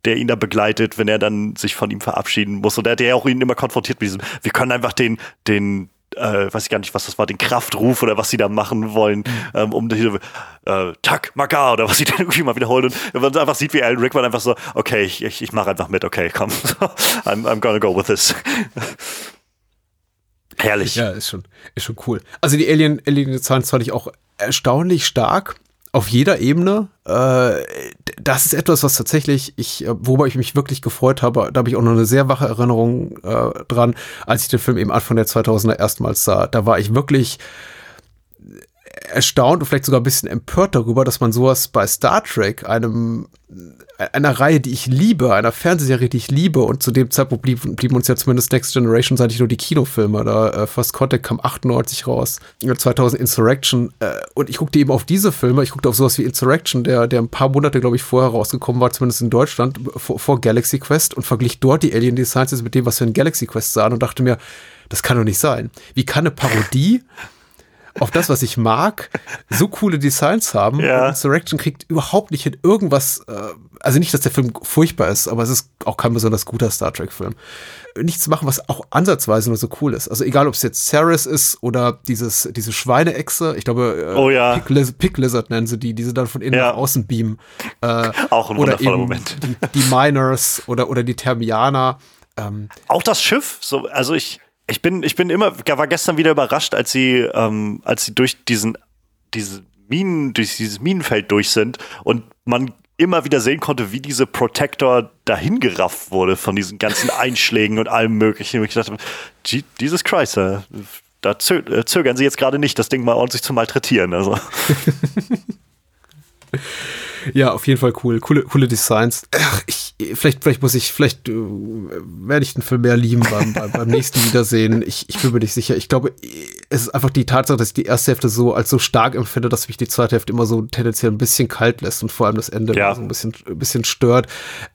der ihn da begleitet, wenn er dann sich von ihm verabschieden muss. Und der, der auch ihn immer konfrontiert mit diesem, wir können einfach den, den, äh, weiß ich gar nicht, was das war, den Kraftruf oder was sie da machen wollen, ähm, um diese, äh, Tak, Maga oder was sie dann irgendwie mal wiederholen. Und man einfach sieht, wie Alan Rickman einfach so, okay, ich, ich, ich mache einfach mit, okay, komm, I'm, I'm gonna go with this. Herrlich. Ja, ist schon, ist schon cool. Also die Alien, Alien-Designs fand ich auch erstaunlich stark. Auf jeder Ebene. Äh, das ist etwas, was tatsächlich, ich, worüber ich mich wirklich gefreut habe, da habe ich auch noch eine sehr wache Erinnerung äh, dran, als ich den Film eben Anfang der zweitausender erstmals sah. Da war ich wirklich erstaunt und vielleicht sogar ein bisschen empört darüber, dass man sowas bei Star Trek, einem einer Reihe, die ich liebe, einer Fernsehserie, die ich liebe, und zu dem Zeitpunkt blieb, blieben uns ja zumindest Next Generation seit ich nur die Kinofilme, da äh, First Contact kam achtundneunzig raus, zweitausend Insurrection, äh, und ich guckte eben auf diese Filme, ich guckte auf sowas wie Insurrection, der der ein paar Monate, glaube ich, vorher rausgekommen war, zumindest in Deutschland, vor, vor Galaxy Quest, und verglich dort die Alien Designs mit dem, was wir in Galaxy Quest sahen, und dachte mir, das kann doch nicht sein. Wie kann eine Parodie auf das, was ich mag, so coole Designs haben? Ja. Und Insurrection kriegt überhaupt nicht hin irgendwas, äh, also nicht, dass der Film furchtbar ist, aber es ist auch kein besonders guter Star Trek-Film. Nichts machen, was auch ansatzweise nur so cool ist. Also egal, ob es jetzt Ceres ist oder dieses, diese Schweineechse, ich glaube, äh, oh, ja. Pig, Liz- Pig Lizard nennen sie die, die sie dann von innen ja. nach außen beamen. Äh, auch ein wundervoller Moment. Die, die Miners oder, oder die Termianer. Ähm, auch das Schiff, so, also ich Ich bin, ich bin immer, war gestern wieder überrascht, als sie, ähm, als sie durch diesen, diese Minen, durch dieses Minenfeld durch sind und man immer wieder sehen konnte, wie diese Protector dahin gerafft wurde von diesen ganzen Einschlägen und allem Möglichen. Und ich dachte, Jesus Christ, da, da zö- zögern sie jetzt gerade nicht, das Ding mal ordentlich zu malträtieren. Also. Ja, auf jeden Fall cool. Coole, coole Designs. Ach, ich, vielleicht, vielleicht muss ich, vielleicht äh, werde ich den Film mehr lieben beim, beim, beim nächsten Wiedersehen. Ich, ich bin mir nicht sicher. Ich glaube, es ist einfach die Tatsache, dass ich die erste Hälfte so als so stark empfinde, dass mich die zweite Hälfte immer so tendenziell ein bisschen kalt lässt und vor allem das Ende ja. so ein bisschen, ein bisschen stört.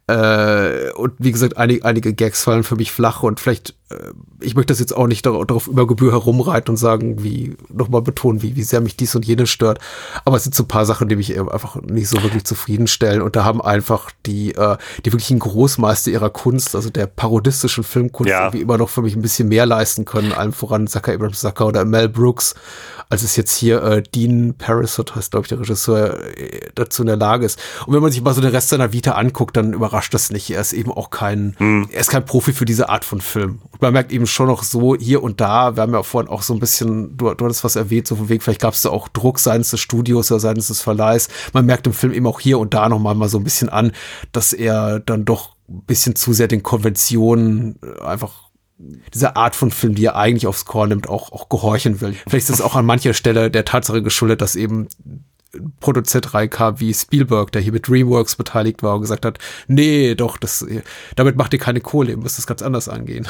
Äh, und wie gesagt, einige, einige Gags fallen für mich flach und vielleicht, äh, ich möchte das jetzt auch nicht darauf, darauf über Gebühr herumreiten und sagen, wie, nochmal betonen, wie, wie sehr mich dies und jenes stört. Aber es sind so ein paar Sachen, die mich einfach nicht so wirklich zufriedenstellen, und da haben einfach die, äh, die wirklichen Großmeister ihrer Kunst, also der parodistischen Filmkunst, ja. irgendwie immer noch für mich ein bisschen mehr leisten können, allem voran Zucker Abrams Zucker oder Mel Brooks, als es jetzt hier äh, Dean Parisot heißt, glaube ich, der Regisseur, äh, dazu in der Lage ist. Und wenn man sich mal so den Rest seiner Vita anguckt, dann überrascht das nicht. Er ist eben auch kein, hm. er ist kein Profi für diese Art von Film. Und man merkt eben schon noch so hier und da, wir haben ja vorhin auch so ein bisschen, du, du hattest was erwähnt, so von wegen, vielleicht gab es da auch Druck seitens des Studios oder seitens des Verleihs. Man merkt im Film eben auch hier und da noch mal, mal so ein bisschen an, dass er dann doch ein bisschen zu sehr den Konventionen einfach dieser Art von Film, die er eigentlich aufs Korn nimmt, auch, auch gehorchen will. Vielleicht ist es auch an mancher Stelle der Tatsache geschuldet, dass eben Produzent reinkam wie Spielberg, der hier mit DreamWorks beteiligt war und gesagt hat, nee, doch, das, damit macht ihr keine Kohle, ihr müsst das ganz anders angehen.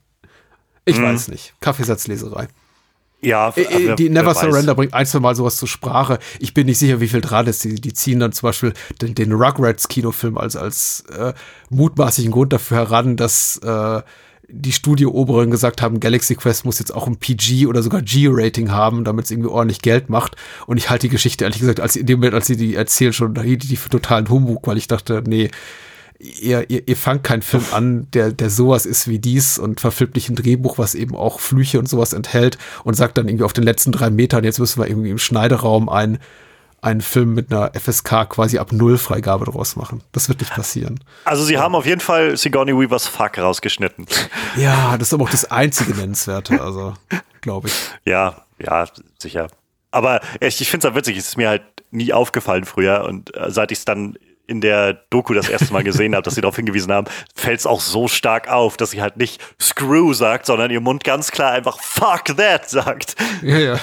Ich mhm. weiß nicht. Kaffeesatzleserei. Ja, äh, die Never Surrender bringt ein, zwei Mal sowas zur Sprache. Ich bin nicht sicher, wie viel dran ist. Die, die ziehen dann zum Beispiel den, den Rugrats-Kinofilm als, als äh, mutmaßlichen Grund dafür heran, dass äh, die Studio-Oberen gesagt haben, Galaxy Quest muss jetzt auch ein P G oder sogar G-Rating haben, damit es irgendwie ordentlich Geld macht. Und ich halte die Geschichte, ehrlich gesagt, als in dem Moment, als sie die erzählen, schon da hielt die für totalen Humbug, weil ich dachte, nee, ihr, ihr, ihr fangt keinen Film an, der, der sowas ist wie dies und verfilmt nicht ein Drehbuch, was eben auch Flüche und sowas enthält und sagt dann irgendwie auf den letzten drei Metern, jetzt müssen wir irgendwie im Schneideraum ein einen Film mit einer F S K quasi ab Null Freigabe draus machen. Das wird nicht passieren. Also sie haben auf jeden Fall Sigourney Weavers Fuck rausgeschnitten. Ja, das ist aber auch das einzige Nennenswerte, also glaube ich. Ja, ja, sicher. Aber echt, ich finde es halt witzig, es ist mir halt nie aufgefallen früher und äh, seit ich es dann in der Doku das erste Mal gesehen habe, dass sie darauf hingewiesen haben, fällt es auch so stark auf, dass sie halt nicht Screw sagt, sondern ihr Mund ganz klar einfach Fuck that sagt. Ja, ja.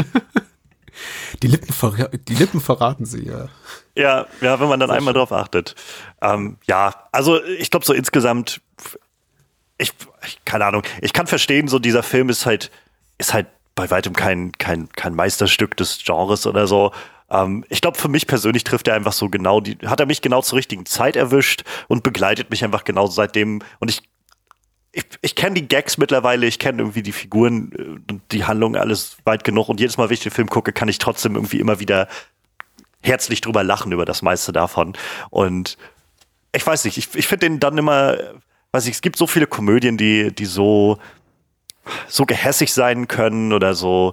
Die Lippen, verra- die Lippen verraten sie, ja. Ja, ja, wenn man dann Sehr einmal schön. drauf achtet. Ähm, ja, also ich glaube so insgesamt, ich, ich, keine Ahnung, ich kann verstehen, so dieser Film ist halt, ist halt bei weitem kein, kein, kein Meisterstück des Genres oder so. Ähm, ich glaube, für mich persönlich trifft er einfach so genau die, hat er mich genau zur richtigen Zeit erwischt und begleitet mich einfach genau seitdem. Und ich Ich, ich kenne die Gags mittlerweile, ich kenne irgendwie die Figuren und die Handlung alles weit genug und jedes Mal, wenn ich den Film gucke, kann ich trotzdem irgendwie immer wieder herzlich drüber lachen über das meiste davon. Und ich weiß nicht, ich, ich finde den dann immer, weiß ich, es gibt so viele Komödien, die, die so, so gehässig sein können oder so,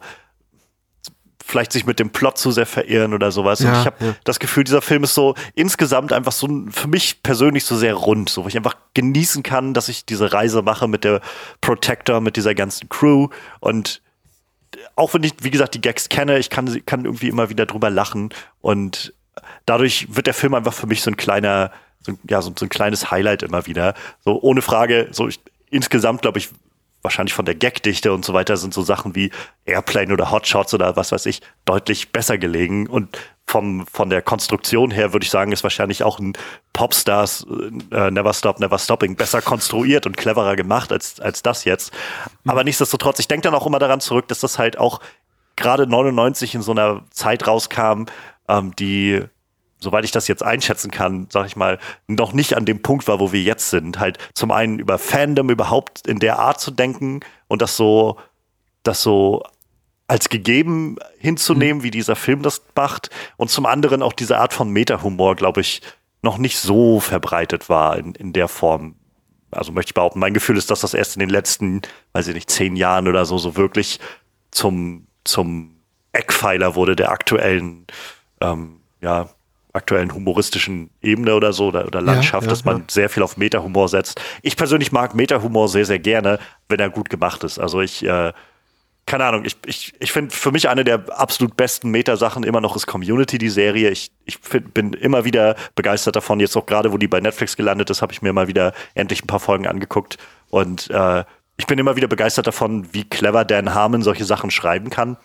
vielleicht sich mit dem Plot zu sehr verirren oder sowas. Ja, und ich habe ja. das Gefühl, dieser Film ist so insgesamt einfach so für mich persönlich so sehr rund, so wo ich einfach genießen kann, dass ich diese Reise mache mit der Protector, mit dieser ganzen Crew. Und auch wenn ich, wie gesagt, die Gags kenne, ich kann, kann irgendwie immer wieder drüber lachen. Und dadurch wird der Film einfach für mich so ein kleiner, so, ja, so, so ein kleines Highlight immer wieder. So ohne Frage, so ich, insgesamt glaube ich, wahrscheinlich von der Gagdichte und so weiter sind so Sachen wie Airplane oder Hotshots oder was weiß ich deutlich besser gelegen. Und vom, von der Konstruktion her würde ich sagen, ist wahrscheinlich auch ein Popstars äh, Never Stop, Never Stopping besser konstruiert und cleverer gemacht als, als das jetzt. Aber nichtsdestotrotz, ich denke dann auch immer daran zurück, dass das halt auch gerade neunundneunzig in so einer Zeit rauskam, ähm, die, soweit ich das jetzt einschätzen kann, sag ich mal, noch nicht an dem Punkt war, wo wir jetzt sind. Halt zum einen über Fandom überhaupt in der Art zu denken und das so, das so als gegeben hinzunehmen, mhm. wie dieser Film das macht. Und zum anderen auch diese Art von Meta-Humor, glaube ich, noch nicht so verbreitet war in, in der Form. Also möchte ich behaupten, mein Gefühl ist, dass das erst in den letzten, weiß ich nicht, zehn Jahren oder so, so wirklich zum, zum Eckpfeiler wurde der aktuellen, ähm, ja, aktuellen humoristischen Ebene oder so oder, oder Landschaft, ja, ja, dass man ja. sehr viel auf Meta-Humor setzt. Ich persönlich mag Meta-Humor sehr, sehr gerne, wenn er gut gemacht ist. Also ich, äh, keine Ahnung, ich, ich, ich finde für mich eine der absolut besten Meta-Sachen immer noch ist Community, die Serie. Ich, ich find, bin immer wieder begeistert davon. Jetzt auch gerade, wo die bei Netflix gelandet ist, habe ich mir mal wieder endlich ein paar Folgen angeguckt. Und äh, ich bin immer wieder begeistert davon, wie clever Dan Harmon solche Sachen schreiben kann.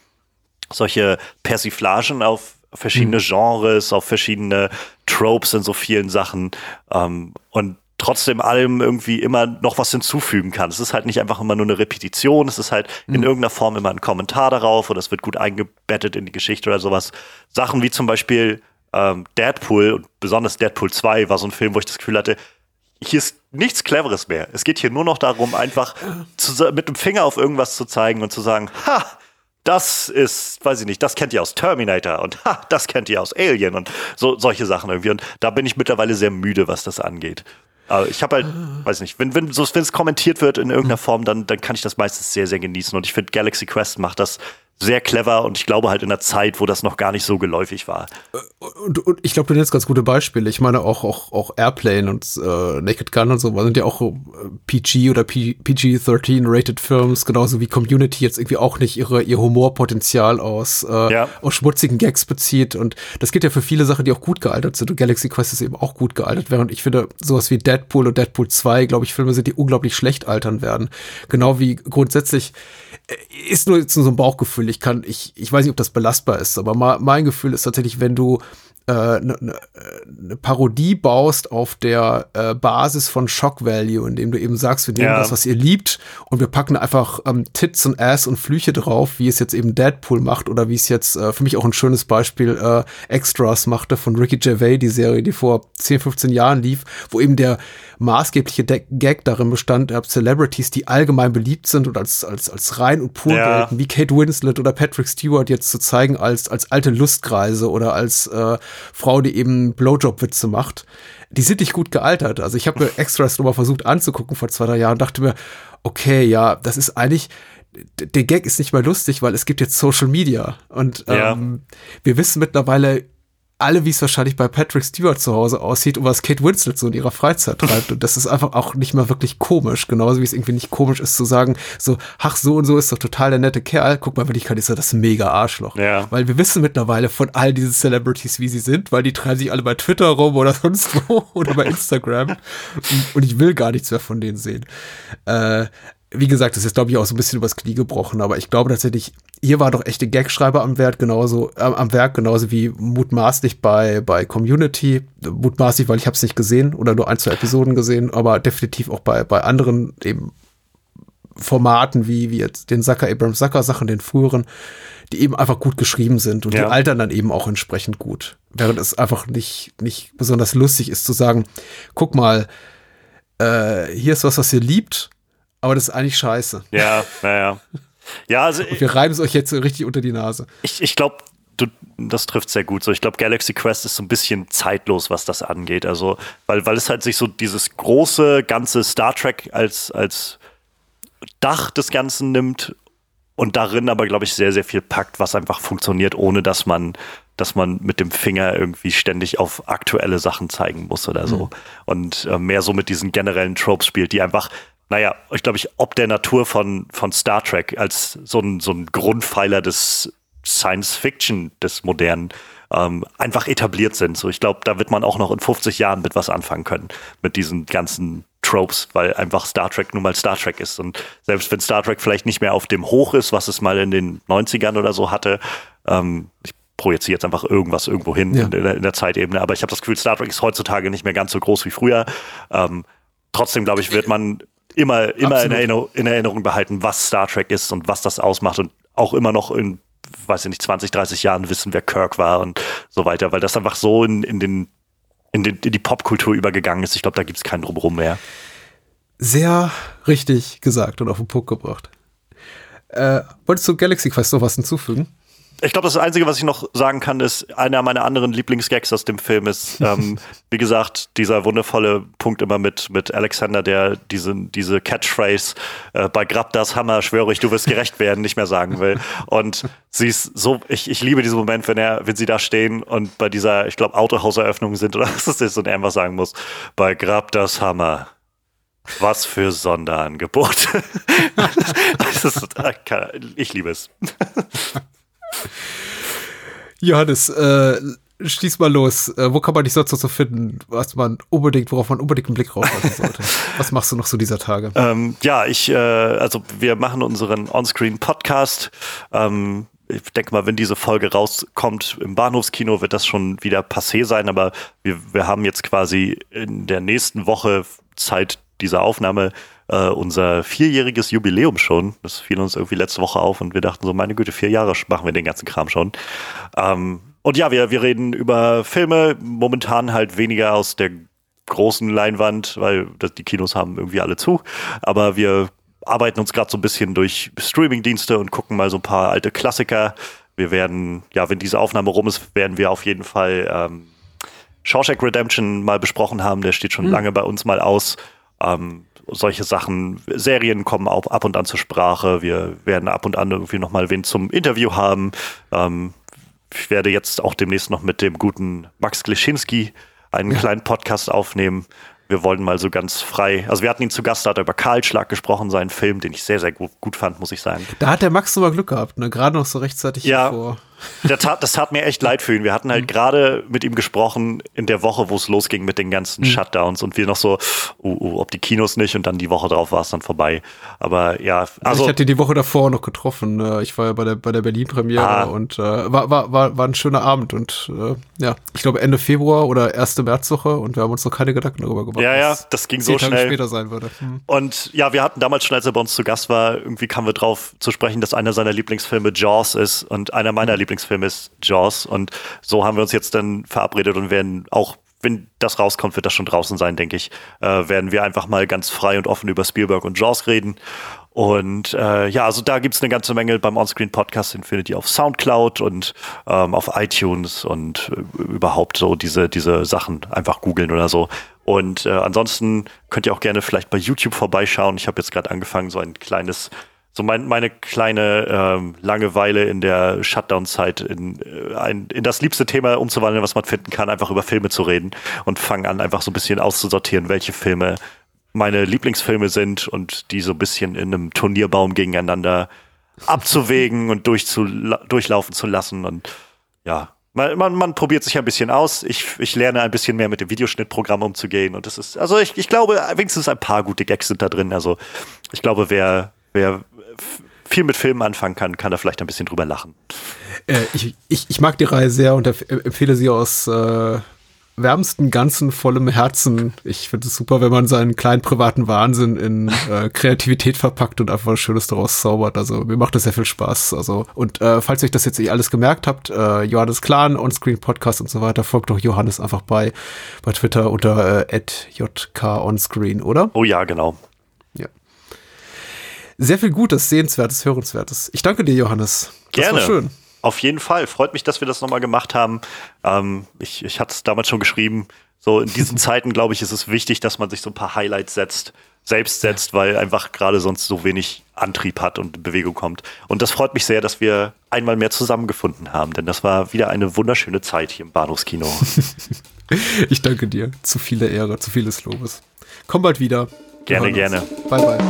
Solche Persiflagen auf verschiedene Genres, auf verschiedene Tropes in so vielen Sachen ähm, und trotzdem allem irgendwie immer noch was hinzufügen kann. Es ist halt nicht einfach immer nur eine Repetition, es ist halt mhm. in irgendeiner Form immer ein Kommentar darauf oder es wird gut eingebettet in die Geschichte oder sowas. Sachen wie zum Beispiel ähm, Deadpool und besonders Deadpool zwei war so ein Film, wo ich das Gefühl hatte, hier ist nichts Cleveres mehr. Es geht hier nur noch darum, einfach zu, mit dem Finger auf irgendwas zu zeigen und zu sagen, ha, das ist, weiß ich nicht, das kennt ihr aus Terminator und ha, das kennt ihr aus Alien und so solche Sachen irgendwie. Und da bin ich mittlerweile sehr müde, was das angeht. Aber ich habe halt, weiß nicht, wenn wenn so wenn es kommentiert wird in irgendeiner Form, dann dann kann ich das meistens sehr, sehr genießen. Und ich finde, Galaxy Quest macht das sehr clever und ich glaube halt in einer Zeit, wo das noch gar nicht so geläufig war. Und, und ich glaube, du nennst ganz gute Beispiele. Ich meine, auch, auch, auch Airplane und äh, Naked Gun und so sind ja auch äh, P G oder P G dreizehn rated Films, genauso wie Community jetzt irgendwie auch nicht ihre, ihr Humorpotenzial aus, äh, ja. aus schmutzigen Gags bezieht. Und das gilt ja für viele Sachen, die auch gut gealtert sind. Und Galaxy Quest ist eben auch gut gealtert, während ich finde, sowas wie Deadpool und Deadpool zwei, glaube ich, Filme sind, die unglaublich schlecht altern werden. Genau wie grundsätzlich äh, ist nur jetzt so ein Bauchgefühl. Ich kann, ich, ich weiß nicht, ob das belastbar ist, aber ma, mein Gefühl ist tatsächlich, wenn du eine äh, ne, ne Parodie baust auf der äh, Basis von Shock Value, indem du eben sagst, wir nehmen ja. das, was ihr liebt und wir packen einfach ähm, Tits und Ass und Flüche drauf, wie es jetzt eben Deadpool macht oder wie es jetzt äh, für mich auch ein schönes Beispiel äh, Extras machte von Ricky Gervais, die Serie, die vor zehn, fünfzehn Jahren lief, wo eben der maßgebliche De- Gag darin bestand, äh, Celebrities, die allgemein beliebt sind und als als als rein und pur ja. gelten, wie Kate Winslet oder Patrick Stewart jetzt zu zeigen als als alte Lustkreise oder als äh, Frau, die eben Blowjob-Witze macht, die sind nicht gut gealtert. Also ich habe mir Extras nochmal versucht anzugucken vor zwei, drei Jahren und dachte mir, okay, ja, das ist eigentlich, der Gag ist nicht mehr lustig, weil es gibt jetzt Social Media und ja. ähm, wir wissen mittlerweile alle, wie es wahrscheinlich bei Patrick Stewart zu Hause aussieht und was Kate Winslet so in ihrer Freizeit treibt. Und das ist einfach auch nicht mehr wirklich komisch. Genauso wie es irgendwie nicht komisch ist zu sagen, so, ach, so und so ist doch total der nette Kerl. Guck mal, Wirklichkeit ist ja das mega Arschloch. Ja. Weil wir wissen mittlerweile von all diesen Celebrities, wie sie sind, weil die treiben sich alle bei Twitter rum oder sonst wo oder bei Instagram. Und ich will gar nichts mehr von denen sehen. Äh, Wie gesagt, das ist, glaube ich, auch so ein bisschen übers Knie gebrochen, aber ich glaube tatsächlich, hier war doch echte Gagschreiber am Werk, genauso, äh, am Werk, genauso wie mutmaßlich bei, bei Community. Mutmaßlich, weil ich habe es nicht gesehen oder nur ein, zwei Episoden gesehen, aber definitiv auch bei, bei anderen eben Formaten, wie, wie jetzt den Zucker, Abrams Zucker Sachen, den früheren, die eben einfach gut geschrieben sind und ja. die altern dann eben auch entsprechend gut. Während es einfach nicht, nicht besonders lustig ist zu sagen, guck mal, äh, hier ist was, was ihr liebt, aber das ist eigentlich scheiße. Ja, naja. Ja, also und wir reiben es euch jetzt so richtig unter die Nase. Ich, ich glaube, du, das trifft sehr gut. So, ich glaube, Galaxy Quest ist so ein bisschen zeitlos, was das angeht. Also, weil, weil es halt sich so dieses große, ganze Star Trek als, als Dach des Ganzen nimmt und darin aber, glaube ich, sehr, sehr viel packt, was einfach funktioniert, ohne dass man, dass man mit dem Finger irgendwie ständig auf aktuelle Sachen zeigen muss oder so. Mhm. Und äh, mehr so mit diesen generellen Tropes spielt, die einfach, naja, ich glaube, ich, ob der Natur von, von Star Trek als so ein, so ein Grundpfeiler des Science Fiction des Modernen ähm, einfach etabliert sind. So, ich glaube, da wird man auch noch in fünfzig Jahren mit was anfangen können, mit diesen ganzen Tropes, weil einfach Star Trek nun mal Star Trek ist. Und selbst wenn Star Trek vielleicht nicht mehr auf dem Hoch ist, was es mal in den neunzigern oder so hatte, ähm, ich projiziere jetzt einfach irgendwas irgendwo hin ja. in, der, in der Zeitebene, aber ich habe das Gefühl, Star Trek ist heutzutage nicht mehr ganz so groß wie früher. Ähm, trotzdem, glaube ich, wird man immer, immer in Erinnerung, in Erinnerung behalten, was Star Trek ist und was das ausmacht und auch immer noch in, weiß ich nicht, zwanzig, dreißig Jahren wissen, wer Kirk war und so weiter, weil das einfach so in, in, den, in, den, in die Popkultur übergegangen ist. Ich glaube, da gibt es keinen Drumherum mehr. Sehr richtig gesagt und auf den Punkt gebracht. Äh, wolltest du Galaxy Quest noch was hinzufügen? Ich glaube, das Einzige, was ich noch sagen kann, ist, einer meiner anderen Lieblingsgags aus dem Film ist, ähm, wie gesagt, dieser wundervolle Punkt immer mit, mit Alexander, der diese, diese Catchphrase äh, bei Grab das Hammer, schwöre ich, du wirst gerecht werden, nicht mehr sagen will. Und sie ist so, ich, ich liebe diesen Moment, wenn er, wenn sie da stehen und bei dieser, ich glaube, Autohauseröffnung sind oder was das ist und er einfach sagen muss, bei Grab das Hammer. Was für Sonderangebot. Das ist, ich liebe es. Johannes, äh, schließ mal los. Äh, wo kann man dich sonst noch so finden, was man unbedingt, worauf man unbedingt einen Blick drauf lassen sollte? Was machst du noch so dieser Tage? Ähm, ja, ich, äh, also wir machen unseren On-Screen-Podcast. Ähm, ich denke mal, wenn diese Folge rauskommt im Bahnhofskino, wird das schon wieder passé sein, aber wir, wir haben jetzt quasi in der nächsten Woche Zeit dieser Aufnahme Uh, unser vierjähriges Jubiläum schon. Das fiel uns irgendwie letzte Woche auf und wir dachten so, meine Güte, vier Jahre machen wir den ganzen Kram schon. Um, und ja, wir, wir reden über Filme, momentan halt weniger aus der großen Leinwand, weil das, die Kinos haben irgendwie alle zu. Aber wir arbeiten uns gerade so ein bisschen durch Streamingdienste und gucken mal so ein paar alte Klassiker. Wir werden, ja, wenn diese Aufnahme rum ist, werden wir auf jeden Fall ähm, Shawshank Redemption mal besprochen haben. Der steht schon mhm. lange bei uns mal aus. Ähm, solche Sachen, Serien kommen auch ab und an zur Sprache. Wir werden ab und an irgendwie nochmal wen zum Interview haben. Ähm, ich werde jetzt auch demnächst noch mit dem guten Max Kleschinski einen ja. kleinen Podcast aufnehmen. Wir wollten mal so ganz frei, also wir hatten ihn zu Gast, da hat er über Kahlschlag gesprochen, seinen Film, den ich sehr, sehr gut, gut fand, muss ich sagen. Da hat der Max sogar Glück gehabt, ne? Gerade noch so rechtzeitig ja, vor. Der tat, das tat mir echt leid für ihn. Wir hatten halt mhm. gerade mit ihm gesprochen in der Woche, wo es losging mit den ganzen mhm. Shutdowns und wir noch so, uh, uh, ob die Kinos nicht und dann die Woche drauf war es dann vorbei. Aber ja, also. Ich hatte die Woche davor noch getroffen. Ich war ja bei der, bei der Berlin-Premiere ah. und äh, war, war, war, war ein schöner Abend und äh, ja, ich glaube Ende Februar oder erste Märzwoche und wir haben uns noch keine Gedanken darüber gemacht. Ja, ja, das ging so Tage schnell. Später sein würde. Mhm. Und ja, wir hatten damals schon, als er bei uns zu Gast war, irgendwie kamen wir drauf zu sprechen, dass einer seiner Lieblingsfilme Jaws ist und einer meiner Lieblingsfilme ist Jaws und so haben wir uns jetzt dann verabredet und werden auch, wenn das rauskommt, wird das schon draußen sein, denke ich, äh, werden wir einfach mal ganz frei und offen über Spielberg und Jaws reden. Und äh, ja, also da gibt's eine ganze Menge beim Onscreen-Podcast, den findet ihr auf Soundcloud und ähm, auf iTunes und äh, überhaupt so diese, diese Sachen einfach googeln oder so. Und äh, ansonsten könnt ihr auch gerne vielleicht bei YouTube vorbeischauen. Ich habe jetzt gerade angefangen, so ein kleines So mein, meine kleine ähm, Langeweile in der Shutdown-Zeit in, äh, ein, in das liebste Thema umzuwandeln, was man finden kann, einfach über Filme zu reden und fangen an, einfach so ein bisschen auszusortieren, welche Filme meine Lieblingsfilme sind und die so ein bisschen in einem Turnierbaum gegeneinander abzuwägen und durchzula- durchlaufen zu lassen. Und ja, man, man, man probiert sich ein bisschen aus. Ich, ich lerne ein bisschen mehr mit dem Videoschnittprogramm umzugehen und das ist, also ich, ich glaube, wenigstens ein paar gute Gags sind da drin. Also ich glaube, wer Wer viel mit Filmen anfangen kann, kann da vielleicht ein bisschen drüber lachen. Äh, ich, ich, ich mag die Reihe sehr und empfehle sie aus äh, wärmsten Ganzen, vollem Herzen. Ich finde es super, wenn man seinen kleinen privaten Wahnsinn in äh, Kreativität verpackt und einfach was Schönes daraus zaubert. Also mir macht das sehr viel Spaß. Also und äh, falls ihr euch das jetzt nicht alles gemerkt habt, äh, Johannes Clan, Onscreen-Podcast und so weiter, folgt doch Johannes einfach bei bei Twitter unter äh, at j k onscreen, oder? Oh ja, genau. Ja. Sehr viel Gutes, Sehenswertes, Hörenswertes. Ich danke dir, Johannes. Das Gerne. war schön. Auf jeden Fall. Freut mich, dass wir das nochmal gemacht haben. Ähm, ich ich hatte es damals schon geschrieben. So in diesen Zeiten, glaube ich, ist es wichtig, dass man sich so ein paar Highlights setzt, selbst setzt, weil einfach gerade sonst so wenig Antrieb hat und in Bewegung kommt. Und das freut mich sehr, dass wir einmal mehr zusammengefunden haben, denn das war wieder eine wunderschöne Zeit hier im Bahnhofskino. Ich danke dir. Zu viele Ehre, zu vieles Lobes. Komm bald wieder. Gerne, gerne. Bye, bye.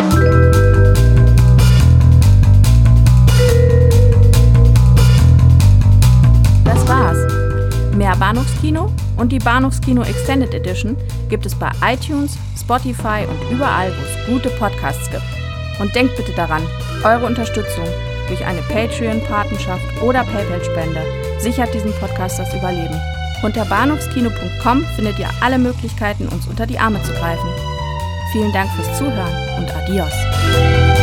Das war's. Mehr Bahnhofskino und die Bahnhofskino Extended Edition gibt es bei iTunes, Spotify und überall, wo es gute Podcasts gibt. Und denkt bitte daran, eure Unterstützung durch eine Patreon-Patenschaft oder PayPal-Spende sichert diesem Podcast das Überleben. Unter bahnhofskino punkt com findet ihr alle Möglichkeiten, uns unter die Arme zu greifen. Vielen Dank fürs Zuhören und adios.